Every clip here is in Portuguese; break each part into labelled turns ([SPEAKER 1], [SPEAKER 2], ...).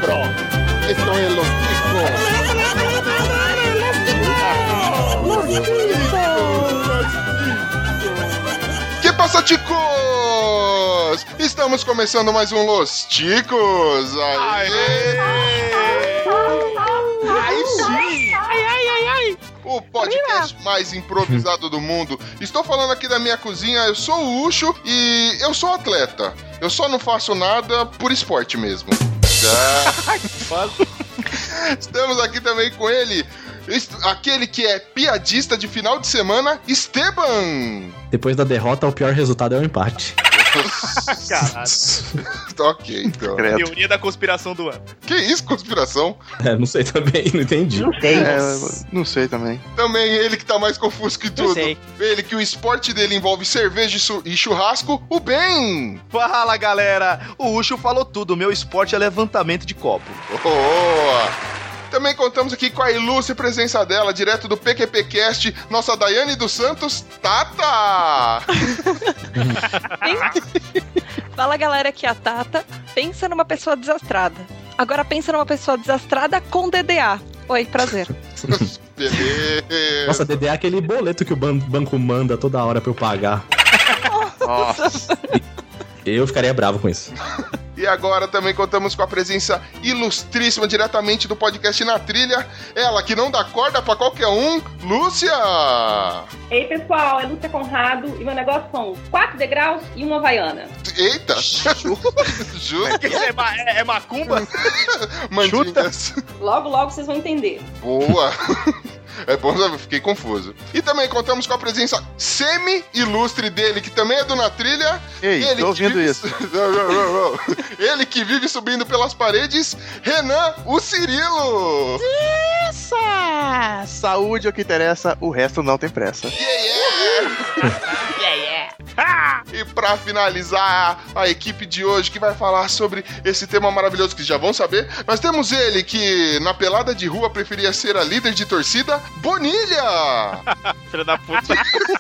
[SPEAKER 1] Adentro. Esto es Los Ticos.
[SPEAKER 2] Que passa, ticos? Estamos começando mais um Los Ticos.
[SPEAKER 1] Aí sim.
[SPEAKER 2] O podcast mais improvisado do mundo. Estou falando aqui da minha cozinha, eu sou o Ucho e eu sou atleta. Eu só não faço nada por esporte mesmo. Estamos aqui também com ele, aquele que é piadista de final de semana, Esteban.
[SPEAKER 3] Depois da derrota, o pior resultado é o empate.
[SPEAKER 4] Caralho.
[SPEAKER 2] Ok, então.
[SPEAKER 4] Teoria da conspiração do ano.
[SPEAKER 2] Que isso, conspiração?
[SPEAKER 3] Não sei também, não entendi.
[SPEAKER 5] Não sei também.
[SPEAKER 2] Também ele que tá mais confuso que tudo.
[SPEAKER 4] sei.
[SPEAKER 2] Ele que o esporte dele envolve cerveja e churrasco, o Ben.
[SPEAKER 4] Fala, galera. O Ucho falou tudo. O meu esporte é levantamento de copo.
[SPEAKER 2] Boa! Também contamos aqui com a ilustre presença dela, direto do PQPcast, nossa Daiane dos Santos, Tata!
[SPEAKER 6] Fala, galera, aqui é a Tata. Pensa numa pessoa desastrada. Agora pensa numa pessoa desastrada com DDA. Oi, prazer.
[SPEAKER 2] Beleza.
[SPEAKER 3] Nossa, DDA é aquele boleto que o banco manda toda hora pra eu pagar.
[SPEAKER 5] Nossa.
[SPEAKER 3] Eu ficaria bravo com isso.
[SPEAKER 2] E agora também contamos com a presença ilustríssima diretamente do podcast Na Trilha, ela que não dá corda pra qualquer um, Lúcia!
[SPEAKER 7] Ei, pessoal, é Lúcia Conrado e meu negócio são 4 degraus e uma havaiana.
[SPEAKER 2] Eita! Justo!
[SPEAKER 4] É macumba?
[SPEAKER 2] Mandingas.
[SPEAKER 7] Logo, logo vocês vão entender.
[SPEAKER 2] Boa! É bom, eu fiquei confuso. E também contamos com a presença semi-ilustre dele, que também é do Na Trilha.
[SPEAKER 5] Ei,
[SPEAKER 2] ele
[SPEAKER 5] tô ouvindo isso.
[SPEAKER 2] Ele que vive subindo pelas paredes, Renan, o Cirilo.
[SPEAKER 5] Isso! Saúde é o que interessa, o resto não tem pressa.
[SPEAKER 2] E pra finalizar a equipe de hoje que vai falar sobre esse tema maravilhoso que já vão saber, nós temos ele que na pelada de rua preferia ser a líder de torcida, Bonilha!
[SPEAKER 4] Filha da puta.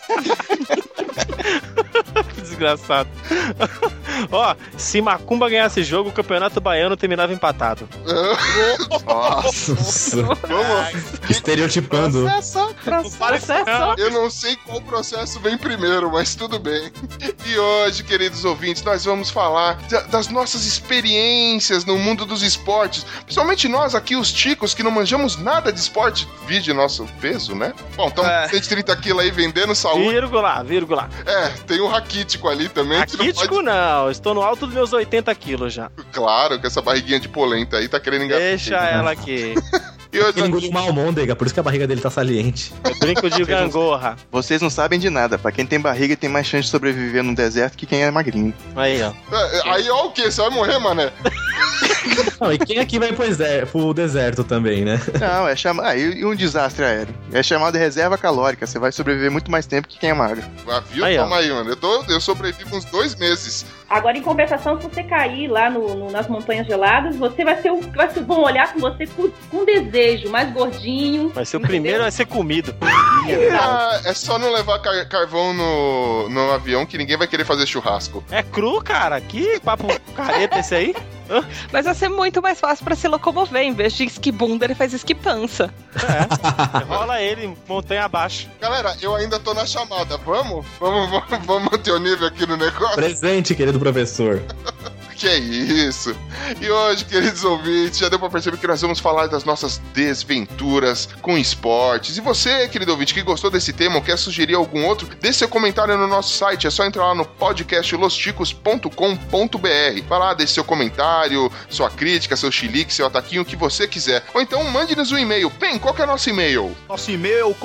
[SPEAKER 4] Que desgraçado. Ó, se Macumba ganhasse jogo, o campeonato baiano terminava empatado.
[SPEAKER 3] Nossa.
[SPEAKER 2] Vamos.
[SPEAKER 3] Estereotipando.
[SPEAKER 6] Processo.
[SPEAKER 2] Eu não sei qual processo vem primeiro, mas tudo bem. E hoje, queridos ouvintes, nós vamos falar das nossas experiências no mundo dos esportes. Principalmente nós aqui, os ticos, que não manjamos nada de esporte, vide nosso peso, né? Bom, então 130 quilos aí vendendo saúde.
[SPEAKER 4] Vírgula.
[SPEAKER 2] Tem o raquítico ali também.
[SPEAKER 4] Raquítico não, estou no alto dos meus 80 quilos já.
[SPEAKER 2] Claro, que essa barriguinha de polenta aí tá querendo enganar.
[SPEAKER 4] Deixa ela aqui.
[SPEAKER 2] E hoje
[SPEAKER 3] Ele engoliu uma almôndega, por isso que a barriga dele tá saliente.
[SPEAKER 4] Eu brinco de gangorra.
[SPEAKER 5] Vocês não sabem de nada. Pra quem tem barriga, tem mais chance de sobreviver no deserto que quem é magrinho.
[SPEAKER 4] Aí, ó.
[SPEAKER 2] Aí, ó, o quê? Você vai morrer, mané?
[SPEAKER 3] Não, e quem aqui vai pro deserto também, né?
[SPEAKER 5] Não, é chamado. E um desastre aéreo. É chamado de reserva calórica. Você vai sobreviver muito mais tempo que quem é magro.
[SPEAKER 2] Viu?
[SPEAKER 4] Aí, ó.
[SPEAKER 2] Toma aí, mano. Eu sobrevivo uns 2 meses.
[SPEAKER 7] Agora, em compensação, se você cair lá nas montanhas geladas, você vão olhar com você com desejo, mais gordinho.
[SPEAKER 4] Vai ser o primeiro a ser comido.
[SPEAKER 2] É só não levar carvão no avião que ninguém vai querer fazer churrasco.
[SPEAKER 4] É cru, cara? Que papo careta esse aí?
[SPEAKER 6] Mas vai ser muito mais fácil pra se locomover. Em vez de esquibunda, ele faz esquipança.
[SPEAKER 4] Rola ele montanha abaixo.
[SPEAKER 2] Galera, eu ainda tô na chamada. Vamos manter o nível aqui no negócio?
[SPEAKER 3] Presente, querido professor.
[SPEAKER 2] Que é isso? E hoje, queridos ouvintes, já deu pra perceber que nós vamos falar das nossas desventuras com esportes. E você, querido ouvinte, que gostou desse tema ou quer sugerir algum outro, deixe seu comentário no nosso site. É só entrar lá no podcast losticos.com.br. Vai lá, deixe seu comentário, sua crítica, seu chilique, seu ataquinho, o que você quiser. Ou então mande-nos um e-mail. Bem, qual que é o nosso e-mail?
[SPEAKER 4] Nosso e-mail é o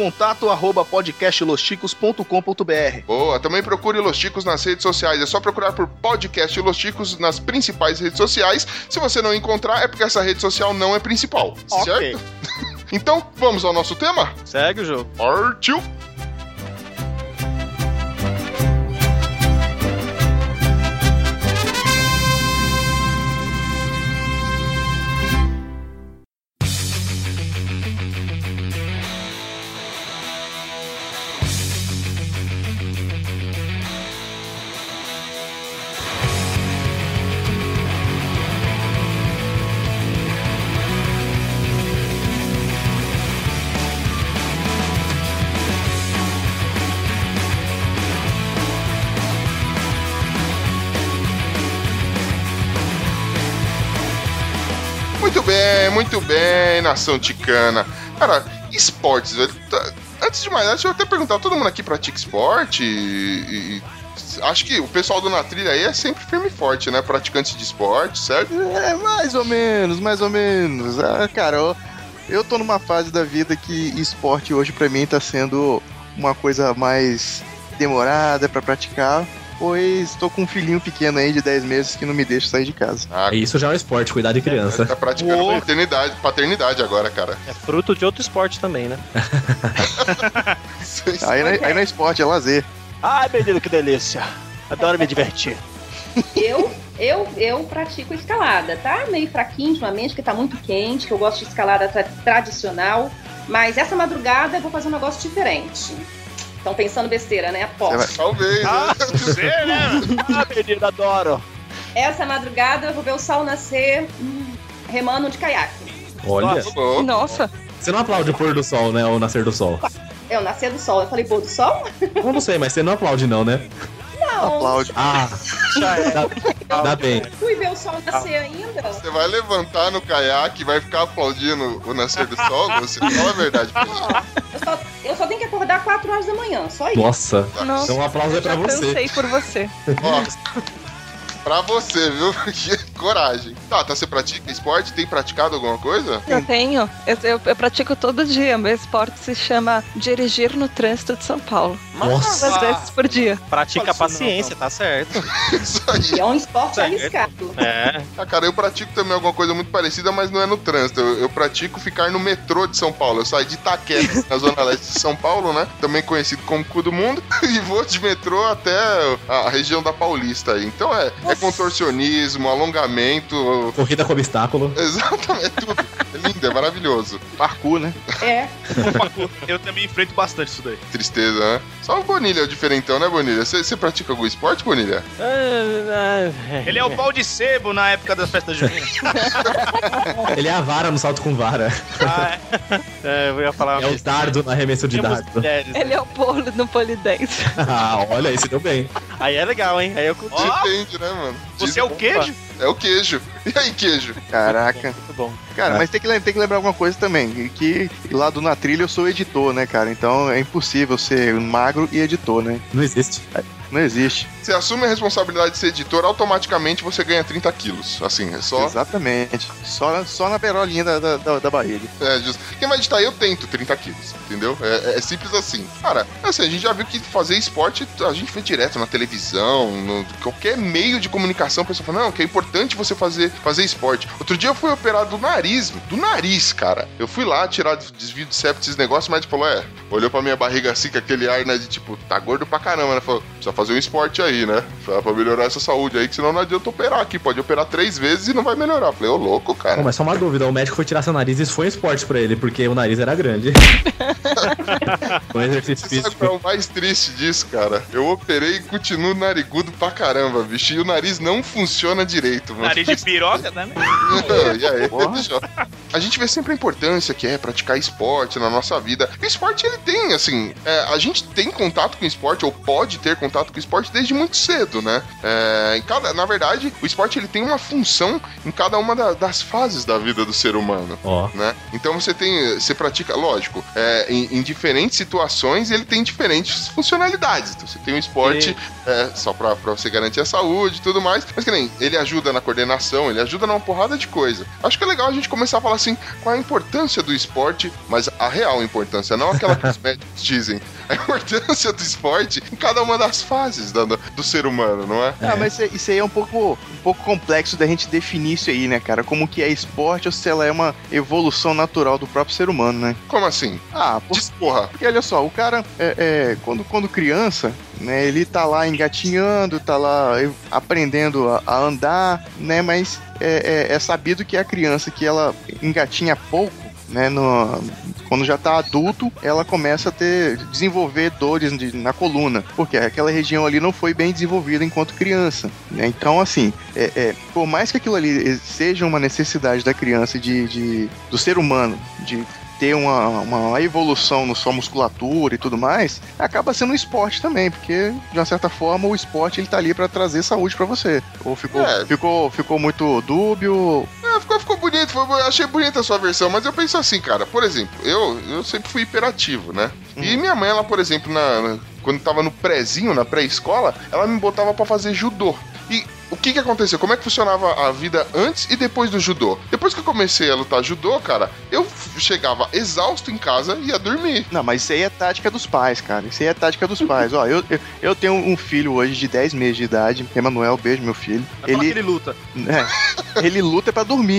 [SPEAKER 4] contato@podcastlosticos.com.br.
[SPEAKER 2] Boa, também procure Los Ticos nas redes sociais. É só procurar por Podcast Los Ticos nas principais redes sociais. Se você não encontrar, é porque essa rede social não é principal, certo? Então, vamos ao nosso tema?
[SPEAKER 4] Segue o jogo.
[SPEAKER 2] Partiu! muito bem, nação ticana. Cara, esportes, velho. Antes de mais nada, deixa eu até perguntar, todo mundo aqui pratica esporte? Acho que o pessoal do Na Trilha aí é sempre firme e forte, né? Praticantes de esporte, certo?
[SPEAKER 5] Mais ou menos. Cara, eu tô numa fase da vida que esporte hoje pra mim tá sendo uma coisa mais demorada pra praticar, pois tô com um filhinho pequeno aí de 10 meses que não me deixa sair de casa.
[SPEAKER 3] Isso já é um esporte, cuidar de criança.
[SPEAKER 2] Tá praticando paternidade agora, cara.
[SPEAKER 4] É fruto de outro esporte também, né?
[SPEAKER 5] Aí não é esporte, é lazer.
[SPEAKER 8] Ai, menino, que delícia. Adoro me divertir.
[SPEAKER 7] Eu pratico escalada, tá? Meio fraquinho ultimamente, porque tá muito quente, que eu gosto de escalada tradicional. Mas essa madrugada eu vou fazer um negócio diferente. Estão pensando besteira, né? Aposto.
[SPEAKER 2] Talvez, né?
[SPEAKER 8] Você, né? Menino, adoro.
[SPEAKER 7] Essa madrugada eu vou ver o sol nascer remando de caiaque.
[SPEAKER 3] Olha,
[SPEAKER 6] Nossa.
[SPEAKER 3] você não aplaude o pôr do sol, né? Ou o nascer do sol.
[SPEAKER 7] É o nascer do sol. Eu falei pôr do sol?
[SPEAKER 3] Eu não sei, mas você não aplaude não, né?
[SPEAKER 7] Não.
[SPEAKER 5] Aplaude.
[SPEAKER 3] Ah,
[SPEAKER 8] Já é.
[SPEAKER 3] dá bem.
[SPEAKER 7] Fui ver o sol nascer ainda.
[SPEAKER 2] Você vai levantar no caiaque e vai ficar aplaudindo o nascer do sol? Você fala a verdade.
[SPEAKER 7] Eu só tenho que acordar 4 horas da manhã, só isso.
[SPEAKER 3] Nossa.
[SPEAKER 6] Nossa.
[SPEAKER 3] Então um aplauso é pra
[SPEAKER 6] Já
[SPEAKER 3] você.
[SPEAKER 6] cansei por você.
[SPEAKER 2] Ó, pra você, viu? Que coragem. Tá, você pratica esporte? Tem praticado alguma coisa?
[SPEAKER 6] Eu tenho. Eu pratico todo dia. Meu esporte se chama dirigir no trânsito de São Paulo.
[SPEAKER 3] Nossa.
[SPEAKER 6] 2 vezes por dia.
[SPEAKER 4] Pratica a paciência, tá certo.
[SPEAKER 2] Isso aí.
[SPEAKER 7] E é um esporte
[SPEAKER 4] Certo.
[SPEAKER 7] arriscado.
[SPEAKER 4] É.
[SPEAKER 2] Ah, cara, eu pratico também alguma coisa muito parecida, mas não é no trânsito. Eu pratico ficar no metrô de São Paulo. Eu saio de Itaquera, na zona leste de São Paulo, né? Também conhecido como Cu do Mundo. E vou de metrô até a região da Paulista aí. Então é contorcionismo, alongamento.
[SPEAKER 3] Corrida com obstáculo.
[SPEAKER 2] Exatamente, é tudo. É lindo, é maravilhoso.
[SPEAKER 5] Parkour, né?
[SPEAKER 7] É.
[SPEAKER 8] Eu também enfrento bastante isso daí.
[SPEAKER 2] Tristeza, né? Só o Bonilha é o diferentão, né, Bonilha? Você pratica algum esporte, Bonilha?
[SPEAKER 8] Ele é o pau de sebo na época das festas juninas.
[SPEAKER 3] Ele é a vara no salto com vara.
[SPEAKER 4] Eu ia falar.
[SPEAKER 3] É o dardo no arremesso de
[SPEAKER 4] Temos
[SPEAKER 3] dardo.
[SPEAKER 4] mulheres, né?
[SPEAKER 6] Ele é o polo no polidense.
[SPEAKER 3] Ah, olha, esse deu bem.
[SPEAKER 4] Aí é legal, hein? Aí eu curti.
[SPEAKER 2] Depende, né, mano?
[SPEAKER 8] Você é o queijo?
[SPEAKER 2] É o queijo. E aí, queijo?
[SPEAKER 5] Caraca.
[SPEAKER 4] Muito bom.
[SPEAKER 5] Cara, mas tem que lembrar alguma coisa também, que lá do Na Trilha eu sou editor, né, cara? Então é impossível ser magro e editor, né?
[SPEAKER 3] Não existe.
[SPEAKER 5] Não existe.
[SPEAKER 2] Você assume a responsabilidade de ser editor, automaticamente você ganha 30 quilos. Assim, é só.
[SPEAKER 5] Exatamente. Só na perolinha da barriga.
[SPEAKER 2] É, justo. Quem vai editar, eu tento 30 quilos, entendeu? É simples assim. Cara, assim, a gente já viu que fazer esporte, a gente vê direto na televisão, qualquer meio de comunicação, a pessoa fala, não, que é importante você fazer esporte. Outro dia eu fui operado do nariz, cara. Eu fui lá tirar desvio de septo, esses negócios, mas falou, olhou pra minha barriga assim, com aquele ar, né, de tipo, tá gordo pra caramba, né? Falou, precisa fazer um esporte aí, né? Pra melhorar essa saúde aí, que senão não adianta operar aqui. Pode operar 3 vezes e não vai melhorar. Falei, ô louco, cara.
[SPEAKER 3] Bom, mas só uma dúvida, o médico foi tirar seu nariz e isso foi um esporte pra ele, porque o nariz era grande. Um exercício
[SPEAKER 2] Você sabe qual é
[SPEAKER 3] físico.
[SPEAKER 2] o mais triste disso, cara? Eu operei e continuo narigudo pra caramba, bicho. E o nariz não funciona direito, mano.
[SPEAKER 8] Nariz de piroca, né?
[SPEAKER 2] E aí, bicho? A gente vê sempre a importância que é praticar esporte na nossa vida. O esporte, ele tem, assim, a gente tem contato com o esporte, ou pode ter contato com o esporte desde muito cedo, né? Na verdade, o esporte, ele tem uma função em cada uma das fases da vida do ser humano.
[SPEAKER 3] Ó.
[SPEAKER 2] Né? Então você pratica, lógico, em diferentes situações ele tem diferentes funcionalidades. Então você tem um esporte só pra você garantir a saúde e tudo mais, mas que nem ele ajuda na coordenação, ele ajuda numa porrada de coisa. Acho que é legal a gente começar a falar assim, qual a importância do esporte, mas a real importância, não aquela que os médicos dizem. A importância do esporte em cada uma das fases do ser humano, não é?
[SPEAKER 5] Ah, mas isso aí é um pouco complexo da gente definir isso aí, né, cara? Como que é esporte ou se ela é uma evolução natural do próprio ser humano, né?
[SPEAKER 2] Como assim?
[SPEAKER 5] Ah,
[SPEAKER 2] Diz, porra.
[SPEAKER 5] porque olha só, o cara, quando criança, né, ele tá lá engatinhando, tá lá aprendendo a andar, né, mas é sabido que a criança que ela engatinha pouco, né, quando já tá adulto, ela começa a desenvolver dores na coluna, porque aquela região ali não foi bem desenvolvida enquanto criança, né? Então, assim, por mais que aquilo ali seja uma necessidade da criança, do ser humano, de ter uma evolução na sua musculatura e tudo mais, acaba sendo um esporte também, porque, de uma certa forma, o esporte ele tá ali pra trazer saúde pra você. Ou ficou muito dúbio?
[SPEAKER 2] ficou bonito, achei bonita a sua versão, mas eu penso assim, cara, por exemplo, eu sempre fui hiperativo, né? E minha mãe, ela, por exemplo, quando tava no prézinho, na pré-escola, ela me botava pra fazer judô. E o que aconteceu? Como é que funcionava a vida antes e depois do judô? Depois que eu comecei a lutar judô, cara, eu chegava exausto em casa e ia dormir.
[SPEAKER 5] Não, mas isso aí é tática dos pais, cara. Isso aí é tática dos pais. Ó, eu tenho um filho hoje de 10 meses de idade, Emanuel, beijo, meu filho.
[SPEAKER 8] Ele luta.
[SPEAKER 5] Ele luta pra dormir.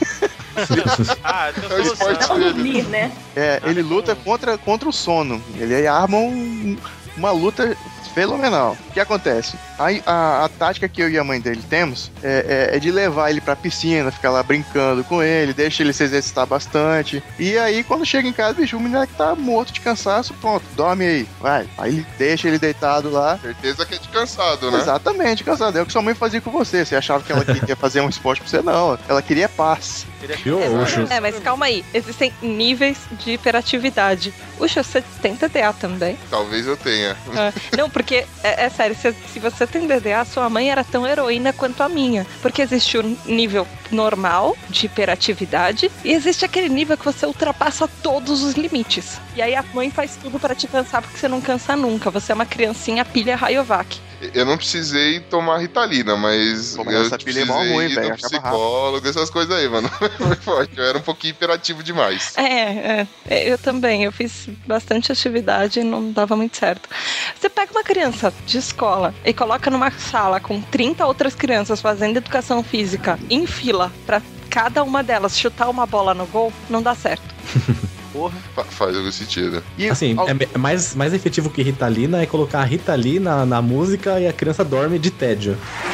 [SPEAKER 2] É o esporte dele.
[SPEAKER 7] Dormir, né?
[SPEAKER 5] Ele luta contra o sono. Ele arma uma luta fenomenal. O que acontece? A tática que eu e a mãe dele temos é de levar ele pra piscina, ficar lá brincando com ele, deixa ele se exercitar bastante. E aí, quando chega em casa, bicho, o menino que tá morto de cansaço, pronto, dorme aí, vai. Aí ele deixa ele deitado lá.
[SPEAKER 2] Certeza que é de cansado, né?
[SPEAKER 5] Exatamente, cansado. É o que sua mãe fazia com você. Você achava que ela queria fazer um esporte pra você? Não. Ela queria paz.
[SPEAKER 6] Mas calma aí. Existem níveis de hiperatividade. Uxa, você tem TDA também?
[SPEAKER 2] Talvez eu tenha.
[SPEAKER 6] Não, porque, é sério, se você tem DDA, sua mãe era tão heroína quanto a minha. Porque existe o nível normal de hiperatividade e existe aquele nível que você ultrapassa todos os limites. E aí a mãe faz tudo pra te cansar, porque você não cansa nunca. Você é uma criancinha pilha Rayovac.
[SPEAKER 2] Eu não precisei tomar Ritalina, mas eu precisei ir no psicólogo, essas coisas aí, mano. Foi forte, eu era um pouquinho hiperativo demais.
[SPEAKER 6] Eu também. Eu fiz bastante atividade e não dava muito certo. Você pega uma criança de escola e coloca numa sala com 30 outras crianças fazendo educação física em fila pra cada uma delas chutar uma bola no gol, não dá certo.
[SPEAKER 2] Porra. Faz algum sentido.
[SPEAKER 3] E, assim, é mais efetivo que Ritalina é colocar a Ritalina na música e a criança dorme de tédio.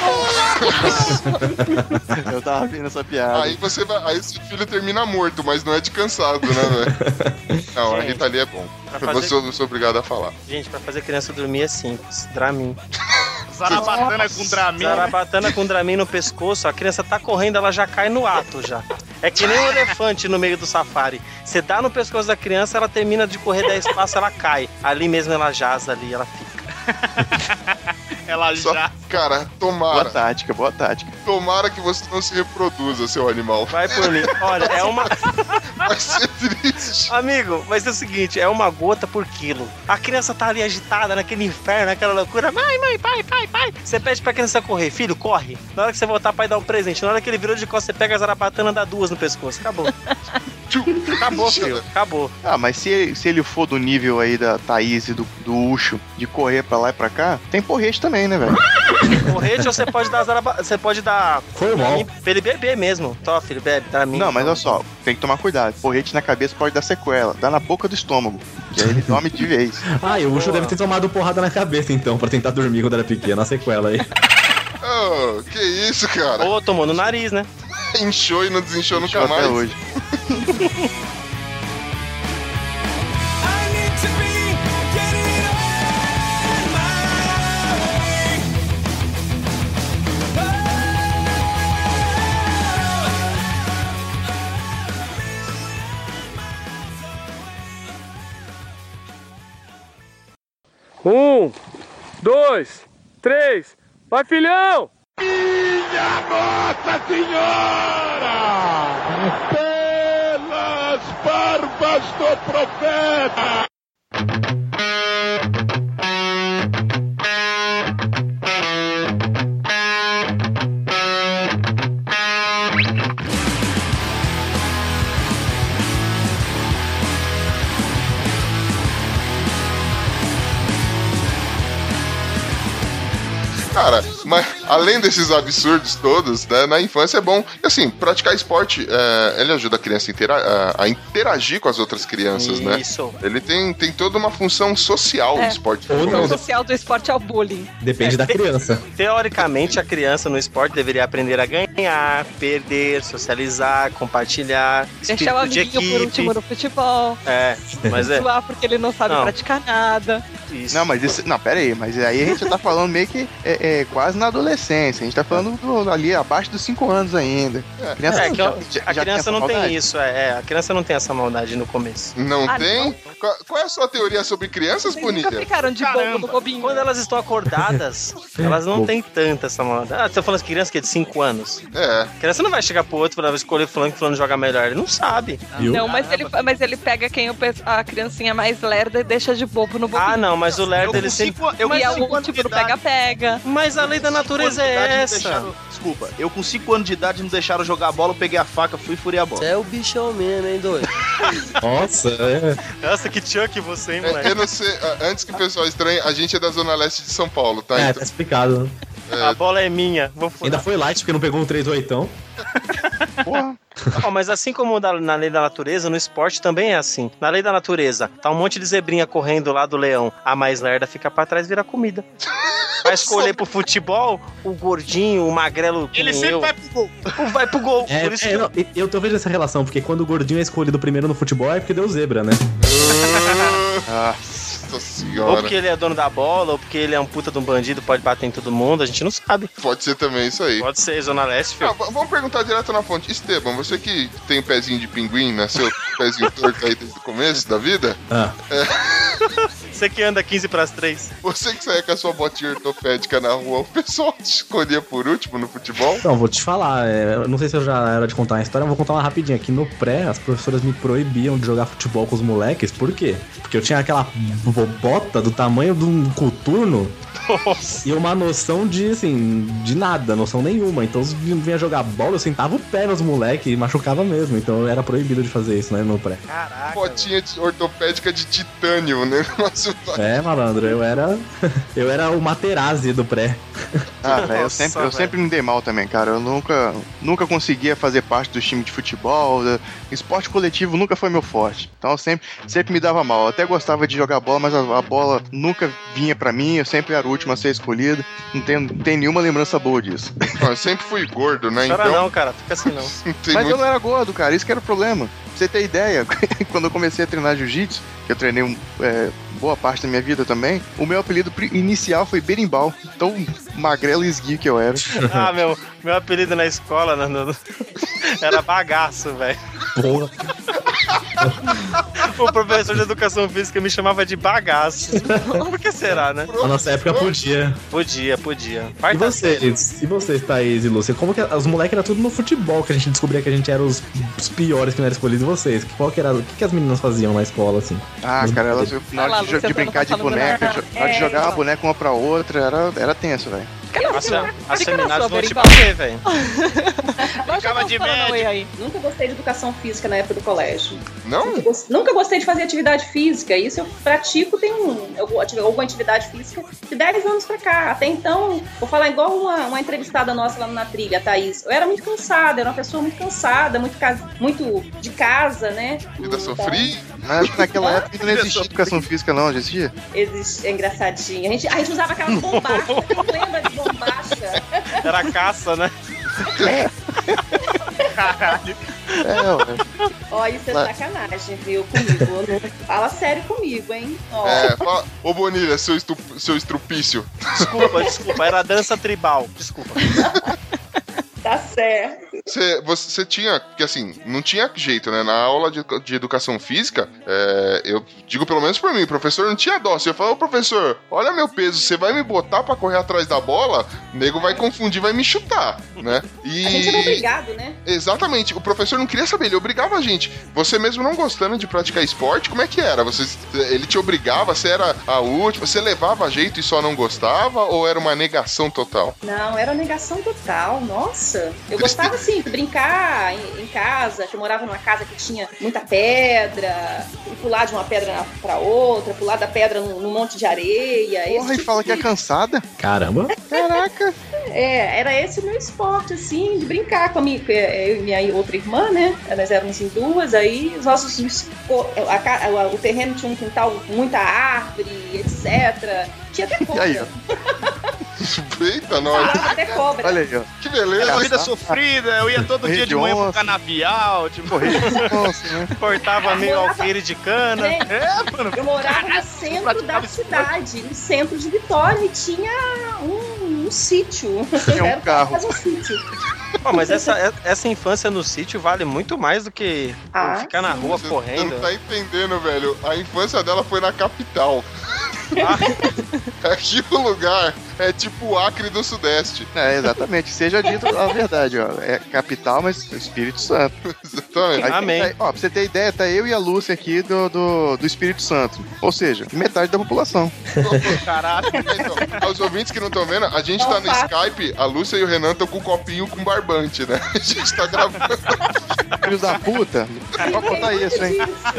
[SPEAKER 5] Eu tava vendo essa piada.
[SPEAKER 2] Aí seu filho termina morto, mas não é de cansado, né, velho? Não, a Ritalina é bom. Eu sou obrigado a falar.
[SPEAKER 4] Gente, pra fazer criança dormir é simples. Dramin.
[SPEAKER 8] Zarabatana com Dramin.
[SPEAKER 4] Zarabatana com Dramin no pescoço, a criança tá correndo, ela já cai no ato já. É que nem um elefante no meio do safari. Você dá no pescoço da criança, ela termina de correr 10 passos, ela cai. Ali mesmo ela jaz ali, ela fica.
[SPEAKER 8] Ela já.
[SPEAKER 2] Cara, tomara.
[SPEAKER 5] Boa tática.
[SPEAKER 2] Tomara que você não se reproduza, seu animal.
[SPEAKER 4] Vai por mim. Olha, é uma.
[SPEAKER 2] Vai ser triste.
[SPEAKER 4] Amigo, mas é o seguinte, é uma gota por quilo. A criança tá ali agitada, naquele inferno, naquela loucura. Mãe, pai. Você pede pra criança correr. Filho, corre. Na hora que você voltar, pai dá um presente. Na hora que ele virou de costas, você pega a zarabatana e dá 2 no pescoço. Acabou. Acabou, filho. Acabou.
[SPEAKER 5] Ah, mas se ele for do nível aí da Thaís e do Ucho, de correr pra lá e pra cá, tem porrete também, né, velho?
[SPEAKER 4] Porrete, você pode dar você pode dar
[SPEAKER 3] Foi mal.
[SPEAKER 4] pra ele beber mesmo. Tó, filho, bebe, dá mim.
[SPEAKER 5] Não, mas olha só, tem que tomar cuidado. Porrete na cabeça pode dar sequela. Dá na boca do estômago. Que aí ele dorme de vez.
[SPEAKER 3] E o Ucho deve ter tomado porrada na cabeça, então, pra tentar dormir quando era pequeno, a sequela aí.
[SPEAKER 2] Oh, que isso, cara?
[SPEAKER 4] Ou tomou no nariz, né?
[SPEAKER 2] Inchou e não desinchou nunca
[SPEAKER 5] Até
[SPEAKER 2] mais.
[SPEAKER 5] hoje.
[SPEAKER 9] Um, 2, 3, vai, filhão!
[SPEAKER 1] Minha Nossa Senhora! Pelas barbas do profeta!
[SPEAKER 2] Cara, mas além desses absurdos todos, né, na infância é bom. E assim, praticar esporte, ele ajuda a criança a interagir com as outras crianças, né?
[SPEAKER 4] Isso.
[SPEAKER 2] Ele tem toda uma função social no esporte.
[SPEAKER 6] A função social do esporte é o bullying.
[SPEAKER 3] Depende da criança.
[SPEAKER 4] Teoricamente, a criança no esporte deveria aprender a ganhar, perder, socializar, compartilhar,
[SPEAKER 6] Deixar o amiguinho por último no futebol.
[SPEAKER 4] Mas é.
[SPEAKER 6] Zoar porque ele não sabe praticar nada.
[SPEAKER 4] Isso.
[SPEAKER 5] Não, mas isso. Não, pera aí, mas aí a gente tá falando meio que quase na adolescência. A gente tá falando ali abaixo dos 5 anos ainda. A
[SPEAKER 4] criança não tem isso, a criança não tem essa maldade no começo.
[SPEAKER 2] Não tem? Não. Qual é a sua teoria sobre crianças, Bonilha?
[SPEAKER 6] Nunca ficaram de bobo no bobinho.
[SPEAKER 4] Quando elas estão acordadas, elas não têm tanta essa maldade. Você tá falando de criança que é de 5 anos?
[SPEAKER 2] É.
[SPEAKER 4] Criança não vai chegar pro outro pra escolher fulano que fulano joga melhor. Ele não sabe.
[SPEAKER 6] Não, mas ele pega a criancinha mais lerda e deixa de bobo no bobinho.
[SPEAKER 4] Ah, não, mas o lerdo ele sempre...
[SPEAKER 6] E é o tipo do pega-pega.
[SPEAKER 4] Mas a lei da natureza é essa.
[SPEAKER 10] Desculpa, eu com 5 anos de idade não deixaram jogar bola, eu peguei a faca, fui e furei a bola.
[SPEAKER 11] Você é o bichão mesmo, hein, doido?
[SPEAKER 3] Nossa,
[SPEAKER 4] Nossa, que Chuck você, hein, moleque?
[SPEAKER 2] Eu não sei, antes que o pessoal estranhe, a gente é da Zona Leste de São Paulo, tá?
[SPEAKER 3] tá explicado.
[SPEAKER 4] A bola é minha. Vou furar.
[SPEAKER 3] Ainda foi light porque não pegou um 3-8.
[SPEAKER 5] Porra.
[SPEAKER 4] Mas assim como na lei da natureza, no esporte também é assim. Na lei da natureza, tá um monte de zebrinha correndo lá do leão. A mais lerda fica pra trás e vira comida. Vai escolher pro futebol, o gordinho, o magrelo que
[SPEAKER 8] ele sempre vai pro gol.
[SPEAKER 4] Vai pro gol. Por isso
[SPEAKER 3] eu tô vendo essa relação, porque quando o gordinho é escolhido primeiro no futebol é porque deu zebra, né?
[SPEAKER 2] Nossa senhora.
[SPEAKER 4] Ou porque ele é dono da bola, ou porque ele é um puta de um bandido, pode bater em todo mundo, a gente não sabe.
[SPEAKER 2] Pode ser também isso aí.
[SPEAKER 4] Pode ser, Zona Leste, filho.
[SPEAKER 2] Vamos perguntar direto na fonte. Esteban, você que tem um pezinho de pinguim, nasceu pezinho torto aí desde o começo da vida?
[SPEAKER 4] Você que anda 15 pras 3.
[SPEAKER 2] Você que saia com a sua botinha ortopédica na rua, o pessoal te escolhia por último no futebol?
[SPEAKER 3] Não, vou te falar, eu não sei se eu já era de contar uma história, eu vou contar uma rapidinha. Aqui no pré, as professoras me proibiam de jogar futebol com os moleques, por quê? Porque eu tinha aquela bota do tamanho de um coturno. Nossa. E uma noção de, assim, de nada, noção nenhuma. Então, se vinha jogar bola, eu sentava o pé nos moleques e machucava mesmo. Então, eu era proibido de fazer isso, né, no pré.
[SPEAKER 4] Caraca.
[SPEAKER 2] Botinha ortopédica de titânio, né? Nossa,
[SPEAKER 3] malandro, eu era o Materazzi do pré.
[SPEAKER 5] Eu sempre me dei mal também, cara. Eu nunca conseguia fazer parte do time de futebol. Esporte coletivo nunca foi meu forte. Então, eu sempre me dava mal. Eu até gostava de jogar bola, mas a bola nunca vinha pra mim. Eu sempre era o último a ser escolhido. Não tem nenhuma lembrança boa disso.
[SPEAKER 2] Eu sempre fui gordo, né?
[SPEAKER 4] Chora não, cara. Fica assim não.
[SPEAKER 5] Mas eu não era gordo, cara. Isso que era o problema. Pra você ter ideia, quando eu comecei a treinar jiu-jitsu, que eu treinei boa parte da minha vida também, o meu apelido inicial foi Berimbau. Tão magrelo e esguio que eu era.
[SPEAKER 4] Meu apelido na escola era bagaço, velho.
[SPEAKER 3] Porra.
[SPEAKER 4] O professor de educação física me chamava de bagaço. Por que será, né?
[SPEAKER 3] Na nossa época podia.
[SPEAKER 4] Podia.
[SPEAKER 3] E vocês, Thaís e Lúcia? Como que os moleques eram tudo no futebol, que a gente descobria que a gente era os piores que não eram escolhidos, e vocês? O que as meninas faziam na escola, assim?
[SPEAKER 5] Cara, elas na hora de brincar de boneca, na hora de jogar uma boneca uma pra outra, era tenso, velho.
[SPEAKER 4] As feminadas vão te bater, velho.
[SPEAKER 8] Ficava de médico.
[SPEAKER 7] Nunca gostei de educação física na época do colégio.
[SPEAKER 2] Não?
[SPEAKER 7] Nunca gostei de fazer atividade física. Isso eu pratico, eu tive alguma atividade física de 10 anos pra cá. Até então, vou falar igual uma entrevistada nossa lá na trilha, a Thaís. Eu era muito cansada, era uma pessoa muito cansada, muito de casa, né?
[SPEAKER 2] Vida sofrida.
[SPEAKER 5] Mas naquela época não existia educação física, não, existia?
[SPEAKER 7] É engraçadinho. A gente usava aquelas bombachas. Lembra de bombacha?
[SPEAKER 4] Era caça, né?
[SPEAKER 8] Caralho.
[SPEAKER 7] Ó, isso é sacanagem, viu? Comigo. Fala sério comigo, hein?
[SPEAKER 2] Fala. Ô, Bonilha, seu estrupício.
[SPEAKER 4] Desculpa, era dança tribal. Desculpa.
[SPEAKER 7] Tá certo.
[SPEAKER 2] Você tinha, porque assim, não tinha jeito, né? Na aula de educação física, eu digo pelo menos por mim, o professor não tinha dó. Você fala, ô professor, olha meu peso, você vai me botar pra correr atrás da bola, o nego vai confundir, vai me chutar, né?
[SPEAKER 7] A gente era obrigado, né?
[SPEAKER 2] Exatamente, o professor não queria saber, ele obrigava a gente. Você mesmo não gostando de praticar esporte, como é que era? Ele te obrigava, você era a última, você levava jeito e só não gostava, ou era uma negação total?
[SPEAKER 7] Não, era negação total, nossa. Eu gostava, assim, de brincar em casa, que eu morava numa casa que tinha muita pedra, e pular de uma pedra pra outra, pular da pedra num monte de areia.
[SPEAKER 5] Porra, e fala que é cansada?
[SPEAKER 3] Caramba!
[SPEAKER 5] Caraca!
[SPEAKER 7] Era esse o meu esporte, assim, de brincar com eu e minha outra irmã, né? Nós éramos em duas, aí os nossos... o terreno tinha um quintal com muita árvore, etc. Tinha até cobra.
[SPEAKER 5] E aí,
[SPEAKER 2] Eita, nós.
[SPEAKER 7] Até cobra.
[SPEAKER 5] Olha aí, ó.
[SPEAKER 2] Que beleza.
[SPEAKER 8] Era vida sofrida, eu ia todo dia de manhã pro canavial, tipo,
[SPEAKER 4] cortava meio alqueire de cana.
[SPEAKER 7] Mano. Eu morava no centro da cidade, no centro de Vitória, e tinha um sítio.
[SPEAKER 5] Tinha um carro.
[SPEAKER 7] Um sítio.
[SPEAKER 4] Mas essa infância no sítio vale muito mais do que ficar na rua correndo.
[SPEAKER 2] Você não tá entendendo, velho. A infância dela foi na capital. Aqui o lugar é tipo o Acre do Sudeste.
[SPEAKER 5] É, exatamente. Seja dito a verdade, ó. É capital, mas Espírito Santo.
[SPEAKER 2] Exatamente.
[SPEAKER 4] Amém.
[SPEAKER 5] Ó, pra você ter ideia, tá eu e a Lúcia aqui do Espírito Santo. Ou seja, metade da população.
[SPEAKER 10] Caralho.
[SPEAKER 2] Então, aos ouvintes que não estão vendo, a gente tá no Skype, a Lúcia e o Renan estão com o copinho com barbante, né? A gente tá gravando.
[SPEAKER 5] Filhos da puta. Pode contar isso, hein?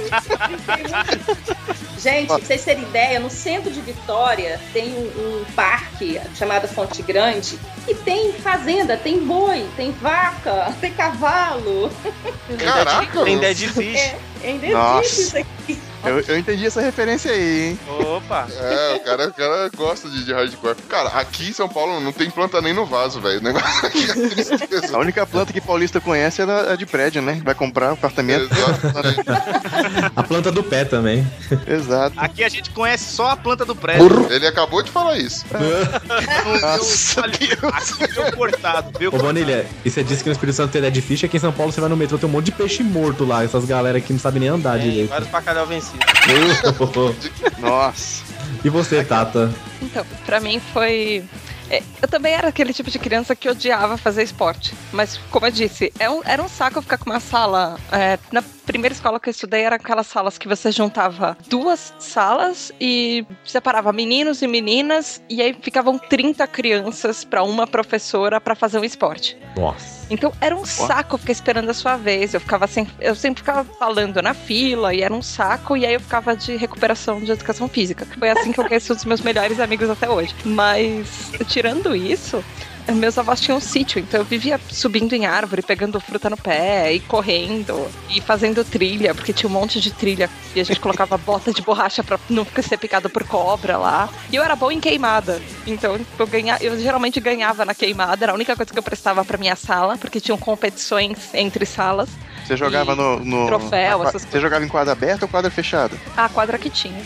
[SPEAKER 7] Gente, pra vocês terem ideia, no centro de Vitória tem um parque chamado Fonte Grande e tem fazenda, tem boi, tem vaca, tem cavalo.
[SPEAKER 2] Caraca!
[SPEAKER 4] Tem Dead Fish.
[SPEAKER 7] Ainda
[SPEAKER 5] Nossa.
[SPEAKER 7] existe isso aqui.
[SPEAKER 5] Eu entendi essa referência aí, hein?
[SPEAKER 4] Opa.
[SPEAKER 2] É, o cara gosta de hardcore. Cara, aqui em São Paulo não tem planta nem no vaso, velho. O negócio aqui é tristeza.
[SPEAKER 5] A única planta que paulista conhece é a de prédio, né? Vai comprar um apartamento.
[SPEAKER 2] Exatamente.
[SPEAKER 3] A planta do pé também.
[SPEAKER 5] Exato.
[SPEAKER 10] Aqui a gente conhece só a planta do prédio.
[SPEAKER 2] Ele acabou de falar isso.
[SPEAKER 5] Nossa,
[SPEAKER 10] Aqui deu cortado, viu?
[SPEAKER 3] Ô, Vanilha, e você disse que no Espírito Santo tem Dead Fish, aqui em São Paulo você vai no metrô, tem um monte de peixe morto lá, essas galera que não sabem nem andar direito.
[SPEAKER 4] Vários bacalhau vencidos.
[SPEAKER 5] Nossa.
[SPEAKER 3] E você, Tata?
[SPEAKER 6] Então, pra mim foi... Eu também era aquele tipo de criança que odiava fazer esporte. Mas, como eu disse, era um saco eu ficar com uma sala. Na primeira escola que eu estudei, eram aquelas salas que você juntava 2 salas e separava meninos e meninas. E aí ficavam 30 crianças pra uma professora pra fazer um esporte.
[SPEAKER 3] Nossa.
[SPEAKER 6] Então era um saco ficar esperando a sua vez. Eu sempre ficava falando na fila e era um saco. E aí eu ficava de recuperação de educação física. Foi assim que eu conheci um dos meus melhores amigos até hoje. Mas, tirando isso, meus avós tinham um sítio, então eu vivia subindo em árvore, pegando fruta no pé e correndo e fazendo trilha, porque tinha um monte de trilha e a gente colocava bota de borracha pra não ser picado por cobra lá. E eu era boa em queimada, então eu geralmente ganhava na queimada, era a única coisa que eu prestava pra minha sala, porque tinham competições entre salas.
[SPEAKER 5] Você jogava no
[SPEAKER 6] troféu, essas
[SPEAKER 5] Você
[SPEAKER 6] coisas.
[SPEAKER 5] jogava em quadra aberta ou quadra fechada?
[SPEAKER 6] A quadra que tinha.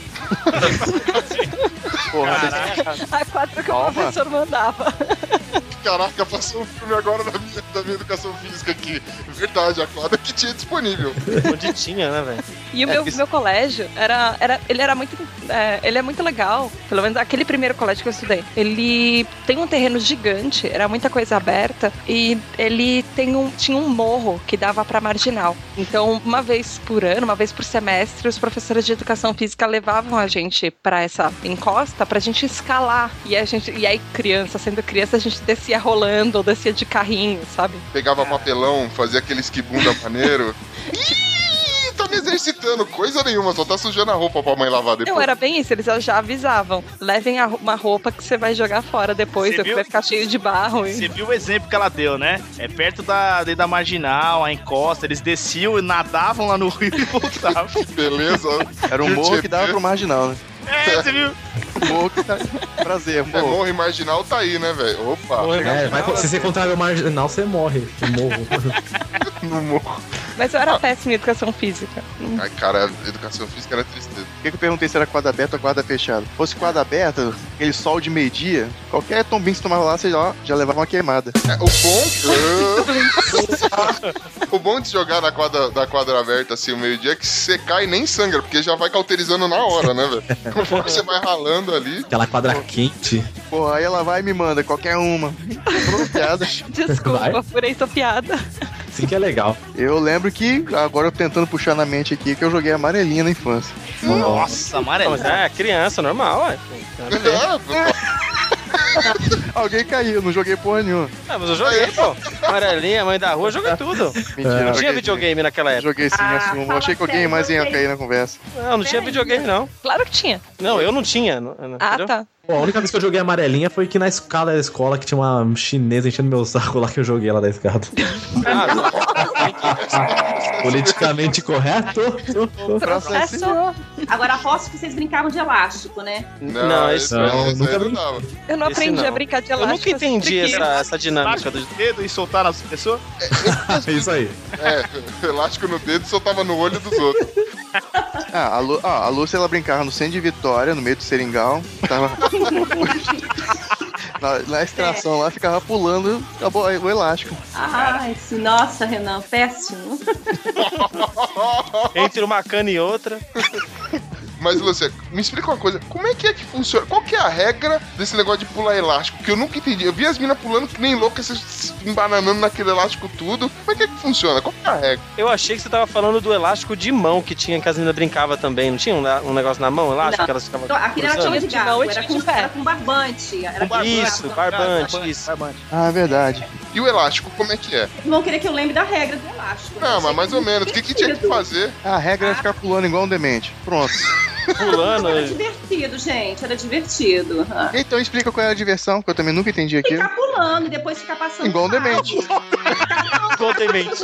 [SPEAKER 5] Porra,
[SPEAKER 6] A quadra que o
[SPEAKER 5] Calma.
[SPEAKER 6] professor mandava.
[SPEAKER 2] Caraca, passou um filme agora da minha educação física aqui. Verdade, a quadra que tinha disponível.
[SPEAKER 4] Onde tinha, né, velho?
[SPEAKER 6] E o meu colégio ele é muito legal. Pelo menos aquele primeiro colégio que eu estudei. Ele tem um terreno gigante, era muita coisa aberta. E ele tinha um morro que dava pra marginal. Então, uma vez por ano, uma vez por semestre, os professores de educação física levavam a gente pra essa encosta pra gente escalar. E aí, sendo criança, a gente descia rolando ou descia de carrinho, sabe?
[SPEAKER 2] Pegava papelão, fazia aquele esquibunda maneiro. Ih, tá me exercitando, coisa nenhuma, só tá sujando a roupa pra mãe lavar depois.
[SPEAKER 6] Não, era bem isso, eles já avisavam. Levem uma roupa que você vai jogar fora depois,
[SPEAKER 10] Você
[SPEAKER 6] ou que vai ficar cheio de barro.
[SPEAKER 10] Você viu o exemplo que ela deu, né? É perto da marginal, a encosta, eles desciam e nadavam lá no rio e voltavam.
[SPEAKER 2] Beleza.
[SPEAKER 5] Era um morro que dava pro marginal, né?
[SPEAKER 10] É, você viu?
[SPEAKER 5] Morro que tá... Prazer, morro.
[SPEAKER 2] Morro e marginal tá aí, né, velho? Opa.
[SPEAKER 3] Se você encontrar o marginal, você morre. Morro.
[SPEAKER 2] No morro.
[SPEAKER 6] Mas eu era péssima em educação física.
[SPEAKER 2] Ai, cara, a educação física era tristeza.
[SPEAKER 5] Por que eu perguntei se era quadra aberta ou quadra fechada? Se fosse quadra aberta, aquele sol de meio-dia, qualquer tombinho que você tomava lá, você já levava uma queimada.
[SPEAKER 2] O bom de jogar na quadra aberta assim o meio-dia é que você cai e nem sangra, porque já vai cauterizando na hora, né, velho? Conforme você vai ralando ali.
[SPEAKER 3] Aquela quadra quente.
[SPEAKER 5] Pô, aí ela vai e me manda qualquer uma. Piada.
[SPEAKER 6] Desculpa, furei sua piada.
[SPEAKER 3] Sim que é legal.
[SPEAKER 5] Eu lembro que, agora eu tentando puxar na mente aqui, que eu joguei amarelinha na infância.
[SPEAKER 10] Nossa, amarelo.
[SPEAKER 4] Mas é criança, normal, ué.
[SPEAKER 5] Alguém caiu, não joguei porra nenhuma.
[SPEAKER 4] Ah, mas eu joguei, pô. Amarelinha, mãe da rua, eu joguei tudo.
[SPEAKER 5] Mentira,
[SPEAKER 4] Não tinha videogame naquela época.
[SPEAKER 5] Joguei sim, assumo. Eu achei que alguém mais ia cair na conversa.
[SPEAKER 4] Não tinha videogame, não.
[SPEAKER 6] Claro que tinha.
[SPEAKER 4] Não, eu não tinha.
[SPEAKER 6] Ah, tá.
[SPEAKER 3] Pô, a única vez que eu joguei amarelinha foi que na escada da escola que tinha uma chinesa enchendo meu saco lá que eu joguei lá da escada. Politicamente correto?
[SPEAKER 7] Processo. Agora aposto que vocês brincavam de elástico, né?
[SPEAKER 4] Não, isso
[SPEAKER 2] não,
[SPEAKER 3] nunca
[SPEAKER 2] brincava.
[SPEAKER 6] Eu não aprendi a brincar de
[SPEAKER 4] Eu
[SPEAKER 6] elástico.
[SPEAKER 4] nunca entendi essa dinâmica do
[SPEAKER 10] dedo e soltar nas pessoas?
[SPEAKER 3] É isso aí.
[SPEAKER 2] Elástico no dedo e soltava no olho dos outros.
[SPEAKER 5] A Lúcia, ela brincava no centro de Vitória, no meio do Seringal. Tava... na extração lá, ficava pulando o elástico.
[SPEAKER 7] Ai, nossa, Renan, péssimo.
[SPEAKER 4] Entre uma cana e outra.
[SPEAKER 2] Mas, Lúcia, me explica uma coisa. Como é que funciona? Qual que é a regra desse negócio de pular elástico? Que eu nunca entendi. Eu vi as minas pulando que nem loucas, se embananando naquele elástico tudo. Como é que funciona? Qual que é a regra?
[SPEAKER 4] Eu achei que você tava falando do elástico de mão que tinha, que as meninas brincavam também. Não tinha um negócio na mão, elástico? Que elas ficavam...
[SPEAKER 7] Então, aquele era chama de gato,
[SPEAKER 6] era
[SPEAKER 7] com barbante.
[SPEAKER 4] Isso, barbante, isso.
[SPEAKER 5] Ah, verdade.
[SPEAKER 2] E o elástico, como é que é?
[SPEAKER 7] Não queria que eu lembre da regra do elástico.
[SPEAKER 2] Não, mas mais ou menos. O que tinha que fazer?
[SPEAKER 5] A regra é ficar pulando igual um demente. Pronto.
[SPEAKER 4] Pulando.
[SPEAKER 7] Era divertido, gente. Era divertido.
[SPEAKER 5] Então explica qual é a diversão, que eu também nunca entendi aquilo.
[SPEAKER 7] Ficar pulando e depois ficar passando.
[SPEAKER 5] Igual um demente.
[SPEAKER 4] Igual um demente.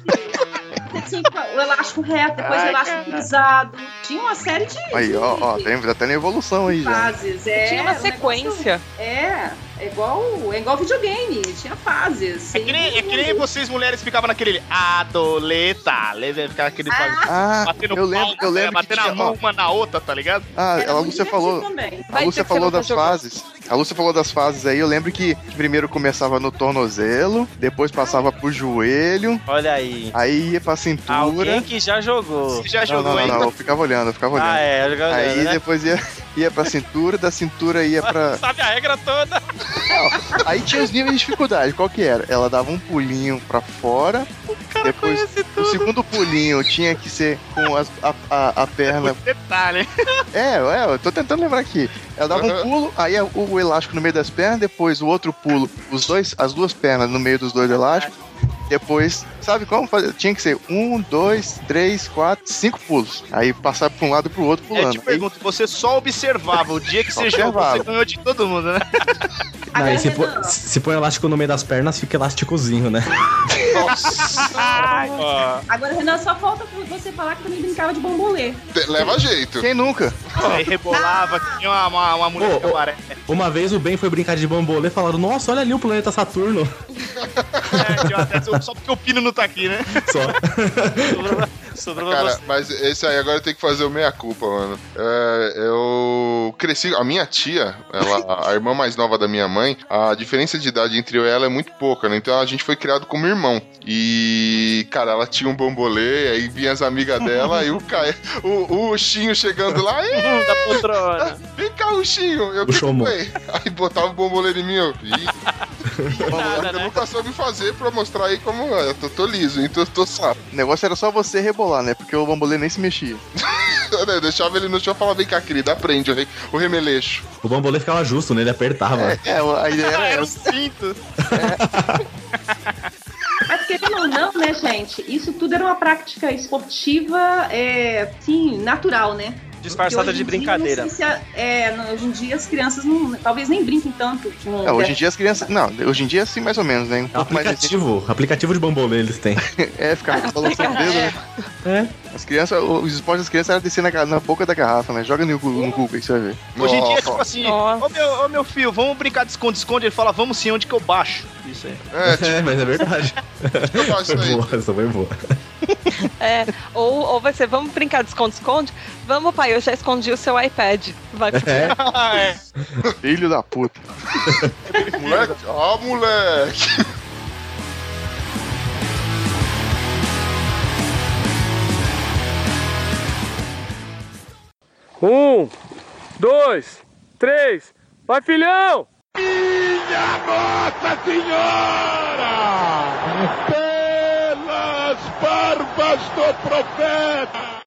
[SPEAKER 7] Você tinha o elástico reto, depois o elástico cruzado. Tinha uma série de.
[SPEAKER 5] Aí, ó, tem até na evolução aí já.
[SPEAKER 7] Fases,
[SPEAKER 6] Tinha uma sequência.
[SPEAKER 7] É igual videogame, tinha fases.
[SPEAKER 8] É que nem vocês mulheres ficavam naquele adoleta, ficava aquele batendo
[SPEAKER 5] eu lembro
[SPEAKER 8] batendo a mão uma na outra, tá ligado?
[SPEAKER 5] A Lúcia falou. A Lúcia falou das fases. A Lúcia falou das fases aí. Eu lembro que primeiro começava no tornozelo, depois passava pro joelho.
[SPEAKER 4] Olha aí.
[SPEAKER 5] Aí ia pra cintura.
[SPEAKER 4] Alguém que já jogou.
[SPEAKER 8] Você já jogou aí?
[SPEAKER 5] Não, eu ficava olhando.
[SPEAKER 4] Ah, é, eu jogava
[SPEAKER 5] aí
[SPEAKER 4] olhando, né?
[SPEAKER 5] Depois ia pra cintura, da cintura ia pra...
[SPEAKER 4] Sabe a regra toda.
[SPEAKER 5] Não, aí tinha os níveis de dificuldade. Qual que era? Ela dava um pulinho pra fora. Depois, o segundo pulinho tinha que ser com a perna...
[SPEAKER 8] Detalhe.
[SPEAKER 5] Eu tô tentando lembrar aqui. Ela dava um pulo, aí o elástico no meio das pernas, depois o outro pulo, as duas pernas no meio dos dois elásticos. Depois, sabe como fazer? Tinha que ser 1, 2, 3, 4, 5 pulos. Aí passar pra um lado e pro outro pulando.
[SPEAKER 8] Eu te pergunto, você só observava o dia que você jogou, você ganhou de todo mundo, né?
[SPEAKER 3] Não, e se põe elástico no meio das pernas, fica elásticozinho, né?
[SPEAKER 2] Nossa!
[SPEAKER 7] Agora, Renan, só falta você falar que também brincava de bambolê.
[SPEAKER 2] Leva jeito.
[SPEAKER 5] Quem nunca?
[SPEAKER 8] Aí rebolava, tinha uma mulher cabaré.
[SPEAKER 3] Uma vez o Ben foi brincar de bambolê e falaram: nossa, olha ali o planeta Saturno.
[SPEAKER 8] Só porque o Pino não tá aqui, né?
[SPEAKER 4] Sobrou
[SPEAKER 2] Cara,
[SPEAKER 4] você.
[SPEAKER 2] mas esse aí agora tem que fazer o meia-culpa, mano. Eu cresci... A minha tia, a irmã mais nova da minha mãe, a diferença de idade entre eu e ela é muito pouca, né? Então a gente foi criado como irmão. E, cara, ela tinha um bambolê, aí vinha as amigas dela, e o Uxinho chegando lá.
[SPEAKER 4] Da poltrona.
[SPEAKER 2] Vem cá, Uxinho. Eu aí botava o bambolê em mim, eu nunca soube fazer pra mostrar aí como eu tô liso, então eu tô sapo.
[SPEAKER 5] O negócio era só você rebolar, né? Porque o bambolê nem se mexia.
[SPEAKER 2] Eu deixava ele no chão e falava: vem cá, querida, aprende o remeleixo.
[SPEAKER 3] O bambolê ficava justo, né? Ele apertava.
[SPEAKER 5] A ideia era
[SPEAKER 8] eu sinto.
[SPEAKER 7] Mas querendo ou não, né, gente? Isso tudo era uma prática esportiva, sim, natural, né?
[SPEAKER 4] Disfarçada de brincadeira.
[SPEAKER 7] Hoje em dia as crianças talvez nem brinquem tanto.
[SPEAKER 5] Hoje em dia as crianças... Não, hoje em dia sim, mais ou menos, né?
[SPEAKER 3] Aplicativo de bambolê eles têm.
[SPEAKER 5] Ficar balançando o dedo, né? As crianças, os esportes das crianças era descer na boca da garrafa, né? Joga no Google aí, você vai ver.
[SPEAKER 8] Hoje em dia é tipo assim: ô meu filho, vamos brincar de esconde-esconde. Ele fala: vamos sim, onde que eu baixo? Isso aí.
[SPEAKER 3] Mas é verdade.
[SPEAKER 2] Eu faço isso aí.
[SPEAKER 3] Boa, essa foi boa.
[SPEAKER 6] Ou vai ser: vamos brincar de esconde-esconde? Vamos, pai, eu já escondi o seu iPad. Vai pro
[SPEAKER 5] Filho da puta.
[SPEAKER 2] Moleque, moleque.
[SPEAKER 9] Um, 2, 3, vai, filhão!
[SPEAKER 1] Minha Nossa Senhora! Pelas barbas do profeta!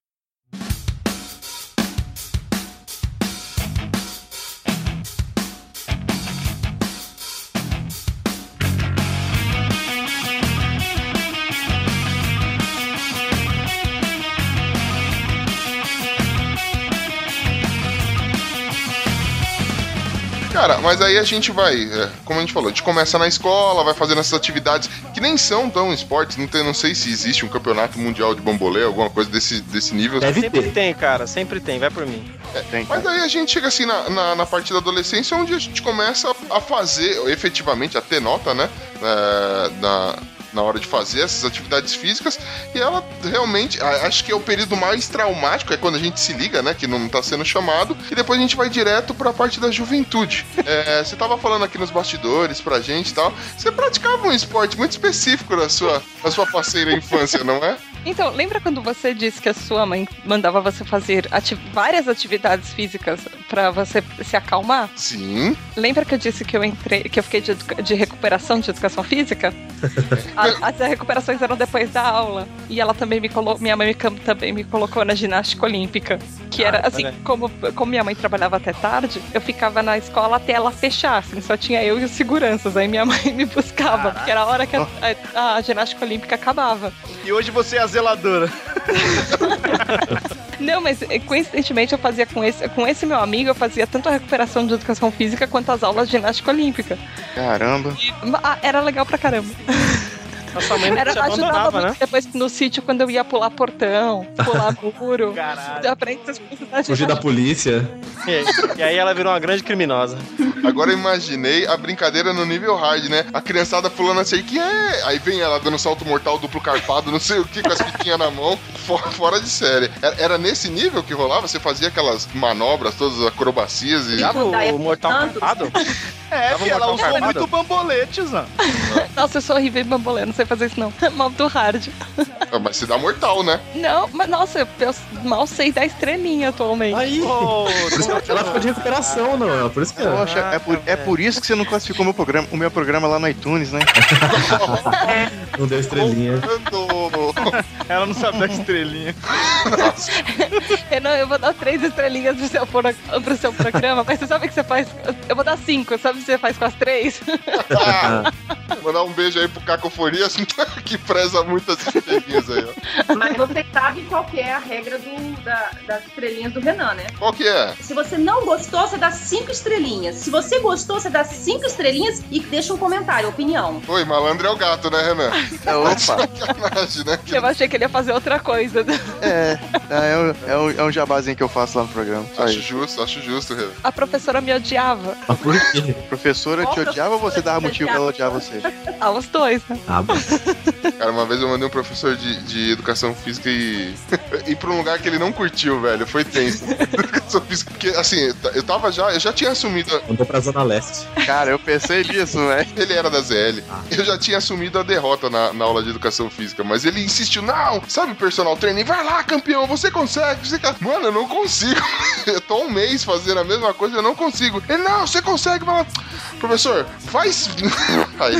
[SPEAKER 2] Cara, mas aí a gente vai, como a gente falou, a gente começa na escola, vai fazendo essas atividades que nem são tão esportes, não sei se existe um campeonato mundial de bambolê, alguma coisa desse nível.
[SPEAKER 4] Sempre tem, cara, sempre tem, vai por mim.
[SPEAKER 2] Mas aí a gente chega assim na parte da adolescência, onde a gente começa a fazer, efetivamente, a ter nota, né, na hora de fazer essas atividades físicas, e ela realmente, acho que é o período mais traumático, é quando a gente se liga, né, que não tá sendo chamado, e depois a gente vai direto pra parte da juventude. Você tava falando aqui nos bastidores pra gente e tal, você praticava um esporte muito específico na sua passeira infância, não é?
[SPEAKER 6] Então, lembra quando você disse que a sua mãe mandava você fazer várias atividades físicas pra você se acalmar?
[SPEAKER 2] Sim.
[SPEAKER 6] Lembra que eu disse que eu fiquei de recuperação de educação física? As recuperações eram depois da aula. E ela também minha mãe também me colocou na ginástica olímpica. Que era assim, como minha mãe trabalhava até tarde, eu ficava na escola até ela fechar, assim, só tinha eu e os seguranças. Aí minha mãe me buscava, porque era a hora que a ginástica olímpica acabava.
[SPEAKER 8] E hoje você é a zeladora.
[SPEAKER 6] Não, mas coincidentemente eu fazia com esse meu amigo, eu fazia tanto a recuperação de educação física quanto as aulas de ginástica olímpica.
[SPEAKER 5] Caramba.
[SPEAKER 6] Era legal pra caramba.
[SPEAKER 4] Nossa mãe não te
[SPEAKER 6] ajudava
[SPEAKER 4] né?
[SPEAKER 6] Depois no sítio, quando eu ia pular portão, pular muro.
[SPEAKER 4] Caralho.
[SPEAKER 6] Aprende essas coisas.
[SPEAKER 3] Fugir da polícia.
[SPEAKER 4] E aí ela virou uma grande criminosa.
[SPEAKER 2] Agora eu imaginei a brincadeira no nível hard, né? A criançada pulando a cerquinha, aí vem ela dando salto mortal duplo carpado, não sei o que, com as fitinhas na mão, fora de série. Era nesse nível que rolava? Você fazia aquelas manobras, todas as acrobacias e...
[SPEAKER 4] Dava o mortal carpado?
[SPEAKER 8] Ela usou muito bambolete, Zan.
[SPEAKER 6] Nossa, eu sou horrível em bambolê, não sei fazer isso não. Mal do hard.
[SPEAKER 2] Mas se dá mortal, né?
[SPEAKER 6] Não, mas nossa, eu mal sei dar estrelinha atualmente.
[SPEAKER 3] Aí! Ela ficou de recuperação, não. Por isso que
[SPEAKER 5] é por isso que você não classificou o meu programa lá no iTunes, né?
[SPEAKER 3] Não deu estrelinha.
[SPEAKER 8] Ela não sabe dar estrelinha.
[SPEAKER 6] Eu vou dar 3 estrelinhas pro seu programa, mas você sabe o que você faz? Eu vou dar 5, sabe o que você faz com as 3?
[SPEAKER 2] Mandar um beijo aí pro Cacofonias, que preza muitas estrelinhas aí, ó.
[SPEAKER 7] Mas você sabe qual que é a regra das estrelinhas do Renan, né?
[SPEAKER 2] Qual que é?
[SPEAKER 7] Se você não gostou, você dá 5 estrelinhas. Se você gostou, você dá 5 estrelinhas e deixa um comentário, opinião.
[SPEAKER 2] Oi, malandro é o gato, né, Renan?
[SPEAKER 5] Opa!
[SPEAKER 2] Sacanagem, né?
[SPEAKER 6] Eu achei que ele ia fazer outra coisa.
[SPEAKER 5] É um jabazinho que eu faço lá no programa.
[SPEAKER 2] Acho justo, Renan.
[SPEAKER 6] A professora me odiava.
[SPEAKER 3] Por quê?
[SPEAKER 5] A professora te odiava ou você dava motivo pra ela odiar você?
[SPEAKER 6] Os dois, né?
[SPEAKER 2] Cara, uma vez eu mandei um professor de educação física e pra um lugar que ele não curtiu, velho. Foi tenso. Educação física, porque assim, eu já tinha assumido.
[SPEAKER 3] Mandou pra Zona Leste.
[SPEAKER 5] Cara, eu pensei nisso, velho.
[SPEAKER 2] Ele era da ZL. Eu já tinha assumido a derrota na aula de educação física, mas ele insistiu, não, sabe, personal training, vai lá, campeão, você consegue, Mano, eu não consigo. Eu tô um mês fazendo a mesma coisa, eu não consigo. Ele, não, você consegue, vai lá. Professor, faz... Aí.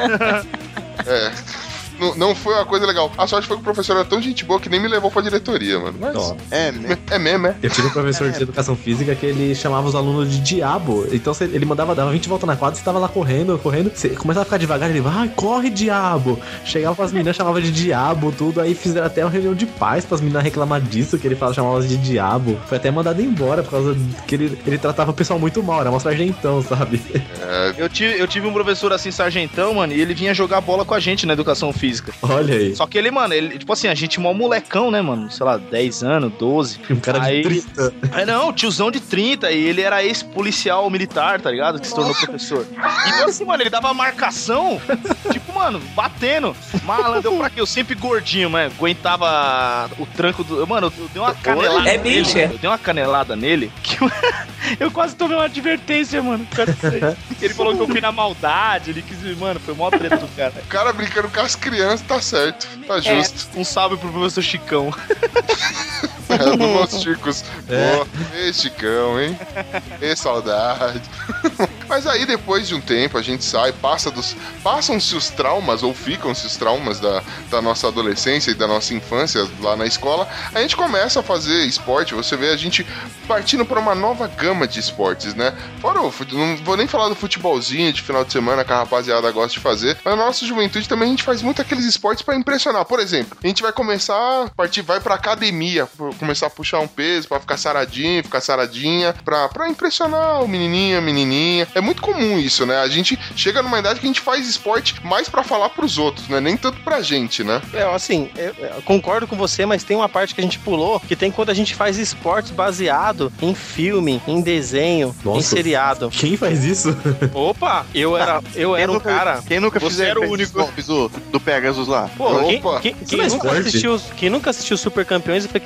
[SPEAKER 2] Não foi uma coisa legal. A sorte foi que o professor era tão gente boa que nem me levou pra diretoria, mano. Mas é mesmo, é.
[SPEAKER 3] Eu tive um professor de educação física que ele chamava os alunos de diabo. Então ele dava 20 voltas na quadra, você tava lá correndo. Você começava a ficar devagar, ele vai, corre, diabo. Chegava pras meninas, chamava de diabo, tudo. Aí fizeram até uma reunião de paz pras meninas reclamar disso, que ele chamava de diabo. Foi até mandado embora, por causa que ele tratava o pessoal muito mal, era um sargentão, sabe?
[SPEAKER 8] Eu tive um professor assim, sargentão, mano, e ele vinha jogar bola com a gente na educação física.
[SPEAKER 3] Olha aí.
[SPEAKER 8] Só que ele, tipo assim, a gente mó molecão, né, mano? Sei lá, 10 anos, 12.
[SPEAKER 3] Um cara de 30.
[SPEAKER 8] Não, tiozão de 30. E ele era ex-policial militar, tá ligado? Que se tornou professor. Então, assim, mano, ele dava marcação, tipo, mano, batendo. Malandro, pra quê? Eu sempre gordinho, mano. Aguentava o tranco do... Mano, eu dei uma canelada nele. Eu dei uma canelada nele que eu quase tomei uma advertência, mano. Ele falou que eu fui na maldade. Ele quis... Mano, foi mó treta do cara.
[SPEAKER 2] O cara brincando com as crianças, tá certo. Tá justo.
[SPEAKER 8] Um salve pro professor Chicão.
[SPEAKER 2] Do meus Chicos. Pô, ei, Chicão, hein? Ei, saudade. Mas aí, depois de um tempo, a gente sai, passam-se os traumas, ou ficam-se os traumas da nossa adolescência e da nossa infância lá na escola. A gente começa a fazer esporte, você vê a gente partindo para uma nova gama de esportes, né? Fora não vou nem falar do futebolzinho de final de semana que a rapaziada gosta de fazer, mas na nossa juventude também a gente faz muito aqueles esportes para impressionar. Por exemplo, a gente vai começar vai pra academia, começar a puxar um peso pra ficar saradinho, ficar saradinha, pra impressionar o menininho, a menininha. É muito comum isso, né? A gente chega numa idade que a gente faz esporte mais pra falar pros outros, né? Nem tanto pra gente, né?
[SPEAKER 4] Assim, eu concordo com você, mas tem uma parte que a gente pulou, que tem quando a gente faz esporte baseado em filme, em desenho, em seriado.
[SPEAKER 3] Quem faz isso?
[SPEAKER 4] Opa! Eu era o cara.
[SPEAKER 5] Quem nunca
[SPEAKER 8] Você era o único
[SPEAKER 5] do Pegasus lá?
[SPEAKER 4] Pô, quem nunca assistiu Super Campeões e foi querer imitar?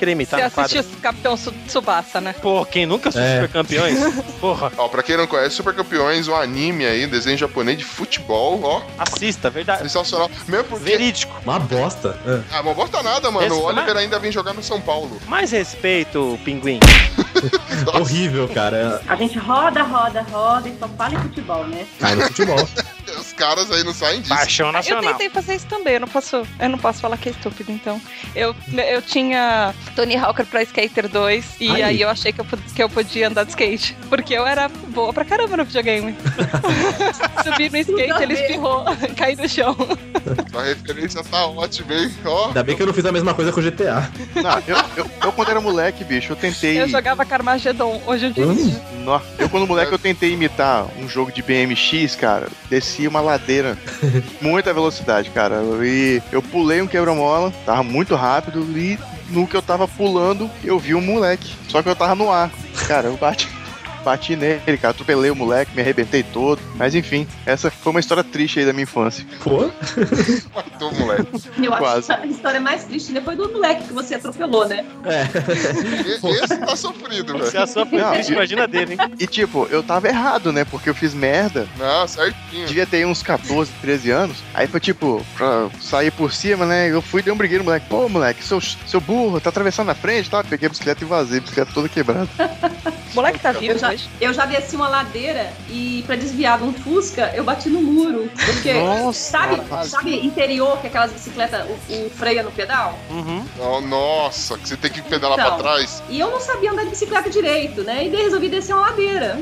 [SPEAKER 6] assistiu Capitão Tsubasa, né?
[SPEAKER 4] Pô, quem nunca assistiu Super Campeões? Porra.
[SPEAKER 2] Ó, pra quem não conhece, Super Campeões, o anime aí, desenho japonês de futebol, ó.
[SPEAKER 4] Assista, verdade.
[SPEAKER 2] Sensacional. Mesmo porque...
[SPEAKER 4] Verídico.
[SPEAKER 3] Uma bosta.
[SPEAKER 2] Ah, uma bosta nada, mano. O Oliver ainda vem jogar no São Paulo.
[SPEAKER 4] Mais respeito, pinguim.
[SPEAKER 3] Horrível, cara.
[SPEAKER 7] A gente roda e só fala em futebol, né?
[SPEAKER 3] Cai no futebol.
[SPEAKER 2] Os caras aí não saem disso.
[SPEAKER 4] Paixão nacional.
[SPEAKER 6] Eu tentei fazer isso também, eu não posso falar que é estúpido, então. Eu tinha Tony Hawker Pro Skater 2 e aí eu achei que eu podia andar de skate. Porque eu era boa pra caramba no videogame. Subi no skate, ele espirrou, caí no chão.
[SPEAKER 2] A referência tá ótima, hein? Ó.
[SPEAKER 3] Ainda bem que eu não fiz a mesma coisa com o GTA.
[SPEAKER 5] Não, eu quando era moleque, bicho, eu tentei...
[SPEAKER 6] Eu jogava Carmageddon, hoje eu dirijo.
[SPEAKER 5] Eu quando moleque eu tentei imitar um jogo de BMX, cara, descia uma ladeira, muita velocidade, cara, e eu pulei um quebra-mola, tava muito rápido e no que eu tava pulando eu vi um moleque, só que eu tava no ar, cara, eu bati nele, cara, atropelei o moleque, me arrebentei todo, mas enfim, essa foi uma história triste aí da minha infância.
[SPEAKER 3] Pô?
[SPEAKER 2] Matou o moleque.
[SPEAKER 7] Eu
[SPEAKER 5] Quase.
[SPEAKER 7] acho a história mais triste depois do moleque que você atropelou, né?
[SPEAKER 2] Esse tá sofrido, velho.
[SPEAKER 4] Se a sua foi triste, imagina dele, hein?
[SPEAKER 5] E tipo, eu tava errado, né, porque eu fiz merda.
[SPEAKER 2] Não, certinho.
[SPEAKER 5] Devia ter uns 14, 13 anos. Aí foi tipo, pra sair por cima, né? Eu fui e dei um brigueiro no moleque. Pô, moleque, seu burro, tá atravessando na frente, tá? Peguei a bicicleta e vazei, a bicicleta toda quebrada.
[SPEAKER 6] O moleque tá vivo hoje.
[SPEAKER 7] Eu já desci uma ladeira e pra desviar de um Fusca, eu bati no muro. Porque, sabe interior, que aquelas bicicletas, o freio é no pedal?
[SPEAKER 4] Uhum.
[SPEAKER 2] Oh, nossa, que você tem que pedalar pra trás.
[SPEAKER 7] E eu não sabia andar de bicicleta direito, né? E daí resolvi descer uma ladeira.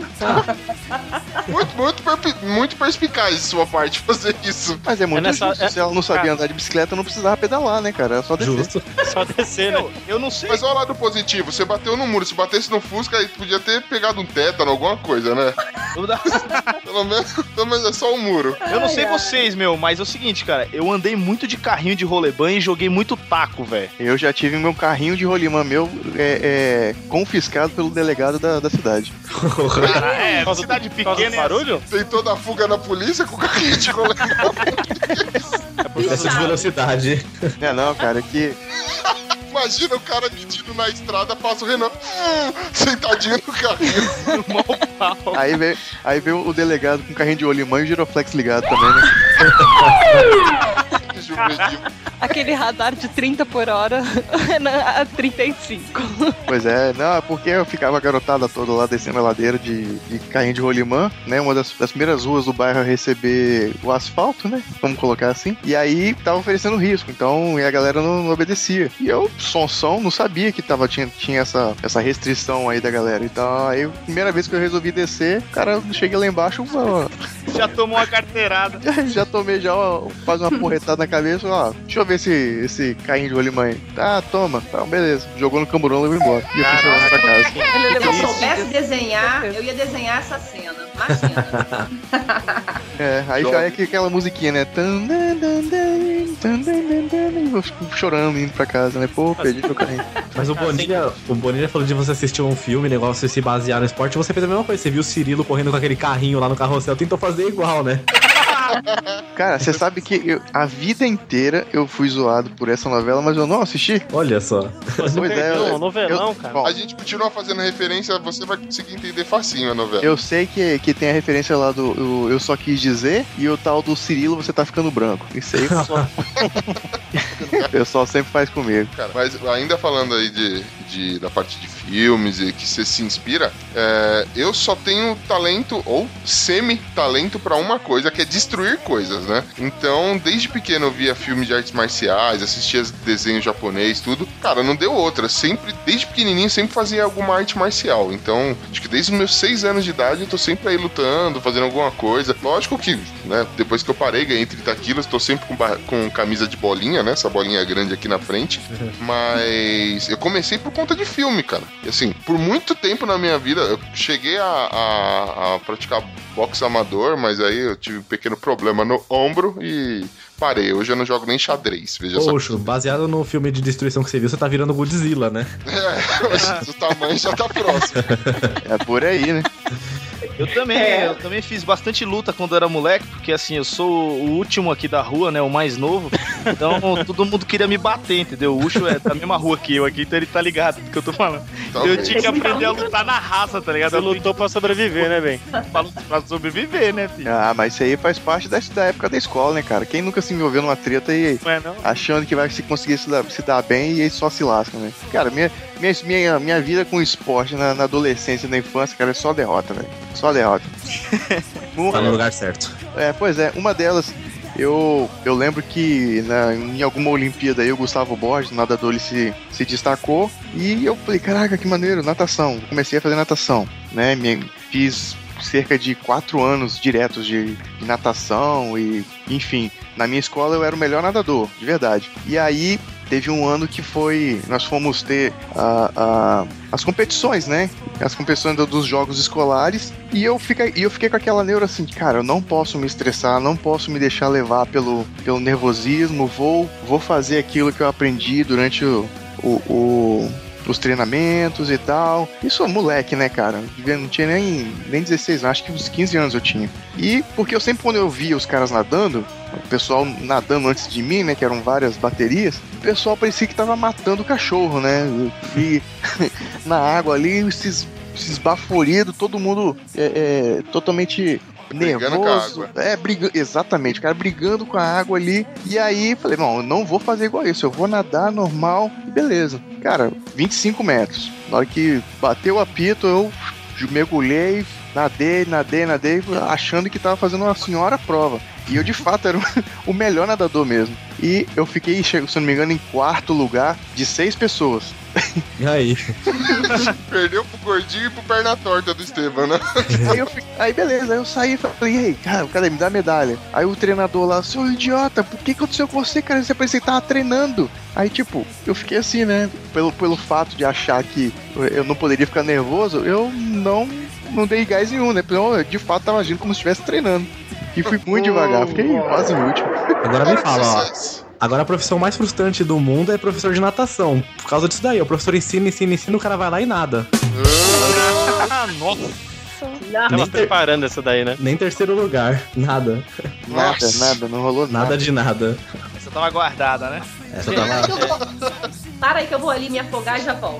[SPEAKER 2] Muito perspicaz de sua parte fazer isso.
[SPEAKER 5] Mas é muito justo. Se ela não sabia andar de bicicleta, não precisava pedalar, né, cara? Era só descer.
[SPEAKER 3] Justo.
[SPEAKER 4] Só descer, né? Eu não sei.
[SPEAKER 2] Mas olha o lado positivo, você bateu no muro, se batesse no Fusca, aí podia ter pegado um tétano, alguma coisa, né? Pelo menos é só um muro.
[SPEAKER 8] Eu não sei vocês, mas é o seguinte, cara, eu andei muito de carrinho de rolemã e joguei muito taco, velho.
[SPEAKER 5] Eu já tive meu carrinho de rolimã meu confiscado pelo delegado da cidade.
[SPEAKER 8] Cara, cidade pequena,
[SPEAKER 4] barulho?
[SPEAKER 2] Tem toda a fuga na polícia com o carrinho de rolemã.
[SPEAKER 3] Excesso de velocidade.
[SPEAKER 5] Não, cara, que...
[SPEAKER 2] Imagina o cara medindo na estrada, passa o Renan sentadinho no carrinho.
[SPEAKER 5] Aí veio o delegado com o carrinho de rolimã e o giroflex ligado também, né?
[SPEAKER 6] Aquele radar de 30 por hora a 35.
[SPEAKER 5] Pois é, não, é porque eu ficava a garotada toda lá descendo a ladeira de carrinho de rolimã, né? Uma das primeiras ruas do bairro a receber o asfalto, né? Vamos colocar assim. E aí tava oferecendo risco, então a galera não obedecia. E eu, sonsom, não sabia que tinha essa restrição aí da galera. Então aí, primeira vez que eu resolvi descer, o cara cheguei lá embaixo,
[SPEAKER 8] já tomou uma carteirada.
[SPEAKER 5] Já tomei, quase uma porretada na cabeça, ó. Deixa eu ver esse carrinho de rolimã aí. Tá, toma. Tá, beleza. Jogou no camburão e levou embora. E eu fui chorando pra casa.
[SPEAKER 7] Se eu soubesse desenhar, eu ia desenhar essa cena. Imagina.
[SPEAKER 5] Aí já é aquela musiquinha, né? Eu fico chorando indo pra casa, né? Pô, perdi meu carrinho.
[SPEAKER 3] Mas o Bonilha falou de você assistir um filme, negócio de se basear no esporte, você fez a mesma coisa. Você viu o Cirilo correndo com aquele carrinho lá no carrossel, tentou fazer igual, né?
[SPEAKER 5] Cara, você sabe que a vida inteira eu fui zoado por essa novela, mas eu não assisti.
[SPEAKER 3] Olha só.
[SPEAKER 4] Você perdeu um novelão, cara.
[SPEAKER 2] Bom, a gente continua fazendo referência, você vai conseguir entender facinho a novela.
[SPEAKER 5] Eu sei que tem a referência lá do Eu Só Quis Dizer e o tal do Cirilo, você tá ficando branco. Isso aí o pessoal sempre faz comigo.
[SPEAKER 2] Cara, mas ainda falando aí da parte de filmes e que você se inspira, eu só tenho talento ou semi-talento pra uma coisa, que é destruir coisas, né? Então, desde pequeno eu via filmes de artes marciais, assistia desenhos japonês, tudo. Cara, não deu outra. Sempre, desde pequenininho, sempre fazia alguma arte marcial. Então, acho que desde os meus 6 anos de idade eu tô sempre aí lutando, fazendo alguma coisa. Lógico que, né, depois que eu parei, ganhei 30 quilos, tô sempre com camisa de bolinha, né? Essa bolinha grande aqui na frente. Mas eu comecei por conta de filme, cara. E assim, por muito tempo na minha vida, eu cheguei a praticar boxe amador, mas aí eu tive um pequeno problema no ombro e parei. Hoje eu não jogo nem xadrez, veja só.
[SPEAKER 3] Poxa, baseado no filme de destruição que você viu, você tá virando Godzilla, né?
[SPEAKER 2] Hoje o tamanho já tá próximo.
[SPEAKER 5] É por aí, né?
[SPEAKER 8] Eu também fiz bastante luta quando era moleque, porque assim, eu sou o último aqui da rua, né, o mais novo, então todo mundo queria me bater, entendeu? O Ucho é da mesma rua que eu aqui, então ele tá ligado do que eu tô falando. Eu tinha que aprender a lutar na raça, tá ligado?
[SPEAKER 4] Você lutou pra sobreviver, né, bem?
[SPEAKER 8] Pra sobreviver, né, filho?
[SPEAKER 5] Ah, mas isso aí faz parte da época da escola, né, cara? Quem nunca se envolveu numa treta e achando que vai conseguir se dar bem e aí só se lasca, né? Cara, minha vida com esporte na adolescência e na infância, cara, é só derrota, velho. Só derrota.
[SPEAKER 3] Tá no lugar certo.
[SPEAKER 5] Pois é, uma delas, eu lembro que em alguma Olimpíada aí o Gustavo Borges, o nadador, ele se destacou e eu falei, caraca, que maneiro, natação. Comecei a fazer natação, né? Fiz cerca de 4 anos diretos de natação e, enfim, na minha escola eu era o melhor nadador, de verdade. E aí teve um ano que nós fomos ter as competições, né? As competições dos jogos escolares e eu fiquei com aquela neura assim, cara, eu não posso me estressar, não posso me deixar levar pelo nervosismo, vou fazer aquilo que eu aprendi durante os treinamentos e tal. Isso, moleque, né, cara? Não tinha nem 16 anos, acho que uns 15 anos eu tinha. E porque eu sempre, quando eu via os caras nadando, o pessoal nadando antes de mim, né, que eram várias baterias, o pessoal parecia que tava matando o cachorro, né? E na água ali, esses baforidos, todo mundo totalmente nervoso. Exatamente, o cara brigando com a água ali. E aí, falei, não, eu não vou fazer igual isso, eu vou nadar normal e beleza. Cara, 25 metros. Na hora que bateu o apito, eu mergulhei, nadei, achando que tava fazendo uma senhora prova. E eu, de fato, era o melhor nadador mesmo. E eu fiquei, se não me engano, em 4º lugar de 6 pessoas.
[SPEAKER 3] E aí?
[SPEAKER 2] Perdeu pro gordinho e pro perna torta do Esteban, né?
[SPEAKER 5] Aí beleza, aí eu saí e falei, ei, cara, cadê? Me dá a medalha. Aí o treinador lá, seu idiota, por que aconteceu com você, cara? Você parecia que tava treinando. Aí, tipo, eu fiquei assim, né? Pelo fato de achar que eu não poderia ficar nervoso, eu não dei gás nenhum, né? Porque eu, de fato, tava agindo como se estivesse treinando. E fui muito devagar, fiquei quase em último.
[SPEAKER 3] Agora me fala, ó. Agora a profissão mais frustrante do mundo é professor de natação. Por causa disso daí, o professor ensina, o cara vai lá e nada.
[SPEAKER 4] Nossa. Tava preparando essa daí, né?
[SPEAKER 3] Nem 3º lugar, nada.
[SPEAKER 5] Nada, não rolou nada.
[SPEAKER 3] Nada de nada.
[SPEAKER 8] Essa tava guardada, né?
[SPEAKER 3] Essa tava...
[SPEAKER 7] Para aí que eu vou ali me afogar e já volto.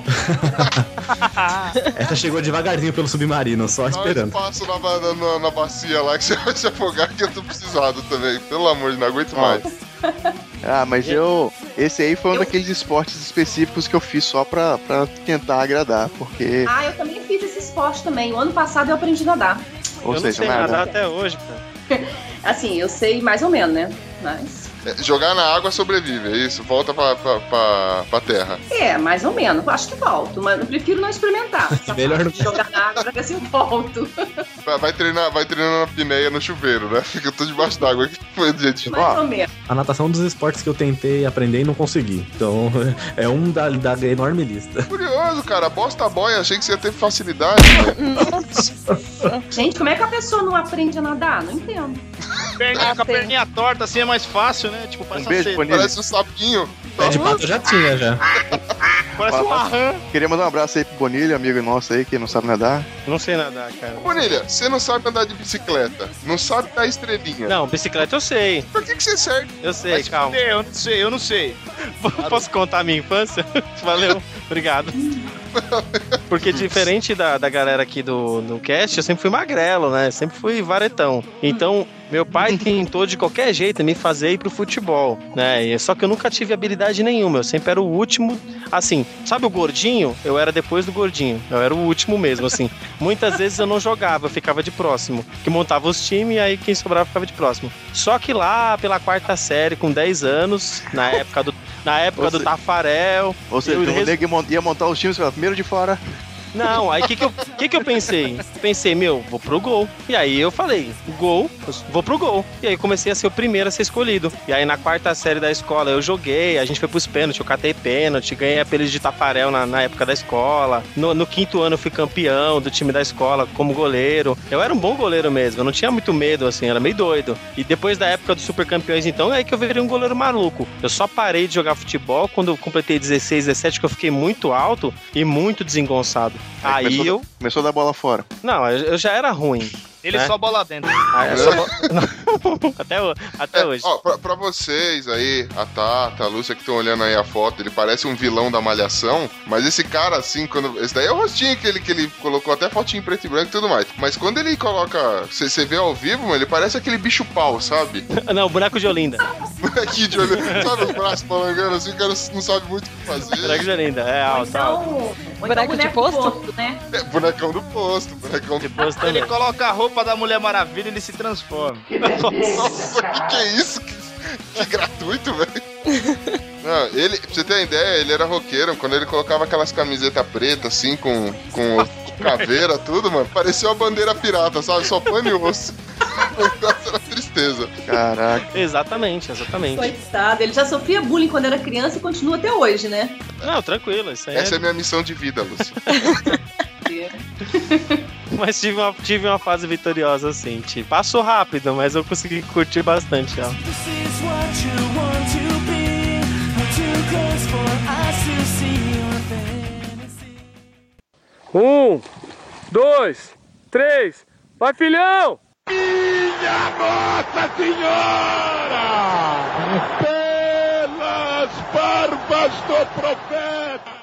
[SPEAKER 3] Essa chegou devagarzinho pelo submarino, só esperando.
[SPEAKER 2] Eu passo na bacia lá que você vai se afogar, que eu tô precisado também. Pelo amor de Deus, não aguento mais.
[SPEAKER 5] Mas esse aí foi um daqueles esportes específicos que eu fiz só pra tentar agradar, porque...
[SPEAKER 7] eu também fiz esse esporte também. O ano passado eu aprendi a nadar.
[SPEAKER 4] Eu não sei nadar até hoje, cara.
[SPEAKER 7] Assim, eu sei mais ou menos, né? Mas...
[SPEAKER 2] Jogar na água sobrevive, é isso? Volta pra terra.
[SPEAKER 7] Mais ou menos. Acho que volto, mas eu prefiro não experimentar.
[SPEAKER 3] Melhor não
[SPEAKER 7] jogar na água pra ver se eu volto.
[SPEAKER 2] Vai treinar na apneia no chuveiro, né? Fica tudo debaixo d'água. Foi do jeito.
[SPEAKER 7] Mais ou menos.
[SPEAKER 3] A natação dos esportes que eu tentei aprender e não consegui. Então, é um da enorme lista.
[SPEAKER 2] Curioso, cara. Bosta boia, achei que você ia ter facilidade.
[SPEAKER 7] Gente, como é que a pessoa não aprende a nadar? Não entendo.
[SPEAKER 8] Com a perninha torta assim é mais fácil, né? Tipo, parece
[SPEAKER 2] parece um sapinho.
[SPEAKER 3] Pé de pato eu já tinha, já.
[SPEAKER 8] Parece um arran.
[SPEAKER 5] Queria mandar um abraço aí pro Bonilha, amigo nosso aí, que não sabe nadar.
[SPEAKER 4] Não sei nadar, cara.
[SPEAKER 2] Bonilha, você não sabe andar de bicicleta, não sabe dar estrelinha.
[SPEAKER 4] Não, bicicleta eu sei.
[SPEAKER 2] Por que você serve?
[SPEAKER 4] Eu sei, calma.
[SPEAKER 8] Eu não sei.
[SPEAKER 4] Posso contar a minha infância? Valeu, obrigado. Porque diferente da galera aqui do cast, eu sempre fui magrelo, né? Sempre fui varetão. Então, meu pai tentou de qualquer jeito me fazer ir pro futebol, né? Só que eu nunca tive habilidade nenhuma. Eu sempre era o último, assim, sabe o gordinho? Eu era depois do gordinho. Eu era o último mesmo, assim. Muitas vezes eu não jogava, eu ficava de próximo. Que montava os times e aí quem sobrava ficava de próximo. Só que lá, pela 4ª série, com 10 anos, na época do Tafarel...
[SPEAKER 5] Ou seja, o nego ia montar os times, primeiro de fora...
[SPEAKER 4] Não, aí o que eu pensei? Pensei, vou pro gol. E aí eu falei, gol, vou pro gol. E aí comecei a ser o primeiro a ser escolhido. E aí na 4ª série da escola eu joguei, a gente foi pros pênaltis, eu catei pênalti, ganhei apelido de Tafarel na época da escola. No 5º ano eu fui campeão do time da escola como goleiro. Eu era um bom goleiro mesmo, eu não tinha muito medo, assim, era meio doido. E depois da época dos super campeões, então, é aí que eu virei um goleiro maluco. Eu só parei de jogar futebol quando eu completei 16, 17, que eu fiquei muito alto e muito desengonçado. Aí eu...
[SPEAKER 5] Começou a dar bola fora.
[SPEAKER 4] Não, eu já era ruim.
[SPEAKER 8] Ele
[SPEAKER 4] né?
[SPEAKER 8] só bola dentro.
[SPEAKER 4] Até hoje.
[SPEAKER 2] Ó, pra vocês aí, a Tata, a Lúcia que estão olhando aí a foto, ele parece um vilão da Malhação, mas esse cara, assim, quando... Esse daí é o rostinho que ele colocou, até fotinho em preto e branco e tudo mais. Mas quando ele coloca... Você vê ao vivo, mano, ele parece aquele bicho-pau, sabe?
[SPEAKER 4] Não, boneco de Olinda.
[SPEAKER 2] Bonequinho de Olinda. Sabe os braços palangando assim, o cara não sabe muito o que fazer.
[SPEAKER 4] Boneco de Olinda, é alto.
[SPEAKER 7] Então,
[SPEAKER 6] Boneco de posto?
[SPEAKER 7] né?
[SPEAKER 2] É, bonecão do posto, bonecão do
[SPEAKER 4] Posto também.
[SPEAKER 8] Ele coloca a roupa da Mulher Maravilha e ele se transforma.
[SPEAKER 2] Nossa, que é isso? Que gratuito, velho. Não, ele, pra você ter uma ideia, ele era roqueiro. Quando ele colocava aquelas camisetas pretas, assim, com caveira, tudo, mano, parecia uma bandeira pirata, sabe? Só pano e osso. Nossa, era tristeza.
[SPEAKER 5] Caraca.
[SPEAKER 4] Exatamente.
[SPEAKER 7] Coitado, ele já sofria bullying quando era criança e continua até hoje, né?
[SPEAKER 4] Não, tranquilo, isso aí
[SPEAKER 2] Essa é a minha missão de vida, Lúcia.
[SPEAKER 4] Mas tive uma fase vitoriosa, assim. Tipo, passou rápido, mas eu consegui curtir bastante ela.
[SPEAKER 9] Um, dois, três, vai filhão!
[SPEAKER 1] Minha Nossa Senhora! Pelas barbas do profeta!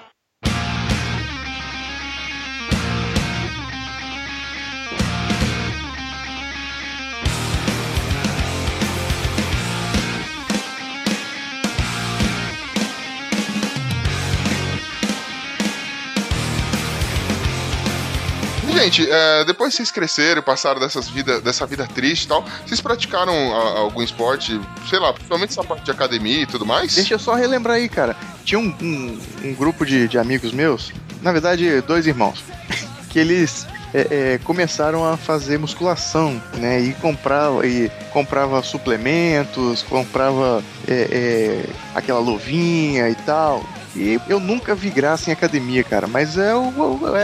[SPEAKER 2] Gente, depois que vocês cresceram, passaram dessa vida triste e tal, vocês praticaram algum esporte, sei lá, principalmente essa parte de academia e tudo mais?
[SPEAKER 5] Deixa eu só relembrar aí, cara. Tinha um grupo de amigos meus, na verdade, 2 irmãos, que eles começaram a fazer musculação, né? E comprava suplementos, comprava aquela luvinha e tal. E eu nunca vi graça em academia, cara, mas eu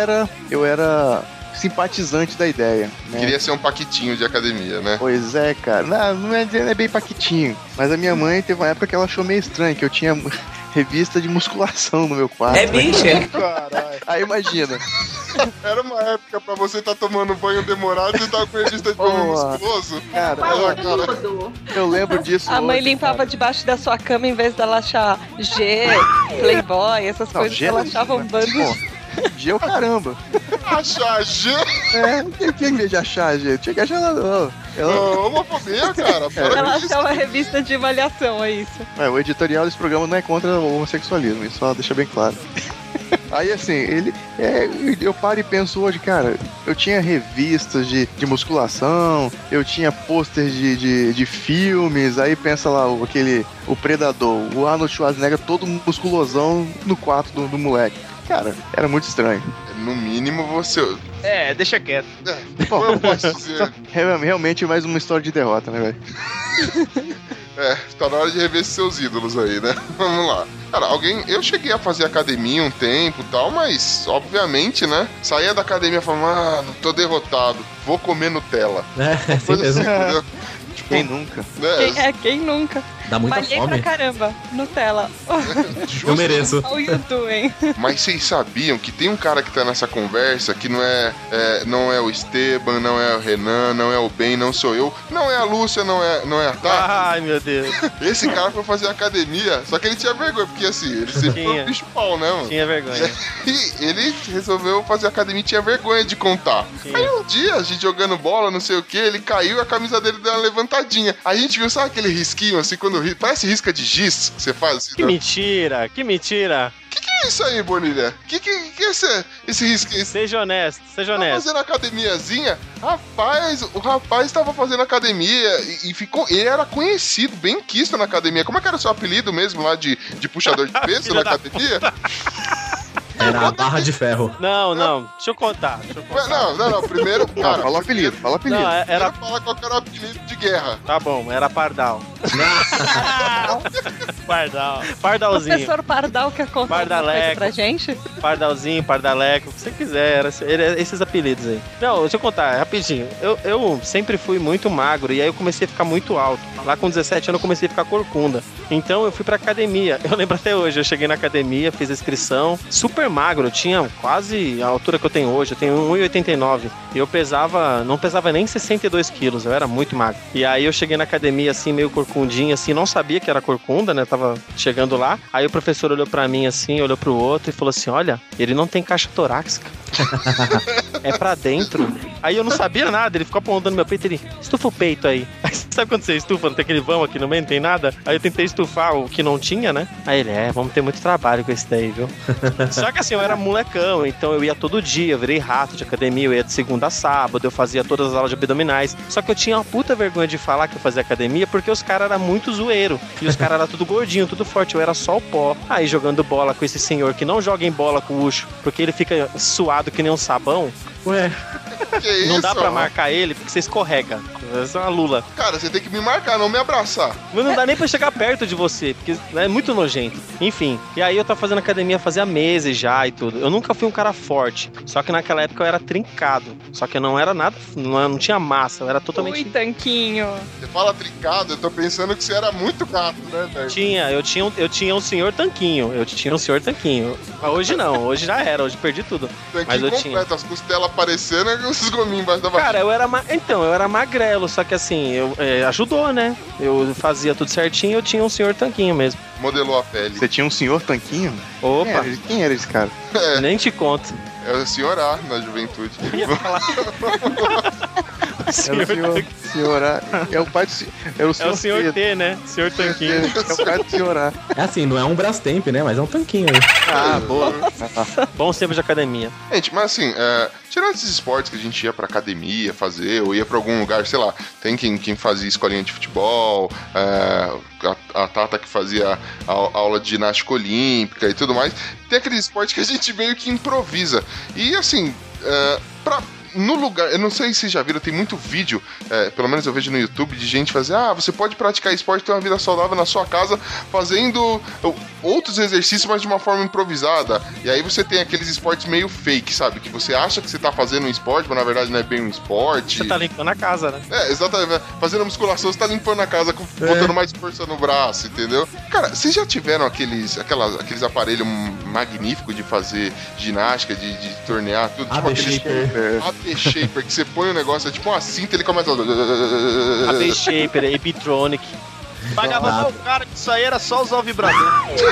[SPEAKER 5] era simpatizante da ideia, né?
[SPEAKER 2] Queria ser um paquitinho de academia, né?
[SPEAKER 5] Pois é, cara. Não é bem paquitinho. Mas a minha mãe teve uma época que ela achou meio estranho, que eu tinha revista de musculação no meu quarto.
[SPEAKER 11] É bicho, é?
[SPEAKER 2] Caralho.
[SPEAKER 5] Aí imagina.
[SPEAKER 2] Era uma época pra você estar tomando banho demorado e você tava com revista de banho musculoso.
[SPEAKER 5] Cara,
[SPEAKER 7] Tudo.
[SPEAKER 5] eu lembro disso.
[SPEAKER 6] A mãe
[SPEAKER 5] hoje,
[SPEAKER 6] limpava
[SPEAKER 5] cara.
[SPEAKER 6] debaixo da sua cama em vez dela achar G, Playboy, essas
[SPEAKER 5] Não,
[SPEAKER 6] coisas que ela achava um bando.
[SPEAKER 5] G é o caramba.
[SPEAKER 2] Achar G?
[SPEAKER 5] Não tem que de achar G. Tinha que achar ela.
[SPEAKER 2] Homofobia, cara.
[SPEAKER 6] Ela achava revista de avaliação, é isso.
[SPEAKER 5] O editorial desse programa não é contra o homossexualismo, isso só deixa bem claro. Aí assim, eu paro e penso hoje, cara, eu tinha revistas de musculação, eu tinha pôster de filmes, aí pensa lá, o Predador, o Arnold Schwarzenegger todo musculosão no quarto do moleque. Cara, era muito estranho.
[SPEAKER 2] No mínimo você...
[SPEAKER 8] Deixa quieto.
[SPEAKER 5] Bom,
[SPEAKER 2] eu posso dizer.
[SPEAKER 5] Realmente mais uma história de derrota, né, velho?
[SPEAKER 2] Tá na hora de rever seus ídolos aí, né? Vamos lá. Cara, eu cheguei a fazer academia um tempo e tal, mas, obviamente, né? Saía da academia e falava, mano, tô derrotado, vou comer Nutella.
[SPEAKER 3] Assim mesmo.
[SPEAKER 2] Entendeu?
[SPEAKER 5] Quem nunca?
[SPEAKER 6] Quem nunca?
[SPEAKER 3] Dá muita
[SPEAKER 6] Malhei
[SPEAKER 3] fome.
[SPEAKER 6] pra caramba, Nutella.
[SPEAKER 3] Eu mereço.
[SPEAKER 6] Olha o YouTube, hein?
[SPEAKER 2] Mas vocês sabiam que tem um cara que tá nessa conversa que não é o Esteban, não é o Renan, não é o Ben, não sou eu, não é a Lúcia, não é a Tati.
[SPEAKER 4] Ai, meu Deus.
[SPEAKER 2] Esse cara foi fazer academia, só que ele tinha vergonha, porque assim, ele sempre foi um bicho pau, né, mano?
[SPEAKER 4] Tinha vergonha.
[SPEAKER 2] E ele resolveu fazer academia e tinha vergonha de contar. Aí um dia, a gente jogando bola, não sei o que, ele caiu e a camisa dele deu uma levantadinha. A gente viu, sabe aquele risquinho, assim, quando parece risca de giz que você faz? Assim,
[SPEAKER 4] que mentira, que mentira.
[SPEAKER 2] Que é isso aí, Bonilha? Que é esse risquinho?
[SPEAKER 4] Seja honesto.
[SPEAKER 2] Tava fazendo academiazinha? Rapaz, o rapaz tava fazendo academia e ficou... Ele era conhecido, bem quisto na academia. Como é que era o seu apelido mesmo lá de puxador de peso na academia?
[SPEAKER 3] Era a barra de ferro.
[SPEAKER 4] Não, deixa eu contar.
[SPEAKER 2] Não, primeiro, cara...
[SPEAKER 5] Fala o apelido.
[SPEAKER 4] Não, era...
[SPEAKER 2] Fala qual era o apelido de guerra.
[SPEAKER 4] Tá bom, era Pardal. Pardalzinho.
[SPEAKER 6] Professor Pardal quer contar alguma coisa pra gente?
[SPEAKER 4] Pardalzinho, Pardaleco, o que você quiser, era esses apelidos aí. Não, deixa eu contar, rapidinho. Eu sempre fui muito magro e aí eu comecei a ficar muito alto. Lá com 17 anos eu comecei a ficar corcunda. Então eu fui pra academia. Eu lembro até hoje, eu cheguei na academia, fiz a inscrição, super magro, eu tinha quase a altura que eu tenho hoje, eu tenho 1,89. E eu não pesava nem 62 quilos, eu era muito magro. E aí eu cheguei na academia assim, meio corcundinho, assim, não sabia que era corcunda, né? Tava chegando lá. Aí o professor olhou pra mim assim, olhou pro outro e falou assim: olha, ele não tem caixa torácica. É pra dentro. Aí eu não sabia nada, ele ficou apontando meu peito, ele estufa o peito aí. Aí sabe quando você estufa, não tem aquele vão aqui no meio, não tem nada? Aí eu tentei estufar o que não tinha, né? Aí ele, vamos ter muito trabalho com esse daí, viu? Só que assim, eu era molecão, então eu ia todo dia, eu virei rato de academia, eu ia de segunda a sábado, eu fazia todas as aulas de abdominais. Só que eu tinha uma puta vergonha de falar que eu fazia academia, porque os caras eram muito zoeiro. E os caras eram tudo gordinho, tudo forte, eu era só o pó. Aí jogando bola com esse senhor que não joga em bola com o Ucho, porque ele fica suado que nem um sabão.
[SPEAKER 3] Ué,
[SPEAKER 2] Que
[SPEAKER 4] não
[SPEAKER 2] isso,
[SPEAKER 4] dá pra
[SPEAKER 2] ó.
[SPEAKER 4] marcar ele porque você escorrega. Essa é uma lula.
[SPEAKER 2] Cara, você tem que me marcar, não me abraçar.
[SPEAKER 4] Mas não dá nem pra chegar perto de você, porque é muito nojento. Enfim, e aí eu tava fazendo academia fazia meses já e tudo. Eu nunca fui um cara forte, só que naquela época eu era trincado. Só que eu não era nada, não tinha massa, eu era totalmente...
[SPEAKER 6] Ui, tanquinho.
[SPEAKER 2] Você fala trincado, eu tô pensando que você era muito gato, né, velho?
[SPEAKER 4] Eu tinha um senhor tanquinho. Mas hoje não, hoje já era, hoje perdi tudo. Mas eu tinha.
[SPEAKER 2] Completo, as costelas aparecendo e os gominhos embaixo da barriga.
[SPEAKER 4] Cara, eu era magrelo, só que assim, ajudou, né? Eu fazia tudo certinho, eu tinha um senhor tanquinho mesmo.
[SPEAKER 2] Modelou a pele.
[SPEAKER 5] Você tinha um senhor tanquinho?
[SPEAKER 4] Opa,
[SPEAKER 5] Quem era esse cara?
[SPEAKER 4] nem te conto.
[SPEAKER 2] É o senhor A na juventude.
[SPEAKER 4] Eu ia falar.
[SPEAKER 5] Senhor A. É o pai do Era o
[SPEAKER 4] É
[SPEAKER 5] senhor
[SPEAKER 4] o senhor
[SPEAKER 5] Pedro.
[SPEAKER 4] T, né? Senhor tanquinho.
[SPEAKER 5] É o pai do senhor A.
[SPEAKER 3] é assim, não é um Brastemp, né? Mas é um tanquinho aí.
[SPEAKER 5] Ah, boa.
[SPEAKER 4] Bons tempos de academia.
[SPEAKER 2] Gente, mas assim, tirando esses esportes que a gente ia pra academia fazer, ou ia pra algum lugar, sei lá, tem quem fazia escolinha de futebol, a Tata que fazia a aula de ginástica olímpica e tudo mais, tem aqueles esportes que a gente meio que improvisa. E assim, no lugar, eu não sei se vocês já viram, tem muito vídeo, pelo menos eu vejo no YouTube, de gente fazer, você pode praticar esporte e ter uma vida saudável na sua casa, fazendo outros exercícios, mas de uma forma improvisada. E aí você tem aqueles esportes meio fake, sabe? Que você acha que você tá fazendo um esporte, mas na verdade não é bem um esporte.
[SPEAKER 4] Você tá limpando a casa, né?
[SPEAKER 2] Exatamente. Fazendo musculação, você tá limpando a casa, botando mais força no braço, entendeu? Cara, vocês já tiveram aqueles aparelhos magníficos de fazer ginástica, de tornear, tudo?
[SPEAKER 3] AB
[SPEAKER 2] Tipo
[SPEAKER 3] Shaper.
[SPEAKER 2] AB Shaper, que você põe o negócio, é tipo uma cinta, ele começa
[SPEAKER 4] A B-Shaper, a Epitronic.
[SPEAKER 8] Pagava o cara que isso aí era só usar o vibrador.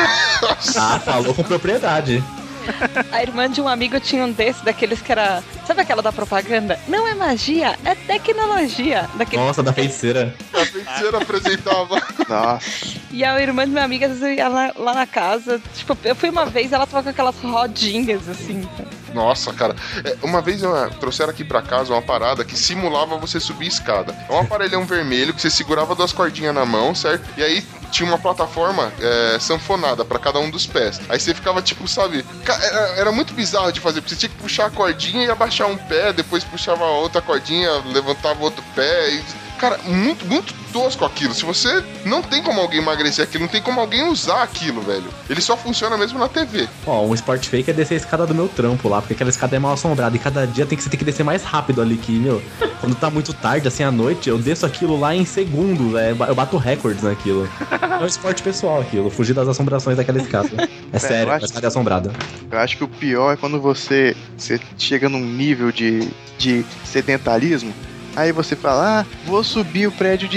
[SPEAKER 3] Falou com propriedade.
[SPEAKER 6] A irmã de um amigo tinha um daqueles que era... Sabe aquela da propaganda? Não é magia, é tecnologia.
[SPEAKER 3] Nossa, da feiticeira.
[SPEAKER 2] A feiticeira apresentava.
[SPEAKER 5] Nossa.
[SPEAKER 6] E a irmã de minha amiga, às vezes eu ia lá na casa. Tipo, eu fui uma vez, ela tava com aquelas rodinhas, assim.
[SPEAKER 2] Nossa, cara. Uma vez trouxeram aqui pra casa uma parada que simulava você subir escada. É um aparelhão vermelho que você segurava 2 cordinhas na mão, certo? E aí tinha uma plataforma sanfonada pra cada um dos pés. Aí você ficava tipo, sabe... Era muito bizarro de fazer, porque você tinha que puxar a cordinha e abaixar um pé, depois puxava a outra cordinha, levantava outro pé e... Cara, muito, muito tosco aquilo. Se você não tem como alguém emagrecer aquilo, não tem como alguém usar aquilo, velho. Ele só funciona mesmo na TV.
[SPEAKER 3] Um esporte fake é descer a escada do meu trampo lá, porque aquela escada é mal assombrada e cada dia você tem que descer mais rápido ali, que, quando tá muito tarde, assim, à noite, eu desço aquilo lá em segundos, eu bato recordes naquilo. É um esporte pessoal aquilo, fugir das assombrações daquela escada. É sério, a escada é assombrada.
[SPEAKER 5] Eu acho que o pior é quando você chega num nível de sedentarismo. Aí você fala, vou subir o prédio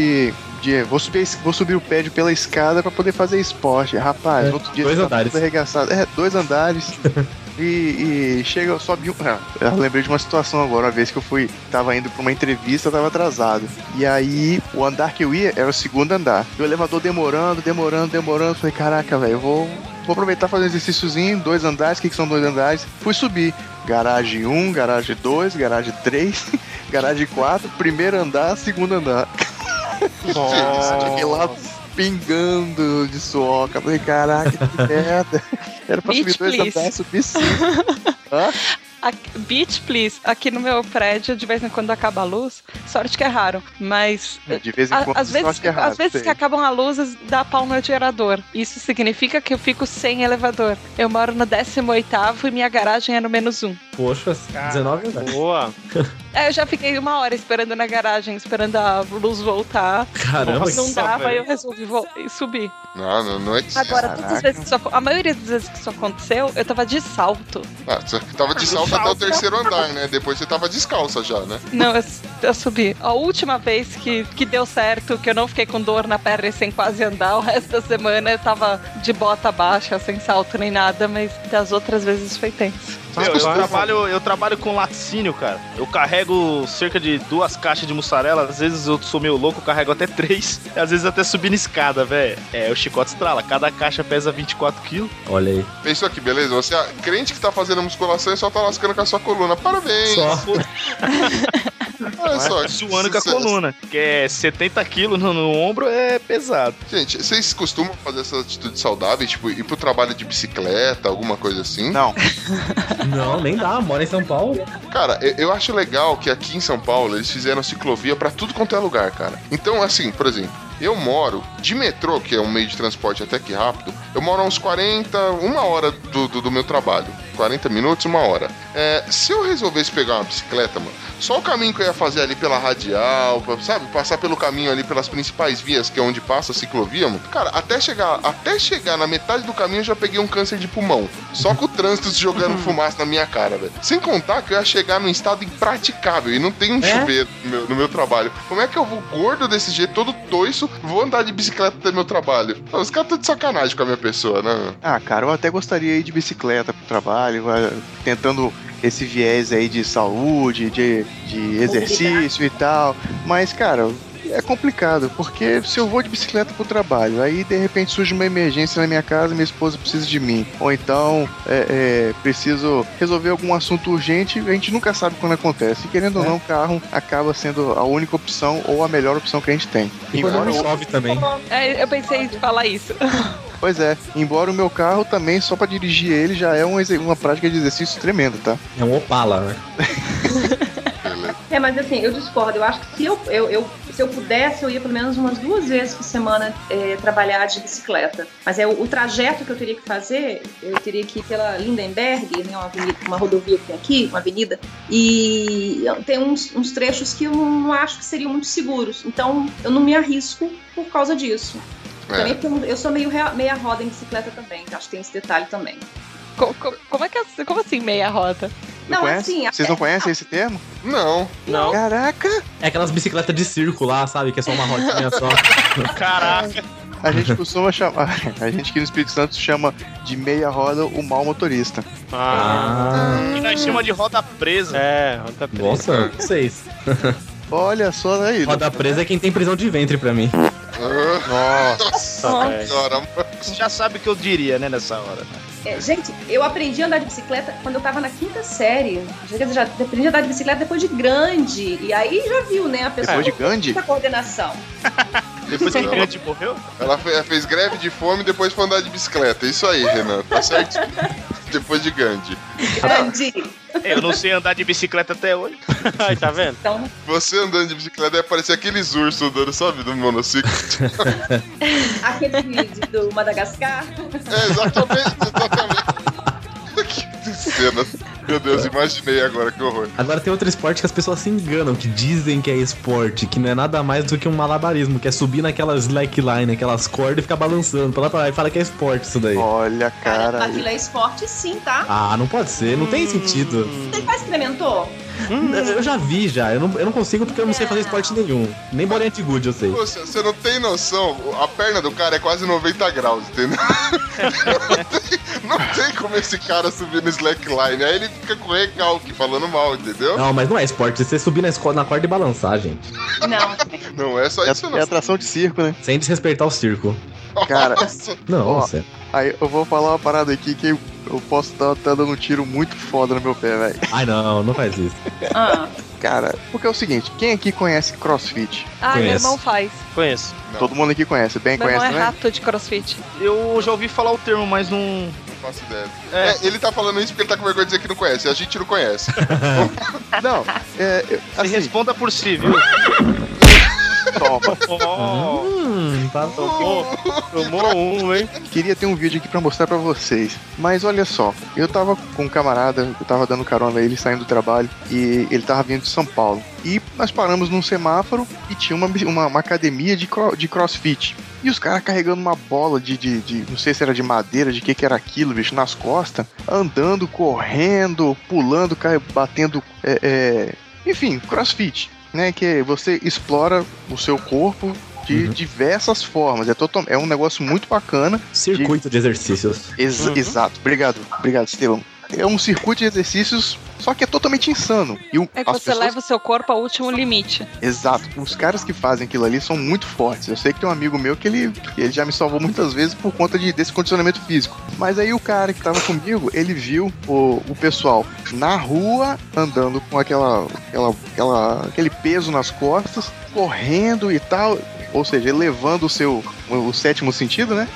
[SPEAKER 5] vou subir o prédio pela escada pra poder fazer esporte. Rapaz, no outro dia
[SPEAKER 3] 2
[SPEAKER 5] você
[SPEAKER 3] andares.
[SPEAKER 5] Tá tudo arregaçado. 2 andares. e chega, sobe um. Eu lembrei de uma situação agora, uma vez que eu tava indo pra uma entrevista, tava atrasado. E aí, o andar que eu ia era o 2º andar. E o elevador demorando. Falei, caraca, velho, eu vou aproveitar e fazer um exercíciozinho, 2 andares. O que são 2 andares? Fui subir. Garagem 1, garagem 2, garagem 3, garagem 4, primeiro andar, 2º andar.
[SPEAKER 4] Nossa.
[SPEAKER 5] Cheguei lá pingando de suor. Falei, caraca, que merda. Era pra
[SPEAKER 6] Beach,
[SPEAKER 5] subir 2 andares, subir 5.
[SPEAKER 6] Beach, please. Aqui no meu prédio, de vez em quando acaba a luz. sorte que é raro. Mas
[SPEAKER 5] De vez em quando,
[SPEAKER 6] às vezes,
[SPEAKER 5] sorte que é raro,
[SPEAKER 6] às vezes
[SPEAKER 5] sei.
[SPEAKER 6] que acabam a luz, dá pau no gerador. Isso significa que eu fico sem elevador. Eu moro no 18º e minha garagem é no -1.
[SPEAKER 3] Poxa, 19 anos.
[SPEAKER 4] Boa.
[SPEAKER 6] Eu já fiquei 1 hora esperando na garagem, esperando a luz voltar.
[SPEAKER 3] Caramba,
[SPEAKER 4] Nossa,
[SPEAKER 6] Não dava,
[SPEAKER 4] velho.
[SPEAKER 6] eu resolvi subir.
[SPEAKER 2] Não é que...
[SPEAKER 6] Agora, todas as vezes que a maioria das vezes que isso aconteceu, eu tava de salto.
[SPEAKER 2] Você tava de salto até o 3º andar, né? Depois você tava descalça já, né?
[SPEAKER 6] Não, eu subi. A última vez que deu certo, que eu não fiquei com dor na perna e sem quase andar, o resto da semana eu tava de bota baixa, sem salto nem nada, mas das outras vezes foi tenso.
[SPEAKER 8] Eu trabalho com laticínio, cara. Eu carrego cerca de 2 caixas de mussarela. Às vezes eu sou meio louco, eu carrego até 3. E às vezes até subindo escada, velho. O chicote estrala. Cada caixa pesa 24 quilos.
[SPEAKER 3] olha aí.
[SPEAKER 2] Pensou aqui, beleza? Você é crente que tá fazendo musculação e só tá lascando com a sua coluna. Parabéns!
[SPEAKER 3] Só.
[SPEAKER 2] Olha só.
[SPEAKER 8] Suando com a
[SPEAKER 2] sucesso.
[SPEAKER 8] coluna. Que é 70 quilos no ombro, é pesado.
[SPEAKER 2] Gente, vocês costumam fazer essas atitudes saudáveis? Tipo, ir pro trabalho de bicicleta, alguma coisa assim?
[SPEAKER 5] Não.
[SPEAKER 3] Não, nem dá, mora em São Paulo.
[SPEAKER 2] Cara, eu acho legal que aqui em São Paulo eles fizeram ciclovia pra tudo quanto é lugar, cara. Então, assim, por exemplo, eu moro de metrô, que é um meio de transporte até que rápido, eu moro a uns 1 hora do meu trabalho. 40 minutos, 1 hora. Se eu resolvesse pegar uma bicicleta, mano, só o caminho que eu ia fazer ali pela radial, sabe? Passar pelo caminho ali pelas principais vias, que é onde passa a ciclovia, mano. Cara, até chegar na metade do caminho eu já peguei um câncer de pulmão. Só com o trânsito jogando fumaça na minha cara, velho. Sem contar que eu ia chegar num estado impraticável e não tem um chuveiro no meu trabalho. Como é que eu vou gordo desse jeito, todo toiço, vou andar de bicicleta até meu trabalho? Os caras estão de sacanagem com a minha pessoa, né?
[SPEAKER 5] Ah, cara, eu até gostaria de ir de bicicleta pro trabalho, tentando esse viés aí de saúde, de exercício e tal. Mas, cara, é complicado, porque se eu vou de bicicleta pro trabalho, aí de repente surge uma emergência na minha casa, minha esposa precisa de mim. Ou então, preciso resolver algum assunto urgente, a gente nunca sabe quando acontece. E querendo ou não, o carro acaba sendo a única opção ou a melhor opção que a gente tem.
[SPEAKER 3] E quando não chove também.
[SPEAKER 6] Eu pensei em falar isso.
[SPEAKER 5] Pois é, embora o meu carro também, só pra dirigir ele, já é uma prática de exercício tremenda, tá?
[SPEAKER 3] É um Opala, né?
[SPEAKER 7] Mas assim, eu discordo. Eu acho que se eu pudesse, eu ia pelo menos umas 2 vezes por semana trabalhar de bicicleta. Mas o trajeto que eu teria que fazer, eu teria que ir pela Lindenberg, né, uma rodovia que tem aqui, uma avenida, e tem uns trechos que eu não acho que seriam muito seguros. Então, eu não me arrisco por causa disso. Também porque eu sou meia roda em bicicleta também, acho que tem esse detalhe também.
[SPEAKER 6] Como assim meia roda?
[SPEAKER 5] Não, assim, vocês não conhecem esse termo?
[SPEAKER 2] Não.
[SPEAKER 5] Caraca!
[SPEAKER 3] É aquelas bicicletas de circo lá, sabe? Que é só uma rodinha só.
[SPEAKER 8] Caraca!
[SPEAKER 5] A gente costuma chamar, a gente aqui no Espírito Santo chama de meia roda o mau motorista.
[SPEAKER 8] E nós chamamos de roda presa.
[SPEAKER 4] Roda presa.
[SPEAKER 3] Nossa, vocês.
[SPEAKER 5] Olha só aí.
[SPEAKER 3] Roda presa é quem tem prisão de ventre pra mim.
[SPEAKER 8] Nossa, velho. Você já sabe o que eu diria, né, nessa hora.
[SPEAKER 7] Gente, eu aprendi a andar de bicicleta quando eu tava na 5ª série. Já aprendi a andar de bicicleta depois de grande. E aí já viu, né? A pessoa
[SPEAKER 5] depois de grande?
[SPEAKER 7] muita coordenação.
[SPEAKER 8] Depois que Gandhi morreu?
[SPEAKER 2] Ela fez greve de fome e depois foi andar de bicicleta. Isso aí, Renan. Tá certo? Depois de Gandhi.
[SPEAKER 7] Grande.
[SPEAKER 8] Eu não sei andar de bicicleta até hoje.
[SPEAKER 4] Ai, tá vendo?
[SPEAKER 7] Então,
[SPEAKER 2] Você andando de bicicleta ia parecer aqueles ursos andando, sabe? Do monociclo.
[SPEAKER 7] aquele do Madagascar.
[SPEAKER 2] Exatamente. Que cena. Meu Deus, imaginei agora, que horror.
[SPEAKER 3] Agora tem outro esporte que as pessoas se enganam, que dizem que é esporte, que não é nada mais do que um malabarismo, que é subir naquelas slackline, aquelas cordas e ficar balançando pra lá pra lá e fala que é esporte isso daí.
[SPEAKER 5] Olha, cara.
[SPEAKER 7] Aquilo é esporte sim, tá?
[SPEAKER 3] Ah, não pode ser, não tem sentido.
[SPEAKER 7] Você já experimentou?
[SPEAKER 3] Eu já vi, já. Eu não consigo porque eu não sei fazer esporte nenhum. Nem bolinha de gude eu sei.
[SPEAKER 2] Poxa, você não tem noção. A perna do cara é quase 90 graus, entendeu? não tem como esse cara subir no slackline. Aí ele fica com recalque, falando mal, entendeu?
[SPEAKER 3] Não, mas não é esporte. Você subir na corda e balançar, gente.
[SPEAKER 2] Não é só isso, não.
[SPEAKER 5] É atração de circo, né?
[SPEAKER 3] Sem desrespeitar o circo.
[SPEAKER 5] Cara,
[SPEAKER 3] não, sério.
[SPEAKER 5] Aí eu vou falar uma parada aqui que eu posso estar dando um tiro muito foda no meu pé, velho.
[SPEAKER 3] Ai, não faz isso.
[SPEAKER 5] Cara, porque é o seguinte, quem aqui conhece CrossFit?
[SPEAKER 6] Meu irmão faz.
[SPEAKER 4] Conheço.
[SPEAKER 5] Todo mundo aqui conhece, bem
[SPEAKER 6] Meu
[SPEAKER 5] conhece
[SPEAKER 6] irmão é
[SPEAKER 5] também?
[SPEAKER 6] rato de CrossFit.
[SPEAKER 8] Eu já ouvi falar o termo, mas não
[SPEAKER 2] faço ideia. Ele tá falando isso porque ele tá com vergonha de dizer que não conhece. A gente não conhece.
[SPEAKER 5] Não,
[SPEAKER 8] Assim, responda por si, viu?
[SPEAKER 5] Toma.
[SPEAKER 4] Tomou um, hein?
[SPEAKER 5] Queria ter um vídeo aqui pra mostrar pra vocês. Mas olha só, eu tava com um camarada, eu tava dando carona a ele saindo do trabalho e ele tava vindo de São Paulo. E nós paramos num semáforo e tinha uma academia de crossfit. E os caras carregando uma bola de não sei se era de madeira, de que era aquilo, bicho, nas costas, andando, correndo, pulando, batendo, enfim, crossfit, né? Que você explora o seu corpo de diversas formas. É um negócio muito bacana.
[SPEAKER 3] Circuito de exercícios.
[SPEAKER 5] Exato. Obrigado, Estevão. É um circuito de exercícios, só que é totalmente insano.
[SPEAKER 6] É que você leva o seu corpo ao último limite.
[SPEAKER 5] Exato. Os caras que fazem aquilo ali são muito fortes. Eu sei que tem um amigo meu que ele já me salvou muitas vezes por conta desse condicionamento físico. Mas aí o cara que tava comigo, ele viu o pessoal na rua, andando com aquele peso nas costas, correndo e tal. Ou seja, elevando o sétimo sentido, né?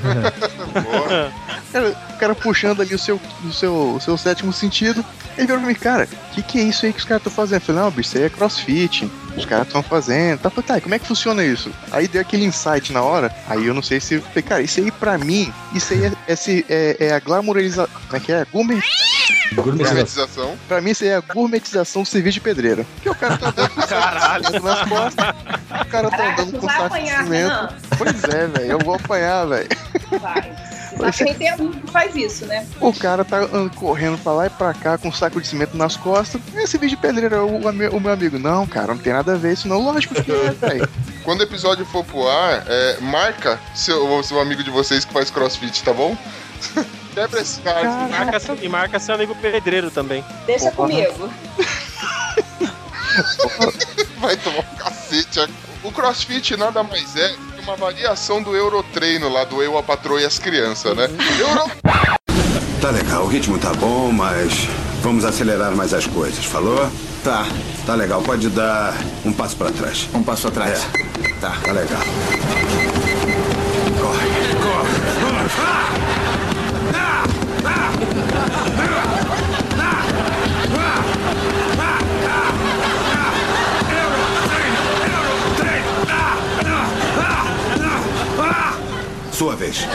[SPEAKER 5] O cara puxando ali o seu sétimo sentido. Ele virou pra mim, cara, que é isso aí que os caras estão fazendo? Eu falei, não, bicho, isso aí é crossfit. Os caras estão fazendo. Tá, e como é que funciona isso? Aí deu aquele insight na hora. Aí eu não sei se... Falei, cara, isso aí pra mim, isso aí é a glamorização... Como é que é?
[SPEAKER 2] Gourmetização.
[SPEAKER 5] Pra mim, isso aí é a gourmetização do serviço de pedreira. Porque o cara tá andando com saco nas costas. O cara tá andando com saco de cimento. Pois é, velho. Eu vou apanhar, velho.
[SPEAKER 7] Vai. Tem aluno que faz isso, né?
[SPEAKER 5] O cara tá correndo pra lá e pra cá com um saco de cimento nas costas. Esse vídeo de pedreira, o meu amigo. Não, cara, não tem nada a ver isso não. Lógico que é, velho.
[SPEAKER 2] Quando o episódio for pro ar, marca seu amigo de vocês que faz crossfit, tá bom? Quebra esse cara.
[SPEAKER 4] E marca seu amigo pedreiro também.
[SPEAKER 7] Deixa comigo.
[SPEAKER 2] Vai tomar um cacete. O crossfit nada mais é que uma variação do Eurotreino lá, do Eu, a Patroa e as Crianças, né?
[SPEAKER 12] Tá legal, o ritmo tá bom, mas vamos acelerar mais as coisas, falou? Tá legal, pode dar um passo pra trás.
[SPEAKER 13] Um passo atrás.
[SPEAKER 12] Tá legal. Corre. Sua vez.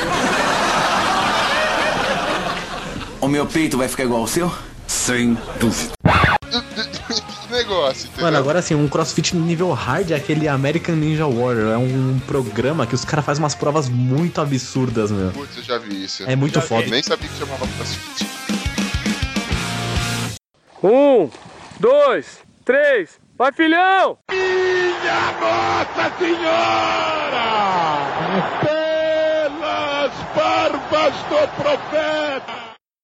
[SPEAKER 13] O meu peito vai ficar igual ao seu?
[SPEAKER 12] Sem dúvida.
[SPEAKER 2] Que negócio, entendeu?
[SPEAKER 3] Mano, agora assim, um crossfit nível hard é aquele American Ninja Warrior. É um programa que os caras fazem umas provas muito absurdas, meu.
[SPEAKER 2] Putz, eu já vi isso.
[SPEAKER 3] É muito foda.
[SPEAKER 2] Nem sabia que chamava crossfit.
[SPEAKER 9] 1, 2, 3, vai, filhão!
[SPEAKER 1] Minha Nossa Senhora! Pelas barbas do profeta!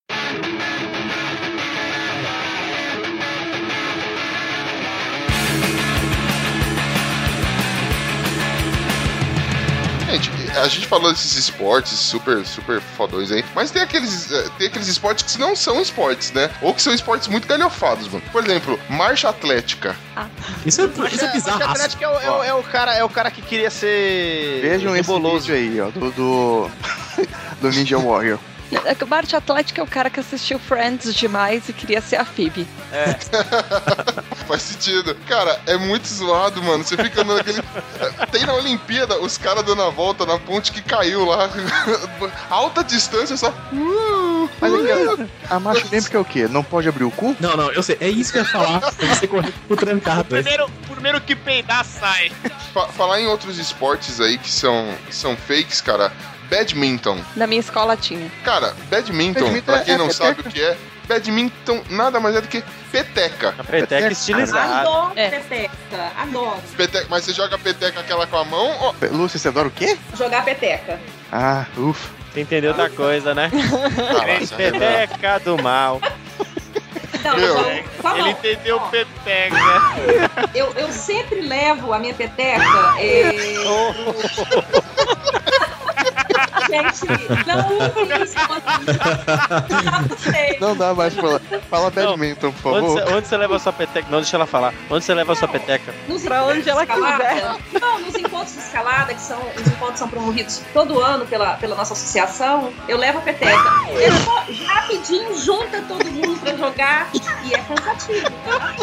[SPEAKER 2] Gente, a gente falou desses esportes super fodões aí, mas tem aqueles esportes que não são esportes, né? Ou que são esportes muito galhofados, mano. Por exemplo, marcha atlética.
[SPEAKER 3] Isso é bizarro.
[SPEAKER 8] Marcha atlética é o cara que queria ser...
[SPEAKER 5] Vejam esse
[SPEAKER 8] reboloso
[SPEAKER 5] vídeo aí, ó, do Ninja Warrior.
[SPEAKER 6] O Marte Atlético é o cara que assistiu Friends demais e queria ser a Phoebe.
[SPEAKER 2] Faz sentido. Cara, é muito zoado, mano. Você fica andando naquele... Tem na Olimpíada os caras dando a volta na ponte que caiu lá. Alta distância, só...
[SPEAKER 5] Mas a marcha olímpica é o quê? Não pode abrir o cu?
[SPEAKER 3] Não, eu sei. É isso que eu ia falar. Pra você correr pro trancado.
[SPEAKER 8] Primeiro que peidar, sai.
[SPEAKER 2] Falar em outros esportes aí que são fakes, cara... Badminton.
[SPEAKER 6] Na minha escola tinha.
[SPEAKER 2] Cara, badminton pra quem não sabe o que é, badminton nada mais é do que peteca.
[SPEAKER 4] A peteca estilizada.
[SPEAKER 7] Adoro peteca, adoro.
[SPEAKER 2] Peteca, mas você joga peteca aquela com a mão? Ó.
[SPEAKER 5] Lúcia, você adora o quê?
[SPEAKER 7] Jogar peteca.
[SPEAKER 5] Ah, ufa.
[SPEAKER 4] Você entendeu outra coisa, né? Peteca do mal.
[SPEAKER 7] Não,
[SPEAKER 8] ele entendeu peteca.
[SPEAKER 7] Eu sempre levo a minha peteca. Gente, não usem isso contra mim.
[SPEAKER 5] Não dá mais pra falar badminton, por favor.
[SPEAKER 4] Onde você leva a sua peteca? Não, deixa ela falar. Onde você leva a sua peteca?
[SPEAKER 6] Pra onde ela quiser.
[SPEAKER 7] Não, nos encontros de escalada, que são, os encontros são promovidos todo ano pela nossa associação, eu levo a peteca. Eu só rapidinho junta todo mundo pra jogar e é cansativo, tá?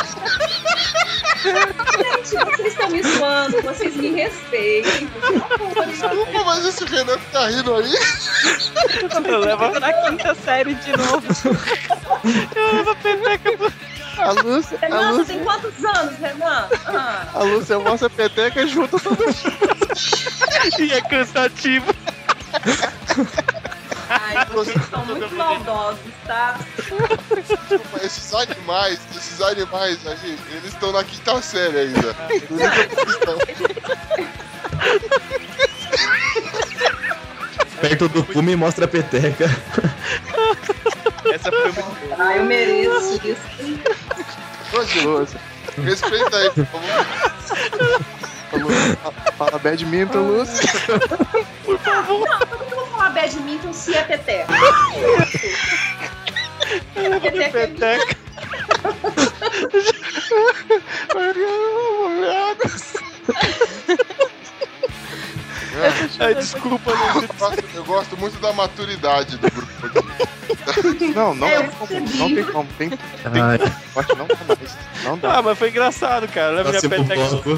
[SPEAKER 7] Gente, vocês estão me zoando, vocês me respeitem.
[SPEAKER 2] Desculpa, mas esse Renan tá rindo aí.
[SPEAKER 6] Eu levo na quinta série de novo.
[SPEAKER 4] Eu levo a peteca
[SPEAKER 5] A Lúcia,
[SPEAKER 7] Renan, você tem quantos anos, Renan?
[SPEAKER 5] A Lúcia mostra a peteca e junta todo mundo.
[SPEAKER 4] E é cansativo.
[SPEAKER 7] Ai, vocês são muito maldosos, tá?
[SPEAKER 2] Desculpa, esses animais aí, eles estão na quinta série ainda.
[SPEAKER 3] Perto do cume e mostra a peteca.
[SPEAKER 8] Essa foi muito boa.
[SPEAKER 7] Ah, eu mereço isso.
[SPEAKER 5] Lúcia.
[SPEAKER 2] Respeita aí, por favor.
[SPEAKER 5] Fala badminton, Lúcia.
[SPEAKER 7] Por favor. Não, por que eu vou falar badminton se é peteca?
[SPEAKER 4] Peteca. Ai, desculpa,
[SPEAKER 2] eu gosto muito da maturidade do grupo.
[SPEAKER 5] Não tem como. Tem não dá.
[SPEAKER 4] Ah, mas foi engraçado, cara. Leva minha peteca.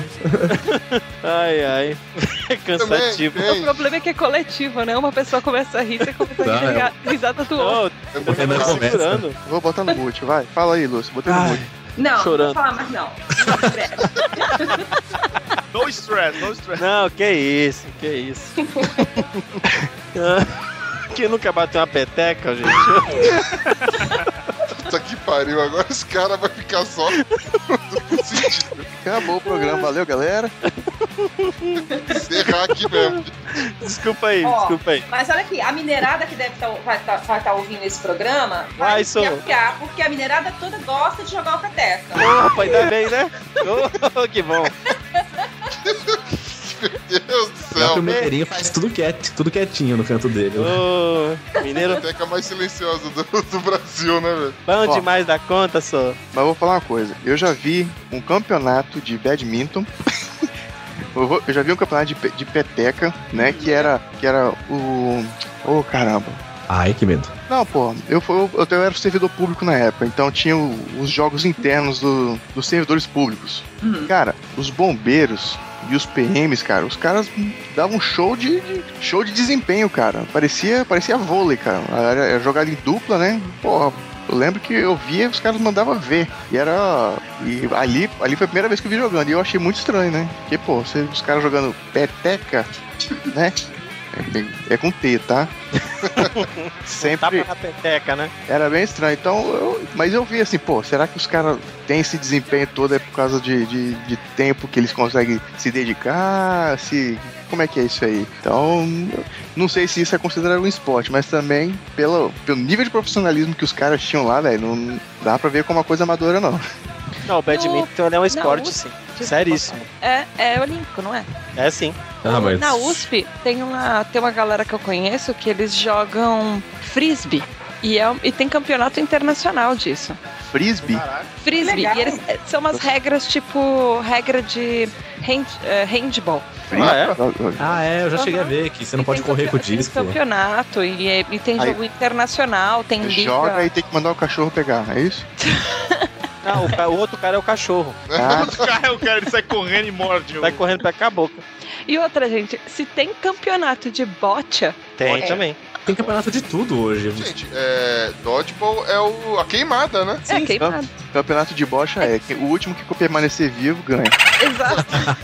[SPEAKER 4] Ai. É cansativo.
[SPEAKER 6] O problema é que é coletivo, né? Uma pessoa começa a rir, você começa a rir, risada do outro.
[SPEAKER 4] Segurando.
[SPEAKER 5] Vou botar no mute, vai. Fala aí, Lúcio. Botei no mute.
[SPEAKER 7] Não,
[SPEAKER 4] chorando.
[SPEAKER 7] Não vou falar mais não.
[SPEAKER 8] No stress.
[SPEAKER 4] Não, que isso. Quem nunca bateu uma peteca, gente?
[SPEAKER 2] Puta que pariu, agora os caras vão ficar só no sentido.
[SPEAKER 5] Acabou o programa, valeu, galera.
[SPEAKER 2] Encerrar aqui mesmo.
[SPEAKER 4] Desculpa aí.
[SPEAKER 7] Mas olha aqui, a mineirada que vai estar ouvindo esse programa vai se apoiar, porque a mineirada toda gosta de jogar o peteca.
[SPEAKER 4] Opa, ainda bem, né? Que bom.
[SPEAKER 2] Meu Deus do céu.
[SPEAKER 3] O mineirinho faz tudo quietinho no canto dele.
[SPEAKER 4] Mineiro.
[SPEAKER 2] A peteca mais silenciosa do Brasil, né, velho?
[SPEAKER 4] Bom demais da conta, só.
[SPEAKER 5] Mas vou falar uma coisa. Eu já vi um campeonato de badminton. Eu já vi um campeonato de peteca, né? Que era o... Oh, caramba.
[SPEAKER 3] Ai, que medo.
[SPEAKER 5] Não, pô, eu era servidor público na época, então tinha os jogos internos dos servidores públicos. Cara, os bombeiros e os PMs, cara, os caras davam show de desempenho, cara. Parecia vôlei, cara. Era jogado em dupla, né? Porra, eu lembro que eu via, os caras mandavam ver. E ali foi a primeira vez que eu vi jogando. E eu achei muito estranho, né? Porque, pô, os caras jogando peteca, né? É com T, tá? Sempre.
[SPEAKER 4] Tapa na peteca, né?
[SPEAKER 5] Era bem estranho. Então, mas eu vi assim, pô, será que os caras têm esse desempenho todo por causa de tempo que eles conseguem se dedicar? Como é que é isso aí? Então, não sei se isso é considerado um esporte, mas também pelo nível de profissionalismo que os caras tinham lá, velho, não dá pra ver como uma coisa amadora, não.
[SPEAKER 4] Não, o badminton é um esporte, sim. Seríssimo.
[SPEAKER 6] É olímpico, não é?
[SPEAKER 4] É sim.
[SPEAKER 3] Mas...
[SPEAKER 6] Na USP tem uma galera que eu conheço que eles jogam frisbee. E tem campeonato internacional disso.
[SPEAKER 5] Frisbee?
[SPEAKER 6] Frisbee. E eles são umas regras tipo regra de handball.
[SPEAKER 3] Eu já cheguei a ver que você não pode correr com o disco.
[SPEAKER 6] Tem campeonato e tem jogo internacional, tem liga.
[SPEAKER 5] Joga e tem que mandar o cachorro pegar, é isso?
[SPEAKER 4] Não, o outro cara é o cachorro.
[SPEAKER 8] O outro cara é o cara, ele sai correndo e morde.
[SPEAKER 4] Sai correndo pra cá a boca.
[SPEAKER 6] E outra, gente, se tem campeonato de bocha...
[SPEAKER 4] Tem também.
[SPEAKER 3] Tem campeonato de tudo hoje.
[SPEAKER 2] Gente, dodgeball é a queimada, né?
[SPEAKER 6] É, queimada.
[SPEAKER 5] Campeonato de bocha o último que permanecer vivo ganha.
[SPEAKER 6] Exato.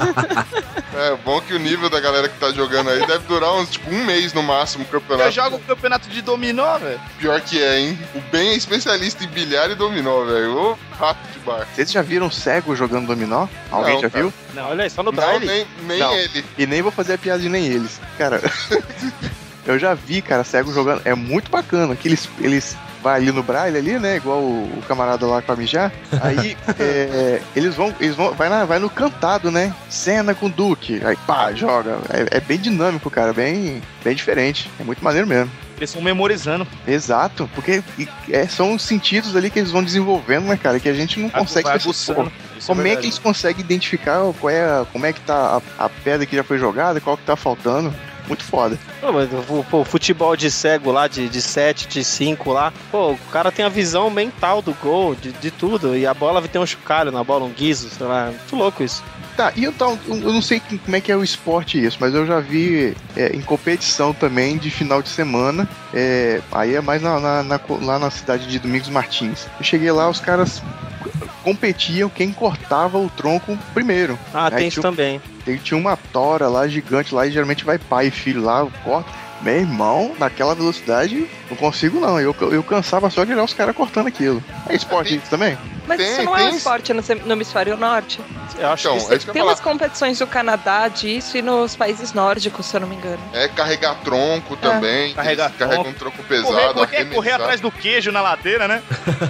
[SPEAKER 2] É bom que o nível da galera que tá jogando aí deve durar uns, um mês no máximo o campeonato.
[SPEAKER 8] Eu jogo um campeonato de dominó, velho.
[SPEAKER 2] Pior que hein? O Ben é especialista em bilhar e dominó, velho. Ô, rato de bar.
[SPEAKER 5] Vocês já viram cego jogando dominó? Alguém já viu?
[SPEAKER 4] Não, olha aí, só no
[SPEAKER 2] Braille.
[SPEAKER 4] Braille.
[SPEAKER 2] Nem
[SPEAKER 5] não,
[SPEAKER 2] ele.
[SPEAKER 5] E nem vou fazer a piada de nem eles. Cara, eu já vi, cara, cego jogando. É muito bacana. Que eles vai ali no braille ali, né? Igual o camarada lá com a mijar. Aí eles vão vai no cantado, né? Cena com Duke. Aí pá, joga. É bem dinâmico, cara. Bem diferente. É muito maneiro mesmo.
[SPEAKER 8] Eles estão memorizando.
[SPEAKER 5] Exato, porque são os sentidos ali que eles vão desenvolvendo, né, cara? Que a gente não consegue perceber. Como é que eles conseguem identificar como é que tá a pedra que já foi jogada, qual que tá faltando? Muito foda.
[SPEAKER 4] Pô, mas o futebol de cego lá, de 7, de 5 lá, pô, o cara tem a visão mental do gol, de tudo. E a bola tem um chocalho na bola, um guizo, sei lá. Muito louco isso.
[SPEAKER 5] Tá, e então, eu não sei como é que é o esporte isso, mas eu já vi em competição também de final de semana, aí é mais lá na cidade de Domingos Martins. Eu cheguei lá, os caras competiam quem cortava o tronco primeiro.
[SPEAKER 4] Ah, tem isso também.
[SPEAKER 5] Tinha uma tora lá, gigante lá, e geralmente vai pai e filho lá, corta. Meu irmão, naquela velocidade, não consigo não. Eu cansava só de olhar os caras cortando aquilo. É esporte isso também?
[SPEAKER 6] Mas isso não é um esporte no hemisfério norte?
[SPEAKER 4] Eu acho que
[SPEAKER 6] tem umas competições no Canadá disso e nos países nórdicos, se eu não me engano.
[SPEAKER 2] Carregar tronco também. Carregar um tronco pesado.
[SPEAKER 8] Correr atrás do queijo na ladeira, né?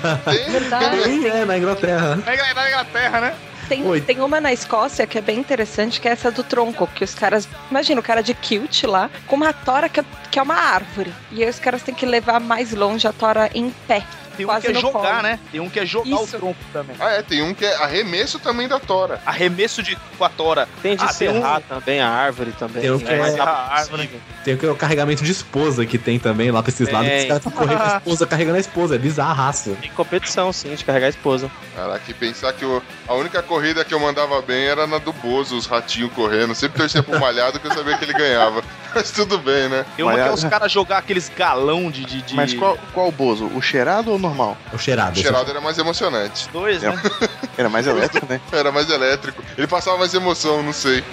[SPEAKER 3] Verdade. Na Inglaterra.
[SPEAKER 8] Na Inglaterra, né?
[SPEAKER 6] Tem uma na Escócia que é bem interessante, que é essa do tronco, que os caras... Imagina, o cara de kilt lá, com uma tora que é uma árvore. E aí os caras têm que levar mais longe a tora em pé.
[SPEAKER 8] Tem um que é jogar, né? Tem um que é jogar o tronco também.
[SPEAKER 2] Tem um que é arremesso também da tora.
[SPEAKER 8] Arremesso com a tora.
[SPEAKER 4] Tem de serrar também, a árvore também.
[SPEAKER 3] Tem o que tem o que é o carregamento de esposa que tem também lá pra esses lados, que os caras estão correndo com a esposa, carregando a esposa. É bizarraço.
[SPEAKER 4] Tem competição, sim, de carregar a esposa.
[SPEAKER 2] Caraca, e pensar que a única corrida que eu mandava bem era na do Bozo, os ratinhos correndo. Sempre torcia pro Malhado que eu sabia que ele ganhava. Mas tudo bem, né?
[SPEAKER 8] Tem uma que é os caras jogar aqueles galão de...
[SPEAKER 5] Mas qual o Bozo? O cheirado ou o normal?
[SPEAKER 3] O cheirado.
[SPEAKER 2] O cheirado era mais emocionante.
[SPEAKER 8] Dois, né?
[SPEAKER 5] Era mais elétrico, né?
[SPEAKER 2] Era mais elétrico. Ele passava mais emoção, não sei.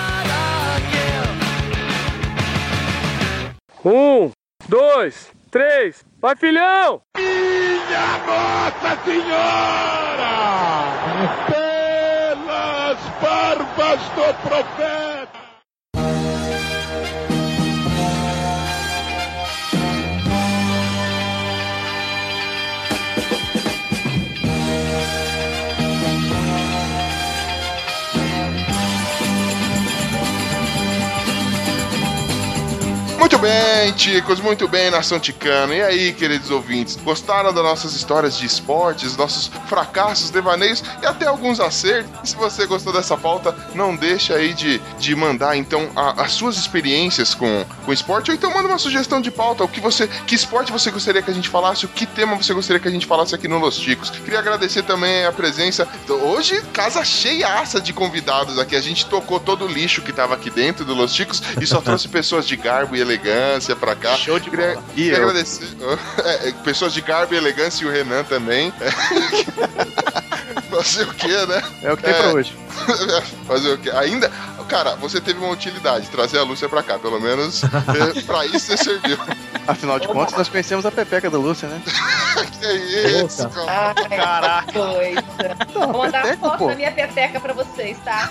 [SPEAKER 9] 1, 2, 3, vai filhão!
[SPEAKER 1] Minha Nossa Senhora! Pelas barbas do profeta!
[SPEAKER 2] Muito bem, ticos, muito bem, nação ticana. E aí, queridos ouvintes, gostaram das nossas histórias de esportes, nossos fracassos, devaneios e até alguns acertos? E se você gostou dessa pauta, não deixa aí de mandar, então, as suas experiências com esporte, ou então manda uma sugestão de pauta, que esporte você gostaria que a gente falasse, o que tema você gostaria que a gente falasse aqui no Los Ticos. Queria agradecer também a presença, hoje, casa cheiaça de convidados aqui, a gente tocou todo o lixo que tava aqui dentro do Los Ticos e só trouxe pessoas de garbo e elegância pra cá.
[SPEAKER 8] Show de bola.
[SPEAKER 2] Queria agradecer pessoas de garbo e elegância e o Renan também. Fazer o quê, né?
[SPEAKER 5] É o que tem pra hoje.
[SPEAKER 2] Fazer o quê? Ainda, cara, você teve uma utilidade, trazer a Lúcia pra cá, pelo menos pra isso você serviu.
[SPEAKER 5] Afinal de contas, nós conhecemos a pepeca da Lúcia, né?
[SPEAKER 2] Que isso, cara.
[SPEAKER 8] Caraca.
[SPEAKER 7] Coisa. Vou mandar foto da minha peteca pra vocês, tá?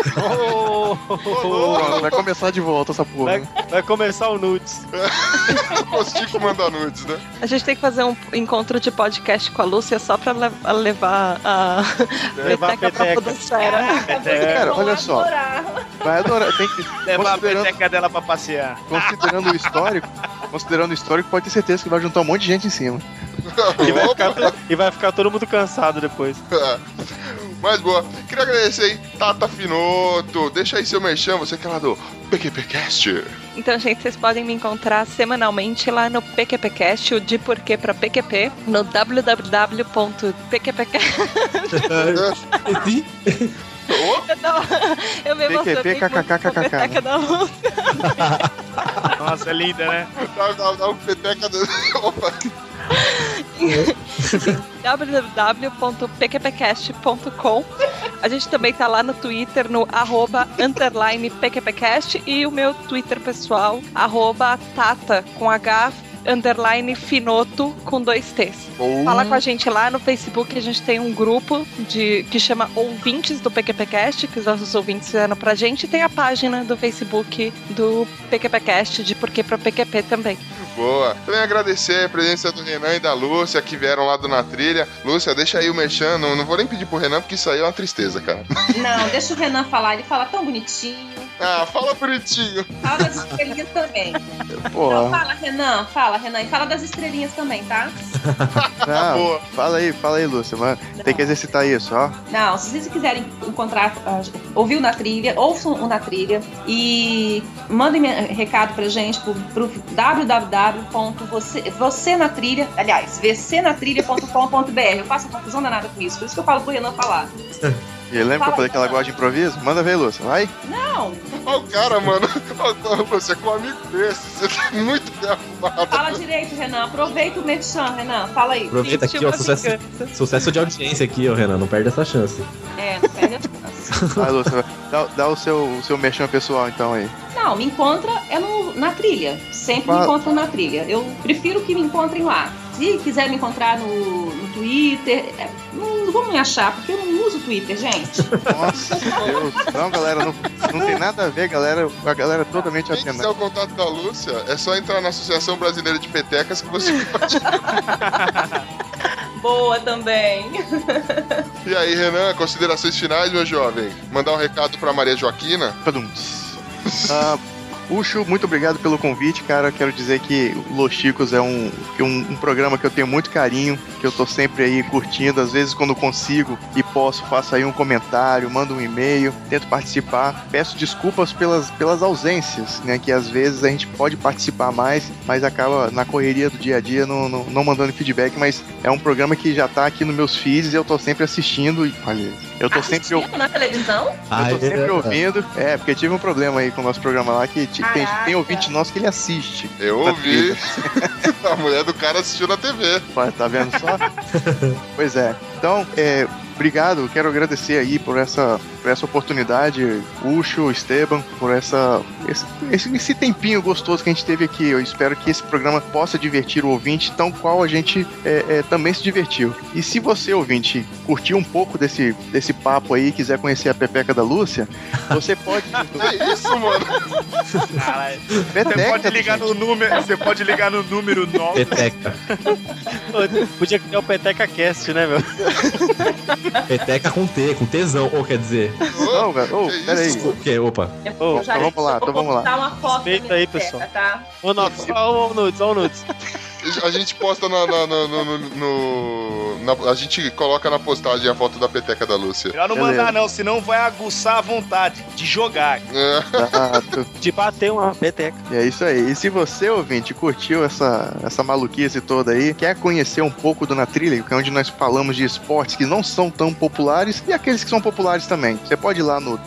[SPEAKER 5] Vai começar de volta essa porra.
[SPEAKER 4] Vai começar o nudes.
[SPEAKER 2] O Chico manda nudes, né?
[SPEAKER 6] A gente tem que fazer um encontro de podcast com a Lúcia só pra levar a peteca pra podosfera.
[SPEAKER 5] Cara, olha só. Vai adorar. Tem que
[SPEAKER 8] levar a peteca dela pra passear.
[SPEAKER 5] Considerando o histórico, pode ter certeza que vai juntar um monte de gente em cima.
[SPEAKER 4] E vai ficar todo mundo cansado depois.
[SPEAKER 2] Mas boa, queria agradecer aí, Tata Finoto. Deixa aí seu merchan, você que é lá do PQPcast.
[SPEAKER 6] Então, gente, vocês podem me encontrar semanalmente lá no PQPcast, o de porquê pra PQP, no www.pqpcast. Eu me emocionei com a peteca da Lúcia.
[SPEAKER 8] Nossa, é linda, né?
[SPEAKER 2] Dá um peteca do... Opa.
[SPEAKER 6] www.pqpcast.com. A gente também tá lá no Twitter, no @_PQPcast, e o meu Twitter pessoal, @Tata com H _Finoto com 2 T's. Fala com a gente lá no Facebook, a gente tem um grupo que chama Ouvintes do PQPcast, que os nossos ouvintes fizeram pra gente, e tem a página do Facebook do PQPcast, de Porquê pra PQP também.
[SPEAKER 2] Boa. Também agradecer a presença do Renan e da Lúcia, que vieram lá do Na Trilha. Lúcia, deixa aí o merchan. Não vou nem pedir pro Renan, porque isso aí é uma tristeza, cara.
[SPEAKER 7] Não, deixa o Renan falar. Ele fala tão bonitinho.
[SPEAKER 2] Ah, fala bonitinho.
[SPEAKER 7] Fala das estrelinhas também.
[SPEAKER 5] Porra.
[SPEAKER 7] Não, fala, Renan. E fala das estrelinhas também, tá?
[SPEAKER 5] Não, fala aí, Lúcia, mano. Tem que exercitar isso, ó.
[SPEAKER 7] Não, se vocês quiserem encontrar, ouvir o Na Trilha, ouçam o Na Trilha e mandem recado pra gente pro vcnatrilha.com.br. Eu faço confusão danada com isso, por isso que eu falo pro Renan falar.
[SPEAKER 5] E lembra que eu falei que ela gosta de improviso? Manda ver, Lúcia, vai.
[SPEAKER 7] Não.
[SPEAKER 2] Olha o cara, mano. Você é com um amigo desse. Você tá muito bem arrumado.
[SPEAKER 7] Fala direito, Renan. Aproveita o merchan, Renan. Fala aí.
[SPEAKER 3] Aproveita aqui, ó. Sucesso de audiência aqui, ó, Renan. Não perde essa chance.
[SPEAKER 7] Não perde a chance.
[SPEAKER 5] Vai, Lúcia, dá o seu merchan pessoal, então, aí.
[SPEAKER 7] Não, me encontra Na Trilha. Sempre me encontram Na Trilha. Eu prefiro que me encontrem lá. Se quiser me encontrar no Twitter, não vão me achar, porque eu não uso Twitter, gente.
[SPEAKER 5] Nossa, Deus. Não, galera, não tem nada a ver, galera. A galera é totalmente
[SPEAKER 2] atenada. Se quiser o contato da Lúcia, é só entrar na Associação Brasileira de Petecas que você pode...
[SPEAKER 7] Boa também.
[SPEAKER 2] E aí, Renan, considerações finais, meu jovem? Mandar um recado pra Maria Joaquina?
[SPEAKER 5] Ucho, muito obrigado pelo convite, cara. Quero dizer que o Los Chicos é um programa que eu tenho muito carinho, que eu tô sempre aí curtindo. Às vezes, quando consigo e posso, faço aí um comentário, mando um e-mail, tento participar. Peço desculpas pelas ausências, né? Que às vezes a gente pode participar mais, mas acaba na correria do dia a dia não mandando feedback. Mas é um programa que já tá aqui nos meus feeds e eu tô sempre assistindo. Olha, eu tô sempre
[SPEAKER 7] na televisão?
[SPEAKER 5] Eu tô sempre ouvindo. Porque tive um problema aí com o nosso programa lá que tem ouvinte nosso que ele assiste.
[SPEAKER 2] Eu ouvi. A mulher do cara assistiu na TV.
[SPEAKER 5] Tá vendo só? Pois é. Então, obrigado. Quero agradecer aí por essa oportunidade, Ucho, Esteban, por esse tempinho gostoso que a gente teve aqui. Eu espero que esse programa possa divertir o ouvinte, tão qual a gente também se divertiu. E se você, ouvinte, curtiu um pouco desse papo aí e quiser conhecer a Pepeca da Lúcia, você pode...
[SPEAKER 2] É isso, mano?
[SPEAKER 8] Caralho. Você pode ligar no número 9.
[SPEAKER 3] Peteca.
[SPEAKER 4] Podia criar o Peteca Cast, né, meu?
[SPEAKER 3] Peteca com T, com tesão, ou quer dizer...
[SPEAKER 5] Não, velho. Peraí.
[SPEAKER 3] O quê? Opa.
[SPEAKER 5] Então vamos lá.
[SPEAKER 7] Dá uma foto.
[SPEAKER 4] Respeita aí, pessoal.
[SPEAKER 7] Tá?
[SPEAKER 4] Olha o nudes.
[SPEAKER 2] A gente posta a gente coloca na postagem a foto da Peteca da Lúcia.
[SPEAKER 8] Melhor não mandar não, senão vai aguçar a vontade de jogar.
[SPEAKER 4] De bater uma peteca.
[SPEAKER 5] É isso aí. E se você, ouvinte, curtiu essa maluquice toda aí, quer conhecer um pouco do Na Trilha, que é onde nós falamos de esportes que não são tão populares e aqueles que são populares também, você pode ir lá no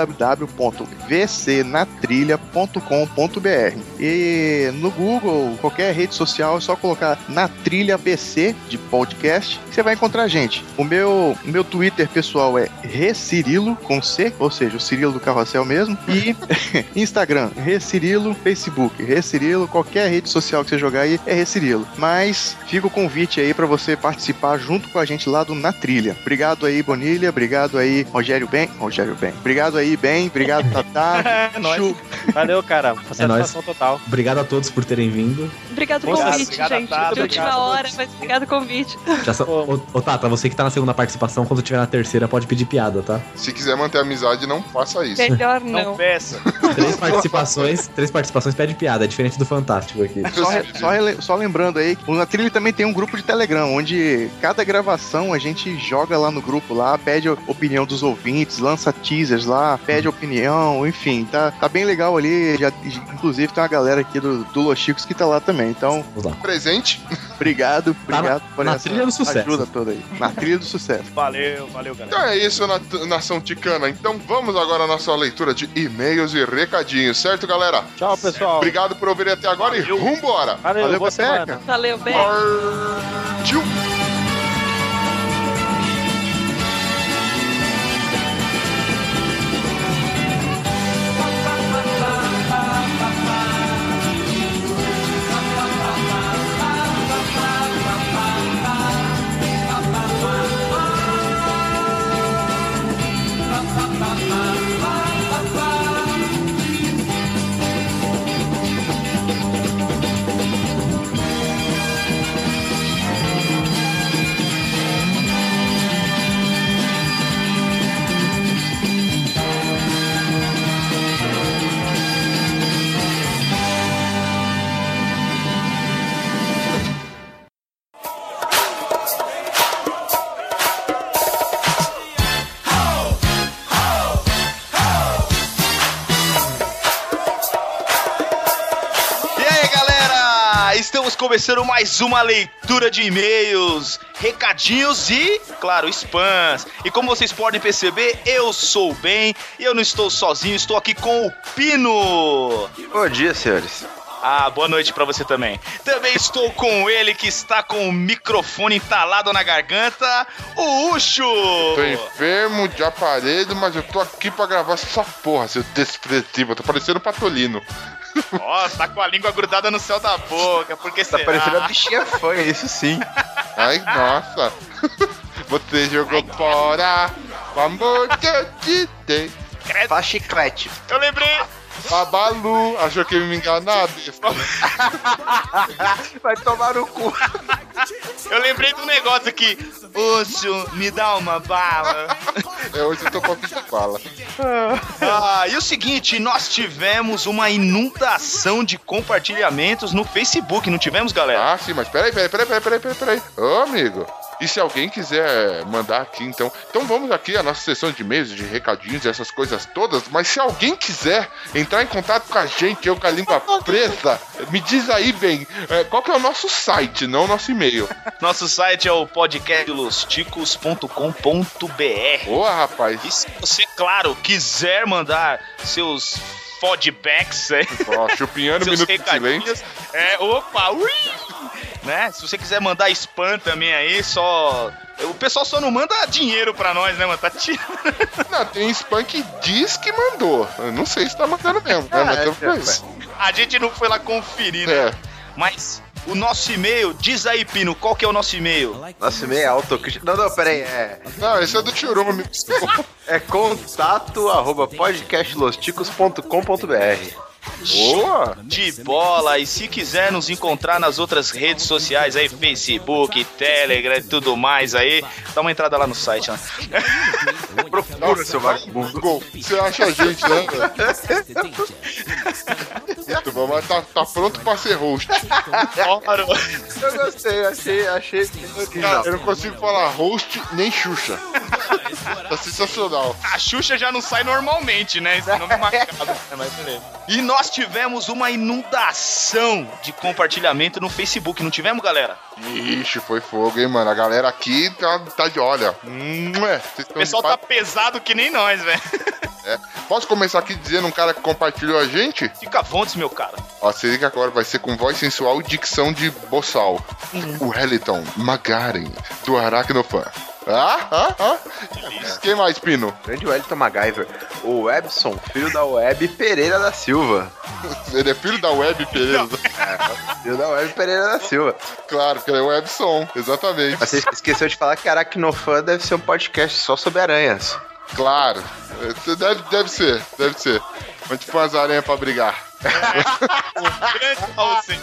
[SPEAKER 5] www.vcnatrilha.com.br e no Google, qualquer rede social, é só colocar Na Trilha BC de podcast, que você vai encontrar a gente. O meu Twitter pessoal é Recirilo com C, ou seja, o Cirilo do Carrossel mesmo, e Instagram, Recirilo, Facebook, Recirilo, qualquer rede social que você jogar aí é Recirilo. Mas fica o convite aí pra você participar junto com a gente lá do Na Trilha. Obrigado aí, Bonilha, obrigado aí, Rogério Ben. Obrigado aí, Ben, obrigado, Tatá.
[SPEAKER 4] Valeu, cara. Satisfação total.
[SPEAKER 3] Obrigado a todos por terem vindo.
[SPEAKER 6] Obrigado pelo convite, gente. De última hora, mas obrigado pelo convite.
[SPEAKER 3] Ô, Tata, você que tá na segunda participação, quando tiver na terceira, pode pedir piada, tá?
[SPEAKER 2] Se quiser manter a amizade, não faça isso.
[SPEAKER 6] Melhor não.
[SPEAKER 8] Não peça.
[SPEAKER 3] 3 participações pede piada, é diferente do Fantástico aqui.
[SPEAKER 5] Só lembrando aí, o Na Trilha também tem um grupo de Telegram, onde cada gravação a gente joga lá no grupo lá, pede a opinião dos ouvintes, lança teasers lá, pede opinião, enfim, tá bem legal ali. Inclusive tem uma galera aqui do Los Chicos que tá lá também, então...
[SPEAKER 2] Presente.
[SPEAKER 5] Obrigado por
[SPEAKER 3] na
[SPEAKER 5] essa
[SPEAKER 3] trilha do sucesso.
[SPEAKER 5] ajuda toda aí. Na trilha do sucesso.
[SPEAKER 8] Valeu, galera.
[SPEAKER 2] Então é isso, Nação Ticana. Então vamos agora à nossa leitura de e-mails e recadinhos, certo, galera?
[SPEAKER 4] Tchau, pessoal.
[SPEAKER 2] Obrigado por ouvir até agora e vambora.
[SPEAKER 4] Valeu, boa
[SPEAKER 5] Pepeca.
[SPEAKER 4] semana.
[SPEAKER 6] Valeu, bem.
[SPEAKER 2] Partiu.
[SPEAKER 8] Estamos começando mais uma leitura de e-mails, recadinhos e, claro, spams. E como vocês podem perceber, eu sou o Ben e eu não estou sozinho, estou aqui com o Pino.
[SPEAKER 14] Bom dia, senhores.
[SPEAKER 8] Boa noite pra você também. Também estou com ele que está com o microfone entalado na garganta, o Ucho.
[SPEAKER 2] Tô enfermo de aparelho, mas eu tô aqui pra gravar essa porra, seu desprezível. Tô parecendo o Patolino.
[SPEAKER 8] Nossa, tá com a língua grudada no céu da boca, porque
[SPEAKER 14] tá
[SPEAKER 8] será?
[SPEAKER 14] parecendo a bichinha fanha, isso sim.
[SPEAKER 2] Ai, nossa. Você jogou fora o amor que eu te dei.
[SPEAKER 14] Faz chiclete.
[SPEAKER 8] Eu lembrei.
[SPEAKER 2] Babalu, achou que ia me enganar, besta?
[SPEAKER 14] Vai tomar no cu.
[SPEAKER 8] Eu lembrei de um negócio aqui. Ucho, me dá uma bala.
[SPEAKER 2] Hoje eu tô com a ficha de bala.
[SPEAKER 8] E o seguinte, nós tivemos uma inundação de compartilhamentos no Facebook, não tivemos, galera?
[SPEAKER 2] Sim, mas peraí. Ô, amigo. E se alguém quiser mandar aqui, então vamos aqui a nossa sessão de e-mails, de recadinhos, essas coisas todas. Mas se alguém quiser entrar em contato com a gente, eu com a língua presa, me diz aí, bem, qual que é o nosso site, não o nosso e-mail?
[SPEAKER 8] Nosso site é o podcastlosticos.com.br.
[SPEAKER 2] Boa, rapaz.
[SPEAKER 8] E se você, claro, quiser mandar seus feedbacks,
[SPEAKER 2] chupinhando um minuto de silêncio.
[SPEAKER 8] Né? Se você quiser mandar spam também aí, o pessoal só não manda dinheiro pra nós, né, mano? Tá tirando.
[SPEAKER 2] Não, tem spam que diz que mandou. Eu não sei se tá mandando mesmo, né?
[SPEAKER 8] A gente não foi lá conferir, né? Mas o nosso e-mail, diz aí, Pino, qual que é o nosso e-mail?
[SPEAKER 14] Nosso e-mail é autocrítica. Não, peraí,
[SPEAKER 2] Não, esse é do Churume.
[SPEAKER 14] É contato@podcastlosticos.com.br.
[SPEAKER 2] Boa!
[SPEAKER 8] De bola! E se quiser nos encontrar nas outras redes sociais aí, Facebook, Telegram e tudo mais aí, dá uma entrada lá no site, né?
[SPEAKER 14] Procura, seu vagabundo.
[SPEAKER 2] Você acha a gente, né? Muito bom, mas tá pronto pra ser host.
[SPEAKER 14] Eu gostei, achei.
[SPEAKER 2] Cara, eu não consigo falar host nem Xuxa. Tá sensacional.
[SPEAKER 8] A Xuxa já não sai normalmente, né? Esse nome é marcado. Mas beleza. E nós tivemos uma inundação de compartilhamento no Facebook, não tivemos, galera?
[SPEAKER 2] Ixi, foi fogo, hein, mano? A galera aqui tá de olha.
[SPEAKER 8] O pessoal tá pesado que nem nós, velho.
[SPEAKER 2] Posso começar aqui dizendo um cara que compartilhou a gente?
[SPEAKER 8] Fica à vontade, meu cara.
[SPEAKER 2] Ó, se liga agora, vai ser com voz sensual e dicção de boçal. O Heliton Magaren, do Aracnofan. Quem mais, Pino?
[SPEAKER 14] Grande Wellington MacGyver. O Webson, filho da Web Pereira da Silva.
[SPEAKER 2] Ele é filho da Web Pereira?
[SPEAKER 14] Filho da Web Pereira da Silva.
[SPEAKER 2] Claro, que ele é o Webson, exatamente.
[SPEAKER 14] Mas você esqueceu de falar que Aracnofan deve ser um podcast só sobre aranhas.
[SPEAKER 2] Claro, deve ser. Onde põe as aranhas pra brigar.
[SPEAKER 8] Grande Paulsen.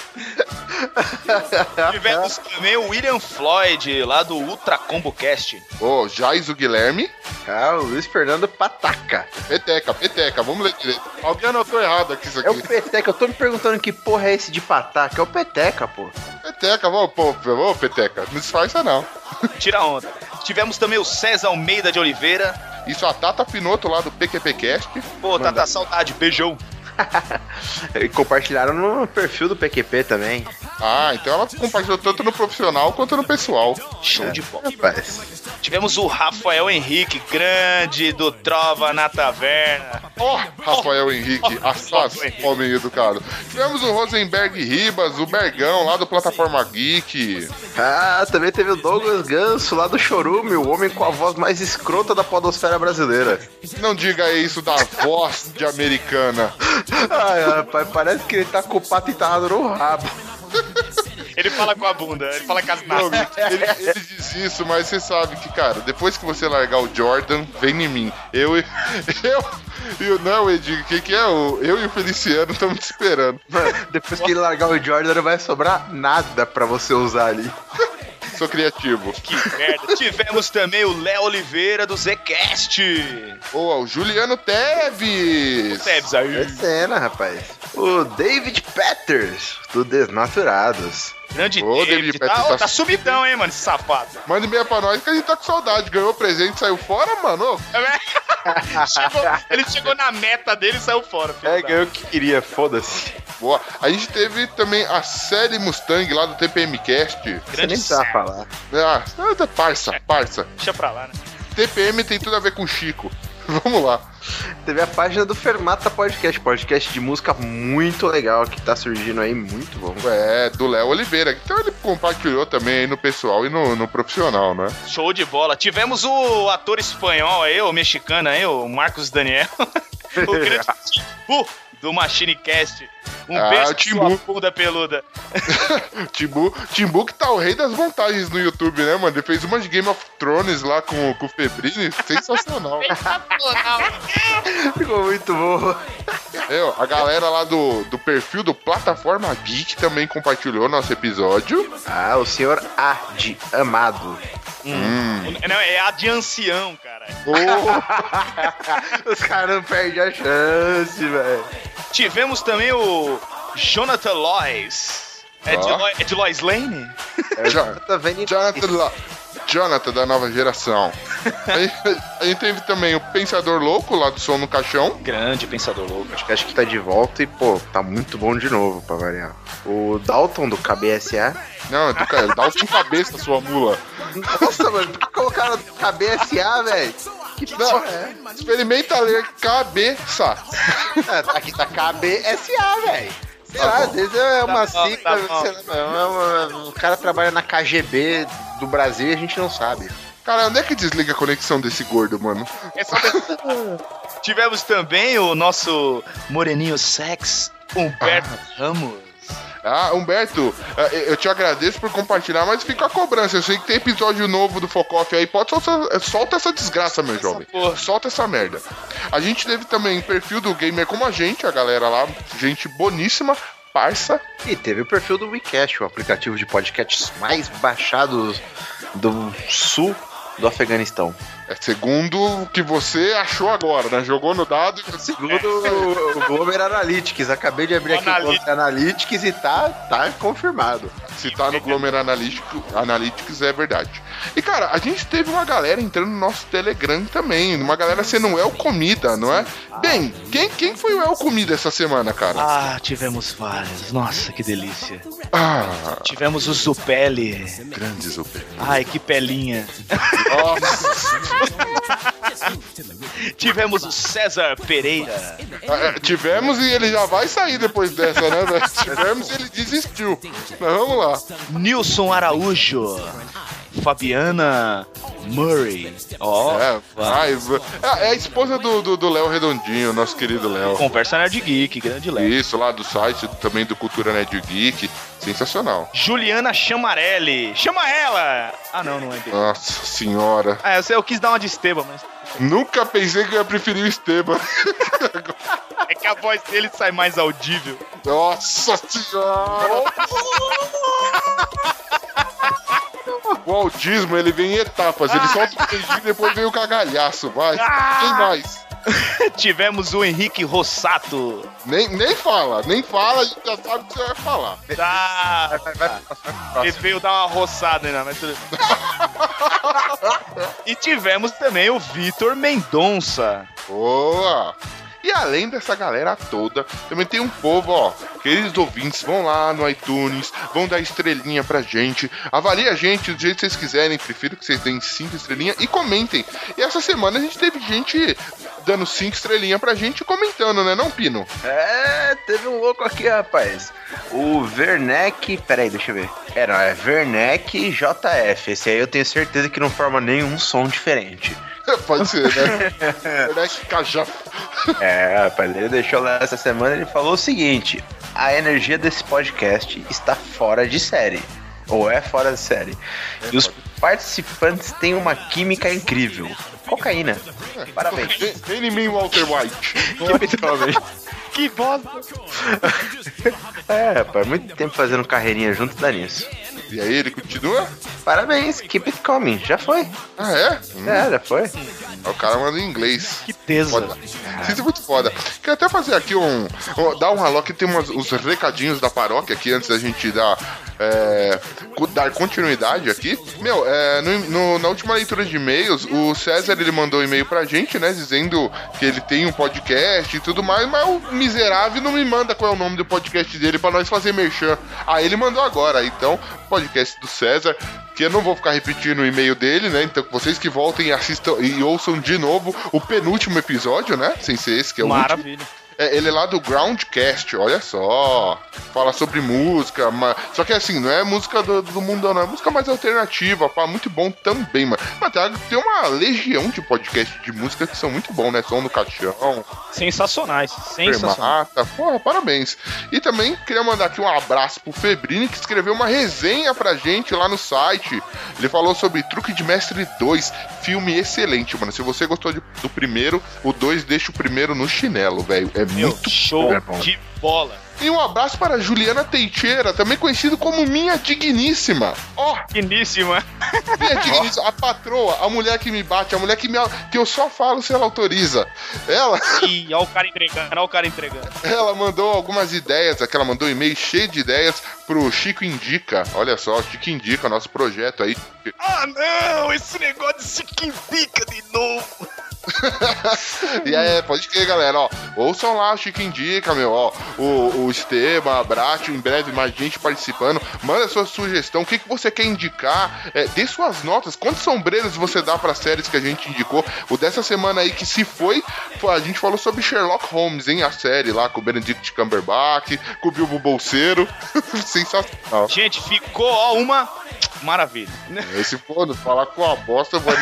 [SPEAKER 8] Tivemos também o William Floyd, lá do Ultra Combo Cast.
[SPEAKER 2] Jaiso Guilherme.
[SPEAKER 14] O Luiz Fernando Pataca.
[SPEAKER 2] Peteca, vamos ler direito. Alguém anotou errado aqui isso aqui.
[SPEAKER 14] É o Peteca, eu tô me perguntando que porra é esse de Pataca. É o Peteca, pô.
[SPEAKER 2] Peteca, vamos, Peteca. Não disfarça, não.
[SPEAKER 8] Tira onda. Tivemos também o César Almeida de Oliveira.
[SPEAKER 2] Isso, a Tata Pinoto lá do PQPcast.
[SPEAKER 8] Tata, saudade, beijão.
[SPEAKER 14] E compartilharam no perfil do PQP também.
[SPEAKER 2] Então ela compartilhou tanto no profissional quanto no pessoal.
[SPEAKER 8] Show de bola.
[SPEAKER 14] Rapaz.
[SPEAKER 8] Tivemos o Rafael Henrique, grande do Trova na Taverna.
[SPEAKER 2] Rafael Henrique, homem educado. Tivemos o Rosenberg Ribas, o Bergão, lá do Plataforma Geek.
[SPEAKER 14] Também teve o Douglas Ganso, lá do Chorume, o homem com a voz mais escrota da podosfera brasileira.
[SPEAKER 2] Não diga isso da voz de americana.
[SPEAKER 14] Rapaz, parece que ele tá com o pato enterrado no rabo.
[SPEAKER 8] Ele fala com a bunda, ele fala com as nádegas.
[SPEAKER 2] Ele diz isso, mas você sabe que, cara, depois que você largar o Jordan, vem em mim. Não, Edi, quem que é? Eu e o Feliciano estamos te esperando.
[SPEAKER 14] Mano, depois que ele largar o Jordan, não vai sobrar nada pra você usar ali.
[SPEAKER 2] Sou criativo.
[SPEAKER 8] Que merda. Tivemos também o Léo Oliveira do Zcast.
[SPEAKER 2] O Juliano Teves.
[SPEAKER 8] O Teves aí.
[SPEAKER 14] É cena, rapaz. O David Peters, do Desnaturados.
[SPEAKER 8] Grande David. Tá subidão, hein, mano, esse safado.
[SPEAKER 2] Manda e-mail pra nós que a gente tá com saudade. Ganhou presente, saiu fora, mano.
[SPEAKER 8] Ele chegou na meta dele e saiu fora.
[SPEAKER 14] Ganhou o que queria, foda-se.
[SPEAKER 2] Boa. A gente teve também a série Mustang lá do TPMcast.
[SPEAKER 14] Você nem precisava falar.
[SPEAKER 2] Parça.
[SPEAKER 10] Deixa pra lá, né?
[SPEAKER 2] TPM tem tudo a ver com Chico. Vamos lá.
[SPEAKER 14] Teve a página do Fermata podcast de música muito legal que tá surgindo aí, muito bom.
[SPEAKER 2] Do Léo Oliveira. Então ele compartilhou também aí no pessoal e no profissional, né?
[SPEAKER 10] Show de bola. Tivemos o ator espanhol aí, o mexicano aí, o Marcos Daniel. O grande Timbu do MachineCast. Beijo
[SPEAKER 2] Timbu.
[SPEAKER 10] sua bunda peluda.
[SPEAKER 2] Timbu que tá o rei das montagens no YouTube, né, mano? Ele fez uma de Game of Thrones lá com o Febrini. Sensacional.
[SPEAKER 14] Ficou muito bom.
[SPEAKER 2] A galera lá do perfil do Plataforma Geek também compartilhou nosso episódio.
[SPEAKER 14] O senhor Ad Amado.
[SPEAKER 10] Não, é a de ancião, cara.
[SPEAKER 14] Os caras não perdem a chance, velho.
[SPEAKER 10] Tivemos também o Jonathan Lois. É de Lois Lane?
[SPEAKER 2] Jonathan da nova geração. A gente teve também o Pensador Louco lá do Som no Caixão.
[SPEAKER 10] Grande Pensador Louco.
[SPEAKER 14] Acho que tá de volta e, tá muito bom de novo, pra variar. O Dalton do KBSA.
[SPEAKER 2] Não, Dalton Cabeça, sua mula.
[SPEAKER 14] Nossa, mano, por que colocaram KBSA, velho? Que porra é?
[SPEAKER 2] Experimenta ler cabeça.
[SPEAKER 14] Aqui tá KBSA, velho. Sei lá, às vezes é uma sigla, o cara trabalha na KGB do Brasil e a gente não sabe.
[SPEAKER 2] Cara, onde é que desliga a conexão desse gordo, mano?
[SPEAKER 10] Tivemos também o nosso moreninho sex, Humberto Ramos.
[SPEAKER 2] Humberto, eu te agradeço por compartilhar, mas fica a cobrança. Eu sei que tem episódio novo do Focoff aí. Solta essa desgraça, meu jovem. Solta essa merda. A gente teve também perfil do Gamer Como a Gente, a galera lá, gente boníssima, parça.
[SPEAKER 14] E teve o perfil do WeCast, o aplicativo de podcasts mais baixados do sul do Afeganistão.
[SPEAKER 2] Segundo o que você achou agora, né? Jogou no dado.
[SPEAKER 14] Segundo o Glomer Analytics. Acabei de abrir aqui o Glomer Analytics e tá confirmado.
[SPEAKER 2] Se tá no Glomer Analytics é verdade. E, cara, a gente teve uma galera entrando no nosso Telegram também. Uma galera sendo o El Comida, não é? Bem, quem foi o El Comida essa semana, cara?
[SPEAKER 10] Tivemos vários. Nossa, que delícia. Tivemos o Zupelli.
[SPEAKER 2] Grande Zupelli.
[SPEAKER 10] Ai, que pelinha.
[SPEAKER 2] Nossa.
[SPEAKER 10] Tivemos o César Pereira.
[SPEAKER 2] Tivemos e ele já vai sair depois dessa, né, velho? Tivemos e ele desistiu. Mas vamos lá.
[SPEAKER 10] Nilson Araújo. Fabiana Murray.
[SPEAKER 2] É a esposa do Léo Redondinho, nosso querido Léo.
[SPEAKER 10] Conversa Nerd Geek, grande Léo.
[SPEAKER 2] Isso, lá do site também do Cultura Nerd Geek. Sensacional.
[SPEAKER 10] Juliana Chamarelli. Chama ela! Não é dele.
[SPEAKER 2] Nossa senhora.
[SPEAKER 10] Eu quis dar uma de Esteban, mas...
[SPEAKER 2] Nunca pensei que eu ia preferir o Esteban.
[SPEAKER 10] É que a voz dele sai mais audível.
[SPEAKER 2] Nossa senhora! O autismo, ele vem em etapas. Ele solta o beijinho e depois vem o cagalhaço. Vai. Quem mais?
[SPEAKER 10] Tivemos o Henrique Rossato.
[SPEAKER 2] Nem fala, a gente já sabe o que você vai falar.
[SPEAKER 10] Ele veio dar uma roçada ainda, mas tudo. E tivemos também o Vitor Mendonça.
[SPEAKER 2] Boa! E além dessa galera toda, também tem um povo, queridos ouvintes, vão lá no iTunes, vão dar estrelinha pra gente, avalie a gente do jeito que vocês quiserem, prefiro que vocês deem 5 estrelinhas e comentem. E essa semana a gente teve gente dando 5 estrelinhas pra gente e comentando, né, não, Pino?
[SPEAKER 14] Teve um louco aqui, rapaz. O Werneck, peraí, deixa eu ver. É Werneck JF, esse aí eu tenho certeza que não forma nenhum som diferente.
[SPEAKER 2] Pode ser, né? Werneck Cajá.
[SPEAKER 14] Rapaz, ele deixou lá essa semana, ele falou o seguinte: a energia desse podcast está fora de série. Ou é fora de série. E os participantes têm uma química incrível. Cocaína. Parabéns.
[SPEAKER 2] Vem em mim, Walter White.
[SPEAKER 10] Que bosta.
[SPEAKER 14] Rapaz, muito tempo fazendo carreirinha junto, dá nisso.
[SPEAKER 2] E aí, ele continua?
[SPEAKER 14] Parabéns, keep it coming. Já foi.
[SPEAKER 2] É?
[SPEAKER 14] Já foi.
[SPEAKER 2] O cara manda em inglês.
[SPEAKER 10] Keep
[SPEAKER 8] certeza.
[SPEAKER 2] Isso é muito foda. Quero até fazer aqui dar um alô, que tem uns recadinhos da paróquia aqui antes da gente dar continuidade aqui. Meu, na última leitura de e-mails, o César ele mandou um e-mail pra gente, né, dizendo que ele tem um podcast e tudo mais, mas o miserável não me manda qual é o nome do podcast dele pra nós fazer merchan. Ele mandou agora, então, podcast do César, que eu não vou ficar repetindo o e-mail dele, né? Então, vocês que voltem e assistam e ouçam de novo o penúltimo episódio, né? Sem ser esse que é o último.
[SPEAKER 8] Maravilha.
[SPEAKER 2] Ele é lá do Groundcast, olha só. Fala sobre música, só que assim, não é música do mundão, não. É música mais alternativa, pá, muito bom também, mano. Mas tem uma legião de podcasts de música que são muito bons, né? Som do Caixão.
[SPEAKER 8] Sensacionais.
[SPEAKER 2] Mata. Porra, parabéns. E também queria mandar aqui um abraço pro Febrini, que escreveu uma resenha pra gente lá no site. Ele falou sobre Truque de Mestre 2, filme excelente, mano. Se você gostou do primeiro, o 2 deixa o primeiro no chinelo, velho. É muito
[SPEAKER 8] show de bola.
[SPEAKER 2] E um abraço para Juliana Teixeira, também conhecido como Minha Digníssima.
[SPEAKER 8] Digníssima.
[SPEAKER 2] Minha Digníssima, a patroa, a mulher que me bate, a mulher que eu só falo se ela autoriza. Ela...
[SPEAKER 8] Ih, olha o cara entregando.
[SPEAKER 2] Ela mandou algumas ideias, ela mandou um e-mail cheio de ideias pro Chico Indica. Olha só, Chico Indica, nosso projeto aí.
[SPEAKER 8] Não, esse negócio de Chico Indica de novo.
[SPEAKER 2] E aí, pode crer, galera, ouçam lá o Chico Indica, meu, o Esteban, a Bratio, em breve mais gente participando. Manda sua sugestão, o que você quer indicar, dê suas notas, quantos sombreiros você dá para séries que a gente indicou. O dessa semana aí que se foi, a gente falou sobre Sherlock Holmes, hein, a série lá com o Benedict Cumberbatch, com o Bilbo Bolseiro. Sensacional.
[SPEAKER 8] Gente, ficou uma maravilha.
[SPEAKER 2] Se for falar com a bosta, eu vou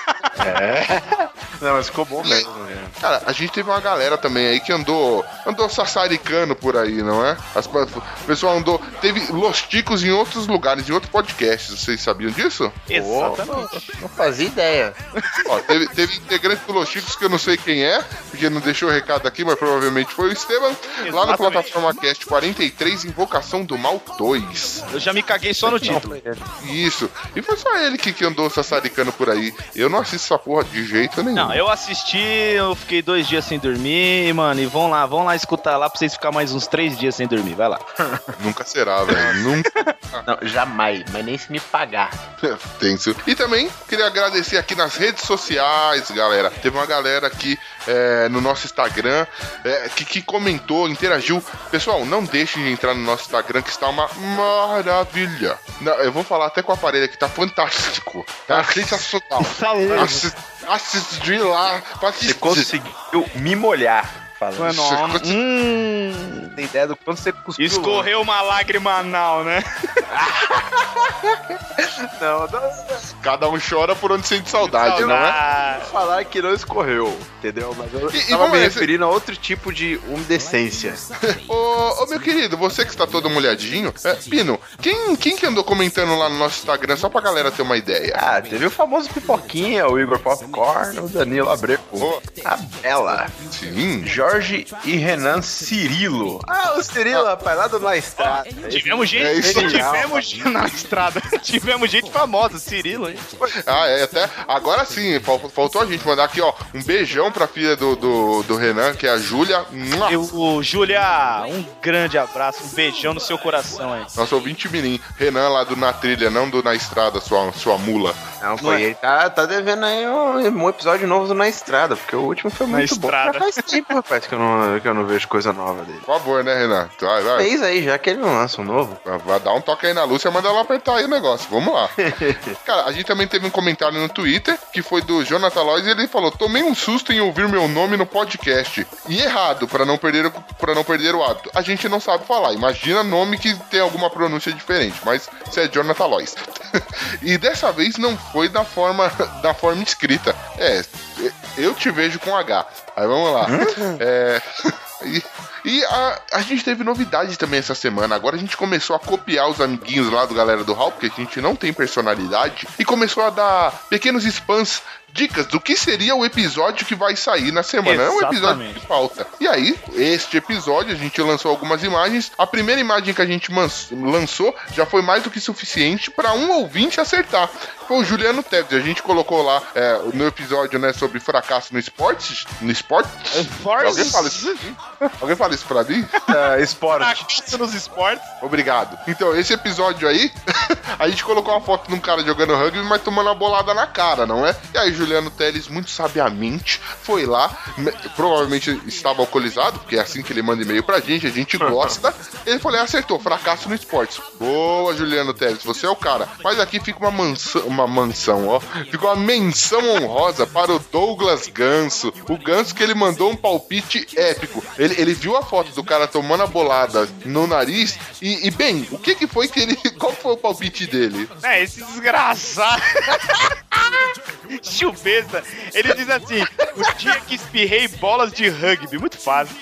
[SPEAKER 14] Não, mas ficou bom mesmo, né?
[SPEAKER 2] Cara, a gente teve uma galera também aí que andou sassaricando por aí, não é? O pessoal teve Los Ticos em outros lugares, em outros podcasts. Vocês sabiam disso?
[SPEAKER 14] Exatamente. Não fazia ideia.
[SPEAKER 2] Teve integrante do Los Ticos que eu não sei quem é, porque não deixou o recado aqui, mas provavelmente foi o Esteban. Exatamente. Lá no Plataforma Cast 43, Invocação do Mal 2.
[SPEAKER 8] Eu já me caguei só no título.
[SPEAKER 2] Isso. E foi só ele que andou sassaricando por aí. Eu não assisto essa porra de jeito nenhum.
[SPEAKER 8] Não, eu assisti, eu fiquei 2 dias sem dormir, mano, e vão lá escutar lá pra vocês ficar mais uns 3 dias sem dormir, vai lá.
[SPEAKER 2] Nunca será, velho, nunca.
[SPEAKER 14] Não, jamais, mas nem se me pagar.
[SPEAKER 2] Tenso. E também queria agradecer aqui nas redes sociais, galera. Teve uma galera aqui no nosso Instagram que comentou, interagiu. Pessoal, não deixem de entrar no nosso Instagram, que está uma maravilha. Não, eu vou falar até com o aparelho aqui, tá fantástico. Tá sensacional. Assistir lá.
[SPEAKER 14] Você conseguiu me molhar. Tem ideia do quanto você cuspiu.
[SPEAKER 8] Escorreu uma lágrima anal, né?
[SPEAKER 14] Não.
[SPEAKER 2] Cada um chora por onde sente saudade, não é?
[SPEAKER 14] Falar que não escorreu, entendeu? Mas eu tava me referindo a outro tipo de umedecência.
[SPEAKER 2] Ô, meu querido, você que está todo molhadinho, Pino, quem que andou comentando lá no nosso Instagram, só pra galera ter uma ideia?
[SPEAKER 14] Teve o famoso Pipoquinha, o Igor Popcorn, o Danilo Abreu, a Bela.
[SPEAKER 2] Sim.
[SPEAKER 14] Jorge e Renan Cirilo. O Cirilo, rapaz, lá do Na Estrada.
[SPEAKER 8] Tivemos gente na estrada. Tivemos gente famosa, Cirilo, hein?
[SPEAKER 2] Até agora sim, faltou a gente mandar aqui, um beijão pra filha do Renan, que é a Júlia.
[SPEAKER 8] Júlia, um grande abraço, um beijão no seu coração, hein?
[SPEAKER 2] Nosso ouvinte mirim, Renan lá do Na Trilha, não do Na Estrada, sua mula.
[SPEAKER 14] Não, foi ele tá devendo aí um episódio novo do Na Estrada, porque o último foi muito bom. Já faz tempo, rapaz, que eu não vejo coisa nova dele.
[SPEAKER 2] Por favor, né, Renan? Vai.
[SPEAKER 14] Fez aí, já que ele não lança um novo.
[SPEAKER 2] Vai dar um toque aí na Lúcia, manda ela apertar aí o negócio. Vamos lá. Cara, a gente também teve um comentário no Twitter, que foi do Jonathan Lois, e ele falou: tomei um susto em ouvir meu nome no podcast. E errado, pra não perder o hábito. A gente não sabe falar. Imagina nome que tem alguma pronúncia diferente, mas você é Jonathan Lois. E dessa vez não foi da forma escrita. Eu te vejo com H. Aí vamos lá. E a gente teve novidade também essa semana. Agora a gente começou a copiar os amiguinhos lá do Galera do Hall, porque a gente não tem personalidade, e começou a dar pequenos spams dicas do que seria o episódio que vai sair na semana. É um episódio que falta. E aí, este episódio, a gente lançou algumas imagens. A primeira imagem que a gente lançou já foi mais do que suficiente para um ouvinte acertar. Foi o Juliano Teves. A gente colocou lá no episódio, né, sobre fracasso no esporte. No esporte? Alguém fala isso? Alguém fala isso pra mim?
[SPEAKER 8] Esporte. Fracasso nos esportes.
[SPEAKER 2] Obrigado. Então, esse episódio aí, a gente colocou uma foto de um cara jogando rugby, mas tomando uma bolada na cara, não é? E aí, Juliano Teles, muito sabiamente, foi lá, provavelmente estava alcoolizado, porque é assim que ele manda e-mail pra gente, a gente gosta. Ele falou, acertou, fracasso no esporte. Boa, Juliano Teles, você é o cara. Mas aqui fica uma mansão, ó. Fica uma menção honrosa para o Douglas Ganso. O Ganso que ele mandou um palpite épico. Ele viu a foto do cara tomando a bolada no nariz e bem, o que foi que ele... Qual foi o palpite dele?
[SPEAKER 8] Esse desgraçado... Chubesta, ele diz assim: o dia que espirrei bolas de rugby, muito fácil.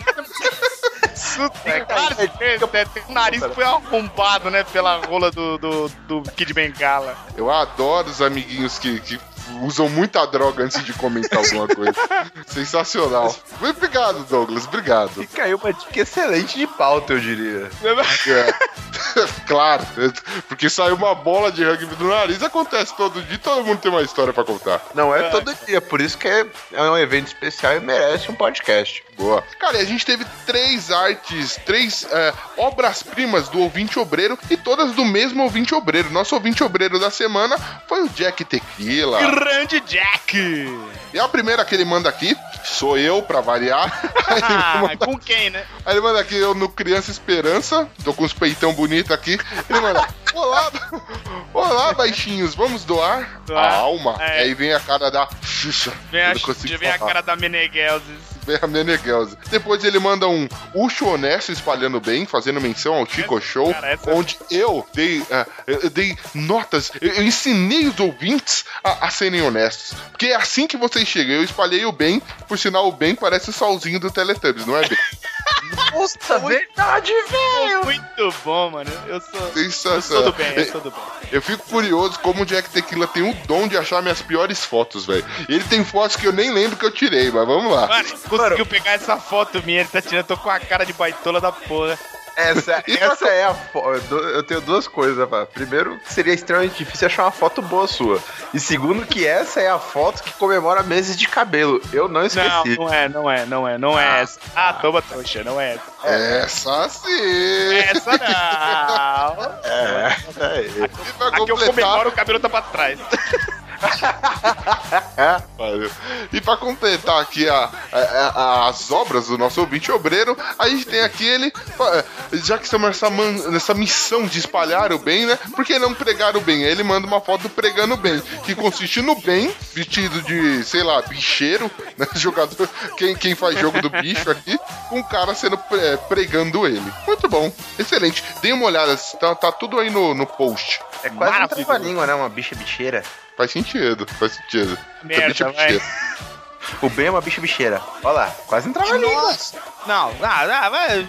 [SPEAKER 8] O nariz foi arrombado, né, pela rola do Kid Bengala.
[SPEAKER 2] Eu adoro os amiguinhos que usam muita droga antes de comentar alguma coisa. Sensacional. Obrigado, Douglas, obrigado.
[SPEAKER 14] E caiu uma dica excelente de pauta, eu diria.
[SPEAKER 2] Claro, porque saiu uma bola de rugby do nariz, acontece todo dia, todo mundo tem uma história pra contar.
[SPEAKER 14] Não é todo dia, por isso que é um evento especial e merece um podcast.
[SPEAKER 2] Boa. Cara, e a gente teve três obras-primas do ouvinte obreiro e todas do mesmo ouvinte obreiro. Nosso ouvinte obreiro da semana foi o Jack Tequila.
[SPEAKER 8] Grande Jack!
[SPEAKER 2] E a primeira que ele manda aqui, sou eu, pra variar.
[SPEAKER 8] Com quem, né?
[SPEAKER 2] Aí ele manda aqui, eu no Criança Esperança, tô com uns peitão bonito aqui. Ele manda, olá, baixinhos, vamos doar a alma. É. Aí vem a cara da Xuxa.
[SPEAKER 8] Vem a cara da Meneghels.
[SPEAKER 2] Depois ele manda um Ucho Honesto espalhando bem, fazendo menção ao Chico Show, onde eu dei notas, eu ensinei os ouvintes a serem honestos. Porque é assim que vocês chegam. Eu espalhei o bem, por sinal o bem parece o solzinho do Teletubbies, não é bem?
[SPEAKER 14] Nossa, verdade, velho!
[SPEAKER 8] Muito bom, mano. Eu sou do bem.
[SPEAKER 2] Eu fico curioso como o Jack Tequila tem o dom de achar minhas piores fotos, velho. Ele tem fotos que eu nem lembro que eu tirei, mas vamos lá.
[SPEAKER 8] Mano, conseguiu pegar essa foto minha, ele tá tirando, tô com a cara de baitola da porra.
[SPEAKER 14] Essa é a foto. Eu tenho duas coisas, pá. Primeiro, seria extremamente difícil achar uma foto boa sua. E segundo, que essa é a foto que comemora meses de cabelo. Eu não esqueci.
[SPEAKER 8] Não é essa. Toma trouxa, não é essa.
[SPEAKER 2] Essa sim.
[SPEAKER 8] Essa não.
[SPEAKER 2] Essa aí.
[SPEAKER 8] Aqui eu comemoro, o cabelo tá pra trás.
[SPEAKER 2] E pra completar aqui as obras do nosso ouvinte obreiro, a gente tem aqui ele, já que estamos nessa missão de espalhar o bem, né? Por que não pregar o bem? Aí ele manda uma foto pregando o bem, que consiste no bem, vestido de, sei lá, bicheiro, né? Jogador, quem faz jogo do bicho aqui, com o cara sendo pregando ele. Muito bom, excelente. Dê uma olhada, tá tudo aí no post.
[SPEAKER 14] É quase um trava-língua, né? Uma bicheira.
[SPEAKER 2] Faz sentido.
[SPEAKER 8] Merda, vai.
[SPEAKER 14] O Ben é uma bicheira. Olha lá, quase um trava-língua.
[SPEAKER 8] Não, vai.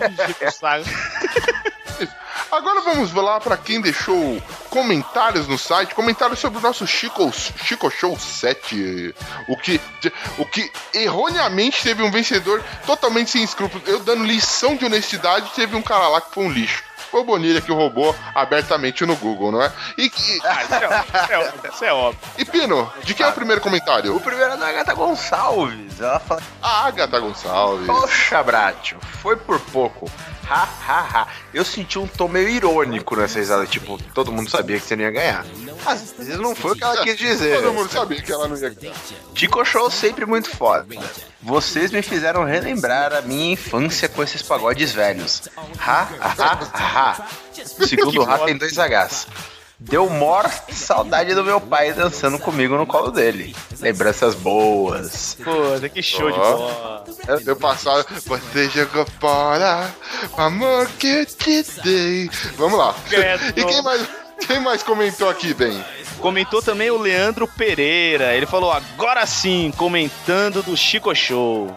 [SPEAKER 2] Agora vamos lá para quem deixou comentários no site, comentários sobre o nosso Chico Show 7. O que erroneamente teve um vencedor totalmente sem escrúpulos. Eu dando lição de honestidade, teve um cara lá que foi um lixo. Foi o Bonilha que roubou abertamente no Google, não é?
[SPEAKER 8] Isso é óbvio.
[SPEAKER 2] E Pino, de quem é o primeiro comentário?
[SPEAKER 14] O primeiro é da Agatha Gonçalves. Ela fala...
[SPEAKER 2] A Agatha Gonçalves.
[SPEAKER 14] Poxa, Bratio, foi por pouco. Eu senti um tom meio irônico nessa risada. Tipo, todo mundo sabia que você não ia ganhar. Às vezes não foi o que ela quis dizer.
[SPEAKER 2] Todo mundo sabia que ela não ia ganhar.
[SPEAKER 14] Chico Show sempre muito foda. Vocês me fizeram relembrar a minha infância com esses pagodes velhos. Segundo o Rá tem 2 Hs. Deu maior saudade do meu pai dançando comigo no colo dele. Lembranças boas.
[SPEAKER 8] Pô, que show de bola.
[SPEAKER 2] Eu passado, você jogou fora, amor que eu te dei. Vamos lá. E quem mais comentou aqui, Ben?
[SPEAKER 8] Comentou também o Leandro Pereira. Ele falou, agora sim, comentando do Chico Show.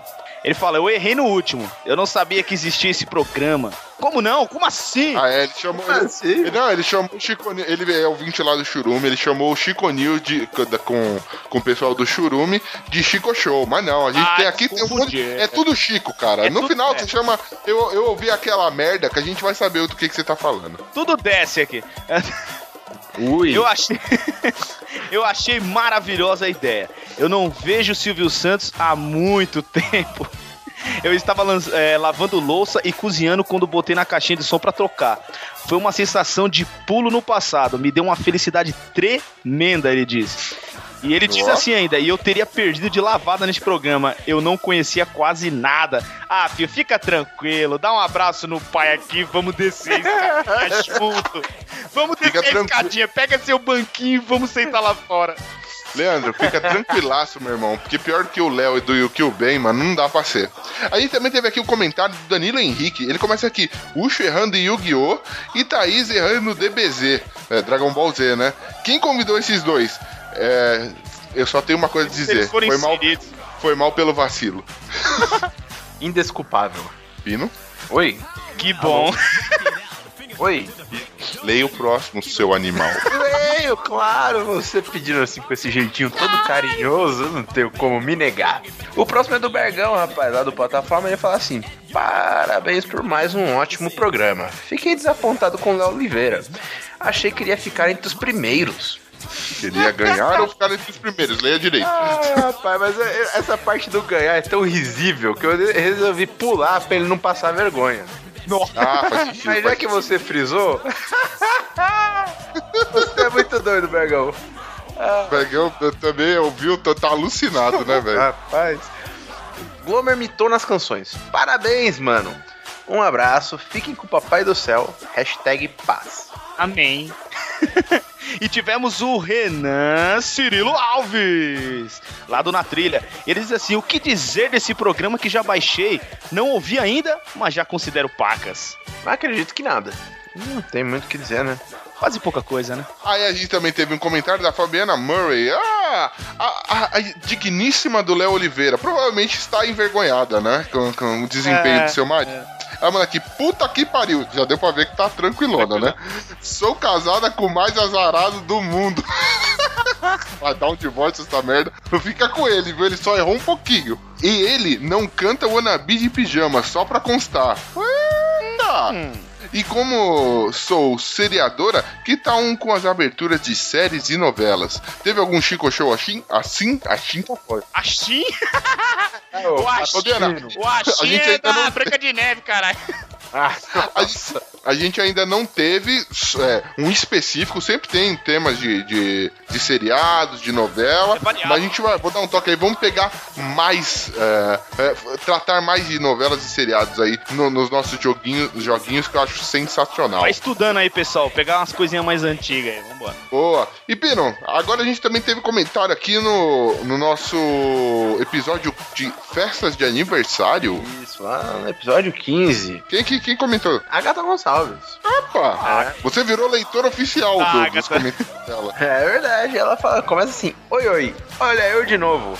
[SPEAKER 8] Ele fala, eu errei no último. Eu não sabia que existia esse programa. Como não? Como assim?
[SPEAKER 2] Ah, ele chamou... Ele chamou o Chico Nil, ele é ouvinte lá do Churume, ele chamou o Chico Nil com o pessoal do Churume de Chico Show. Mas não, a gente tem aqui... é tudo Chico, cara. No final, você chama... Eu ouvi aquela merda que a gente vai saber do que você tá falando.
[SPEAKER 8] Tudo desce aqui.
[SPEAKER 2] Ui.
[SPEAKER 8] Eu achei maravilhosa a ideia. Eu não vejo o Silvio Santos há muito tempo. Eu estava lavando louça e cozinhando quando botei na caixinha de som pra tocar. Foi uma sensação de pulo no passado. Me deu uma felicidade tremenda, ele disse. E ele diz assim ainda, e eu teria perdido de lavada nesse programa. Eu não conhecia quase nada. Ah, filho, fica tranquilo. Dá um abraço no pai aqui. Vamos descer junto. Vamos descer a escadinha. Pega seu banquinho e vamos sentar lá fora.
[SPEAKER 2] Leandro, fica tranquilaço, meu irmão, porque pior do que o Léo e do Yukio Ben, mano, não dá pra ser. A gente também teve aqui o comentário do Danilo Henrique, ele começa aqui, Ucho errando em Yu-Gi-Oh! E Thaís errando no DBZ, Dragon Ball Z, né? Quem convidou esses dois? Eu só tenho uma coisa a dizer, foi mal pelo vacilo.
[SPEAKER 14] Indesculpável.
[SPEAKER 2] Pino?
[SPEAKER 14] Oi.
[SPEAKER 8] Que bom.
[SPEAKER 14] Oi.
[SPEAKER 2] Leia o próximo, seu animal.
[SPEAKER 14] Leio, claro, você pedindo assim com esse jeitinho todo carinhoso, eu não tenho como me negar. O próximo é do Bergão, rapaz, lá do Plataforma, ele fala assim: parabéns por mais um ótimo programa. Fiquei desapontado com o Léo Oliveira. Achei que iria ficar entre os primeiros.
[SPEAKER 2] Queria ganhar ou ficar entre os primeiros? Leia direito.
[SPEAKER 14] Rapaz, mas essa parte do ganhar é tão risível que eu resolvi pular pra ele não passar vergonha.
[SPEAKER 8] Nossa.
[SPEAKER 2] Faz sentido.
[SPEAKER 14] Mas já que você frisou, você é muito doido, Bergão.
[SPEAKER 2] Bergão, eu também ouvi, tá alucinado, né, velho?
[SPEAKER 14] Rapaz. Glomer mitou nas canções. Parabéns, mano. Um abraço, fiquem com o Papai do Céu. #paz.
[SPEAKER 8] Amém. E tivemos o Renan Cirilo Alves, lá do Na Trilha. Ele diz assim: o que dizer desse programa que já baixei? Não ouvi ainda, mas já considero pacas.
[SPEAKER 14] Mas acredito que nada. Não tem muito o que dizer, né?
[SPEAKER 8] Quase pouca coisa, né?
[SPEAKER 2] Aí a gente também teve um comentário da Fabiana Murray. A digníssima do Léo Oliveira. Provavelmente está envergonhada, né? Com o desempenho do seu marido. Ah, mano, aqui, puta que pariu. Já deu pra ver que tá tranquilona, né? Sou casada com o mais azarado do mundo. Vai dar um divórcio essa merda. Fica com ele, viu? Ele só errou um pouquinho. E ele não canta Wannabe de pijama, só pra constar. Eita! E como sou seriadora, que tal com as aberturas de séries e novelas? Teve algum Chico Show assim? Assim tá foda.
[SPEAKER 8] Assim?
[SPEAKER 2] O
[SPEAKER 8] Axim é da Branca de Neve, caralho.
[SPEAKER 2] A gente ainda não teve um específico, sempre tem temas de seriados, de novela, mas a gente vou dar um toque aí, vamos pegar mais, tratar mais de novelas e seriados aí nos nossos joguinhos que eu acho sensacional.
[SPEAKER 8] Vai estudando aí, pessoal, pegar umas coisinhas mais antigas aí, vambora.
[SPEAKER 2] Boa. E Pino, agora a gente também teve comentário aqui no nosso episódio de festas de aniversário.
[SPEAKER 14] Isso, lá no episódio 15.
[SPEAKER 2] Quem comentou?
[SPEAKER 14] Agatha Gonçalves.
[SPEAKER 2] Opa! Você virou leitor oficial dos comentários dela.
[SPEAKER 14] É verdade, ela começa assim: oi, olha eu de novo.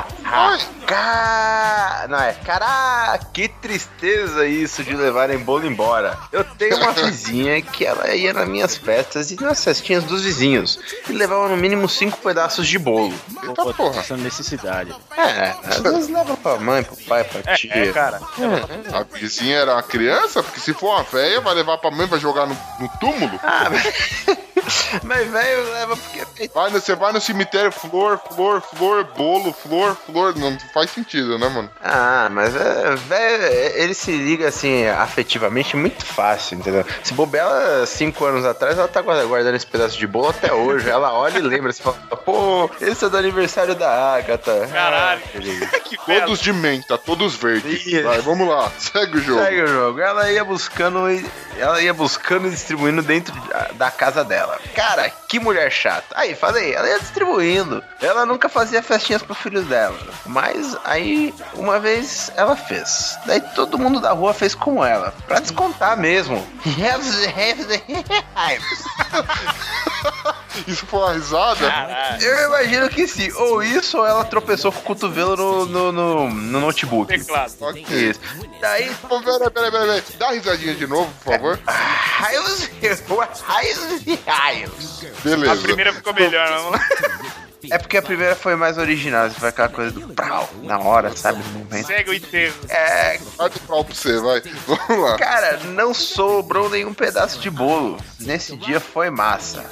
[SPEAKER 14] Caraca, que tristeza isso de levarem bolo embora. Eu tenho uma vizinha que ela ia nas minhas festas e nas festinhas dos vizinhos e levava no mínimo 5 pedaços de bolo.
[SPEAKER 2] Eita porra.
[SPEAKER 8] Essa necessidade.
[SPEAKER 14] Às vezes leva pra mãe, pro pai, pra tia.
[SPEAKER 8] Cara.
[SPEAKER 2] A vizinha era uma criança? Porque se for uma velha, vai levar pra mãe, vai jogar no túmulo?
[SPEAKER 14] Mas velho leva porque...
[SPEAKER 2] Você vai no cemitério, flor, bolo, flor. Não faz sentido, né, mano?
[SPEAKER 14] Mas velho, ele se liga assim, afetivamente, muito fácil, entendeu? Se bobear ela 5 anos atrás, ela tá guardando esse pedaço de bolo até hoje. Ela olha e lembra, se fala, pô, esse é do aniversário da Agatha.
[SPEAKER 8] Caralho.
[SPEAKER 2] Todos de menta, todos verdes. Vai, vamos lá, segue o jogo.
[SPEAKER 14] Ela ia buscando e distribuindo dentro da casa dela. Cara, que mulher chata. Aí, falei, ela ia distribuindo. Ela nunca fazia festinhas pro filho dela. Mas aí, uma vez, ela fez. Daí todo mundo da rua fez como ela. Pra descontar mesmo.
[SPEAKER 2] Isso foi uma risada?
[SPEAKER 14] Eu imagino que sim. Ou isso, ou ela tropeçou com o cotovelo no notebook.
[SPEAKER 10] Teclado.
[SPEAKER 14] Isso. Daí.
[SPEAKER 2] Peraí. Dá uma risadinha de novo, por favor.
[SPEAKER 14] Raios e raios.
[SPEAKER 2] Beleza.
[SPEAKER 10] A primeira ficou melhor, vamos lá.
[SPEAKER 14] É porque a primeira foi mais original, foi aquela coisa do prau, na hora, sabe? No momento.
[SPEAKER 10] Segue o enterro.
[SPEAKER 2] Vai do prau pra você, vai. Vamos lá.
[SPEAKER 14] Cara, não sobrou nenhum pedaço de bolo. Nesse dia foi massa.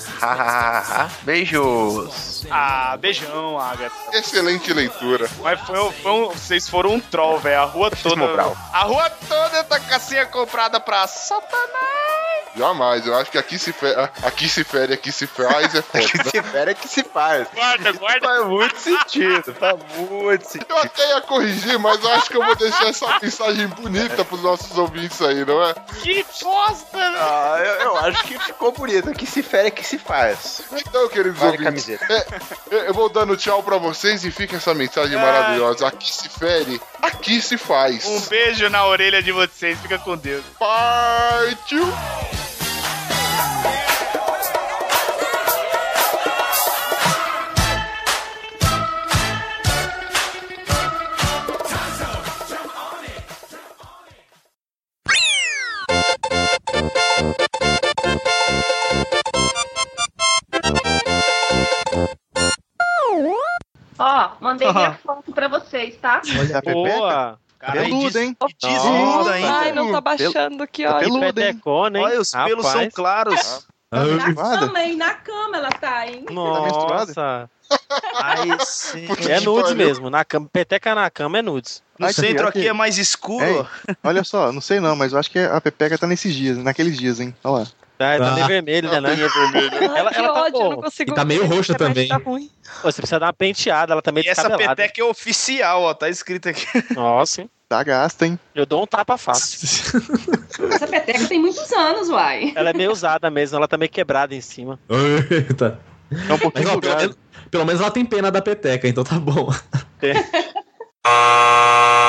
[SPEAKER 14] Beijos.
[SPEAKER 10] Ah, beijão, Agatha.
[SPEAKER 2] Excelente leitura.
[SPEAKER 10] Mas vocês foram um troll, velho. A rua toda. A rua toda tá com a senha comprada pra Satanás.
[SPEAKER 2] Jamais, eu acho que aqui se fere, aqui se faz, é foda.
[SPEAKER 14] Aqui se fere, aqui se faz.
[SPEAKER 10] Guarda.
[SPEAKER 14] Faz muito sentido,
[SPEAKER 2] Eu até ia corrigir, mas eu acho que eu vou deixar essa mensagem bonita pros nossos ouvintes aí, não é?
[SPEAKER 10] Que bosta, velho.
[SPEAKER 14] Eu acho que ficou bonito. Aqui se fere, aqui se faz.
[SPEAKER 2] Então, queridos
[SPEAKER 14] Vale
[SPEAKER 2] ouvintes,
[SPEAKER 14] camiseta.
[SPEAKER 2] eu vou dando tchau pra vocês e fica essa mensagem maravilhosa. Aqui se fere, aqui se faz.
[SPEAKER 10] Um beijo na orelha de vocês. Fica com Deus.
[SPEAKER 2] Partiu!
[SPEAKER 7] Ó, mandei minha foto pra vocês, tá?
[SPEAKER 5] Olha a
[SPEAKER 8] Boa.
[SPEAKER 5] Pepeca. Peludo, hein?
[SPEAKER 8] E desnuda ainda.
[SPEAKER 6] Ai, não tá baixando aqui, ó.
[SPEAKER 5] Peludo, hein?
[SPEAKER 8] Petecona, hein?
[SPEAKER 4] Olha, os pelos
[SPEAKER 8] Rapaz.
[SPEAKER 4] são claros.
[SPEAKER 7] Na cama, hein? Na cama ela tá, hein?
[SPEAKER 8] Nossa.
[SPEAKER 4] Aí sim.
[SPEAKER 8] É nudes mesmo. Na cama, peteca na cama é nudes.
[SPEAKER 4] No
[SPEAKER 5] Aqui,
[SPEAKER 4] centro
[SPEAKER 5] aqui.
[SPEAKER 4] aqui é mais escuro.
[SPEAKER 5] Ei, olha só, não sei não, mas eu acho que a Pepeca tá nesses dias, naqueles dias, hein? Olha lá.
[SPEAKER 8] Tá meio vermelho, né?
[SPEAKER 6] Ai, que ódio, eu não
[SPEAKER 8] pô,
[SPEAKER 6] consigo
[SPEAKER 3] E tá meio
[SPEAKER 6] ver,
[SPEAKER 3] roxa
[SPEAKER 6] a internet
[SPEAKER 3] também.
[SPEAKER 6] Tá ruim.
[SPEAKER 8] Pô, você precisa dar uma penteada, ela tá meio
[SPEAKER 4] E essa
[SPEAKER 8] descabelada.
[SPEAKER 4] peteca é oficial, ó. Tá escrito aqui.
[SPEAKER 8] Nossa, hein?
[SPEAKER 5] Tá gasta, hein?
[SPEAKER 8] Eu dou um tapa fácil.
[SPEAKER 7] Essa peteca tem muitos anos, uai.
[SPEAKER 8] Ela é meio usada mesmo, ela tá meio quebrada em cima.
[SPEAKER 3] Eita.
[SPEAKER 5] É um pouquinho
[SPEAKER 3] Mas, ó,
[SPEAKER 5] bugado.
[SPEAKER 3] pelo menos ela tem pena da peteca, então tá bom.
[SPEAKER 8] É.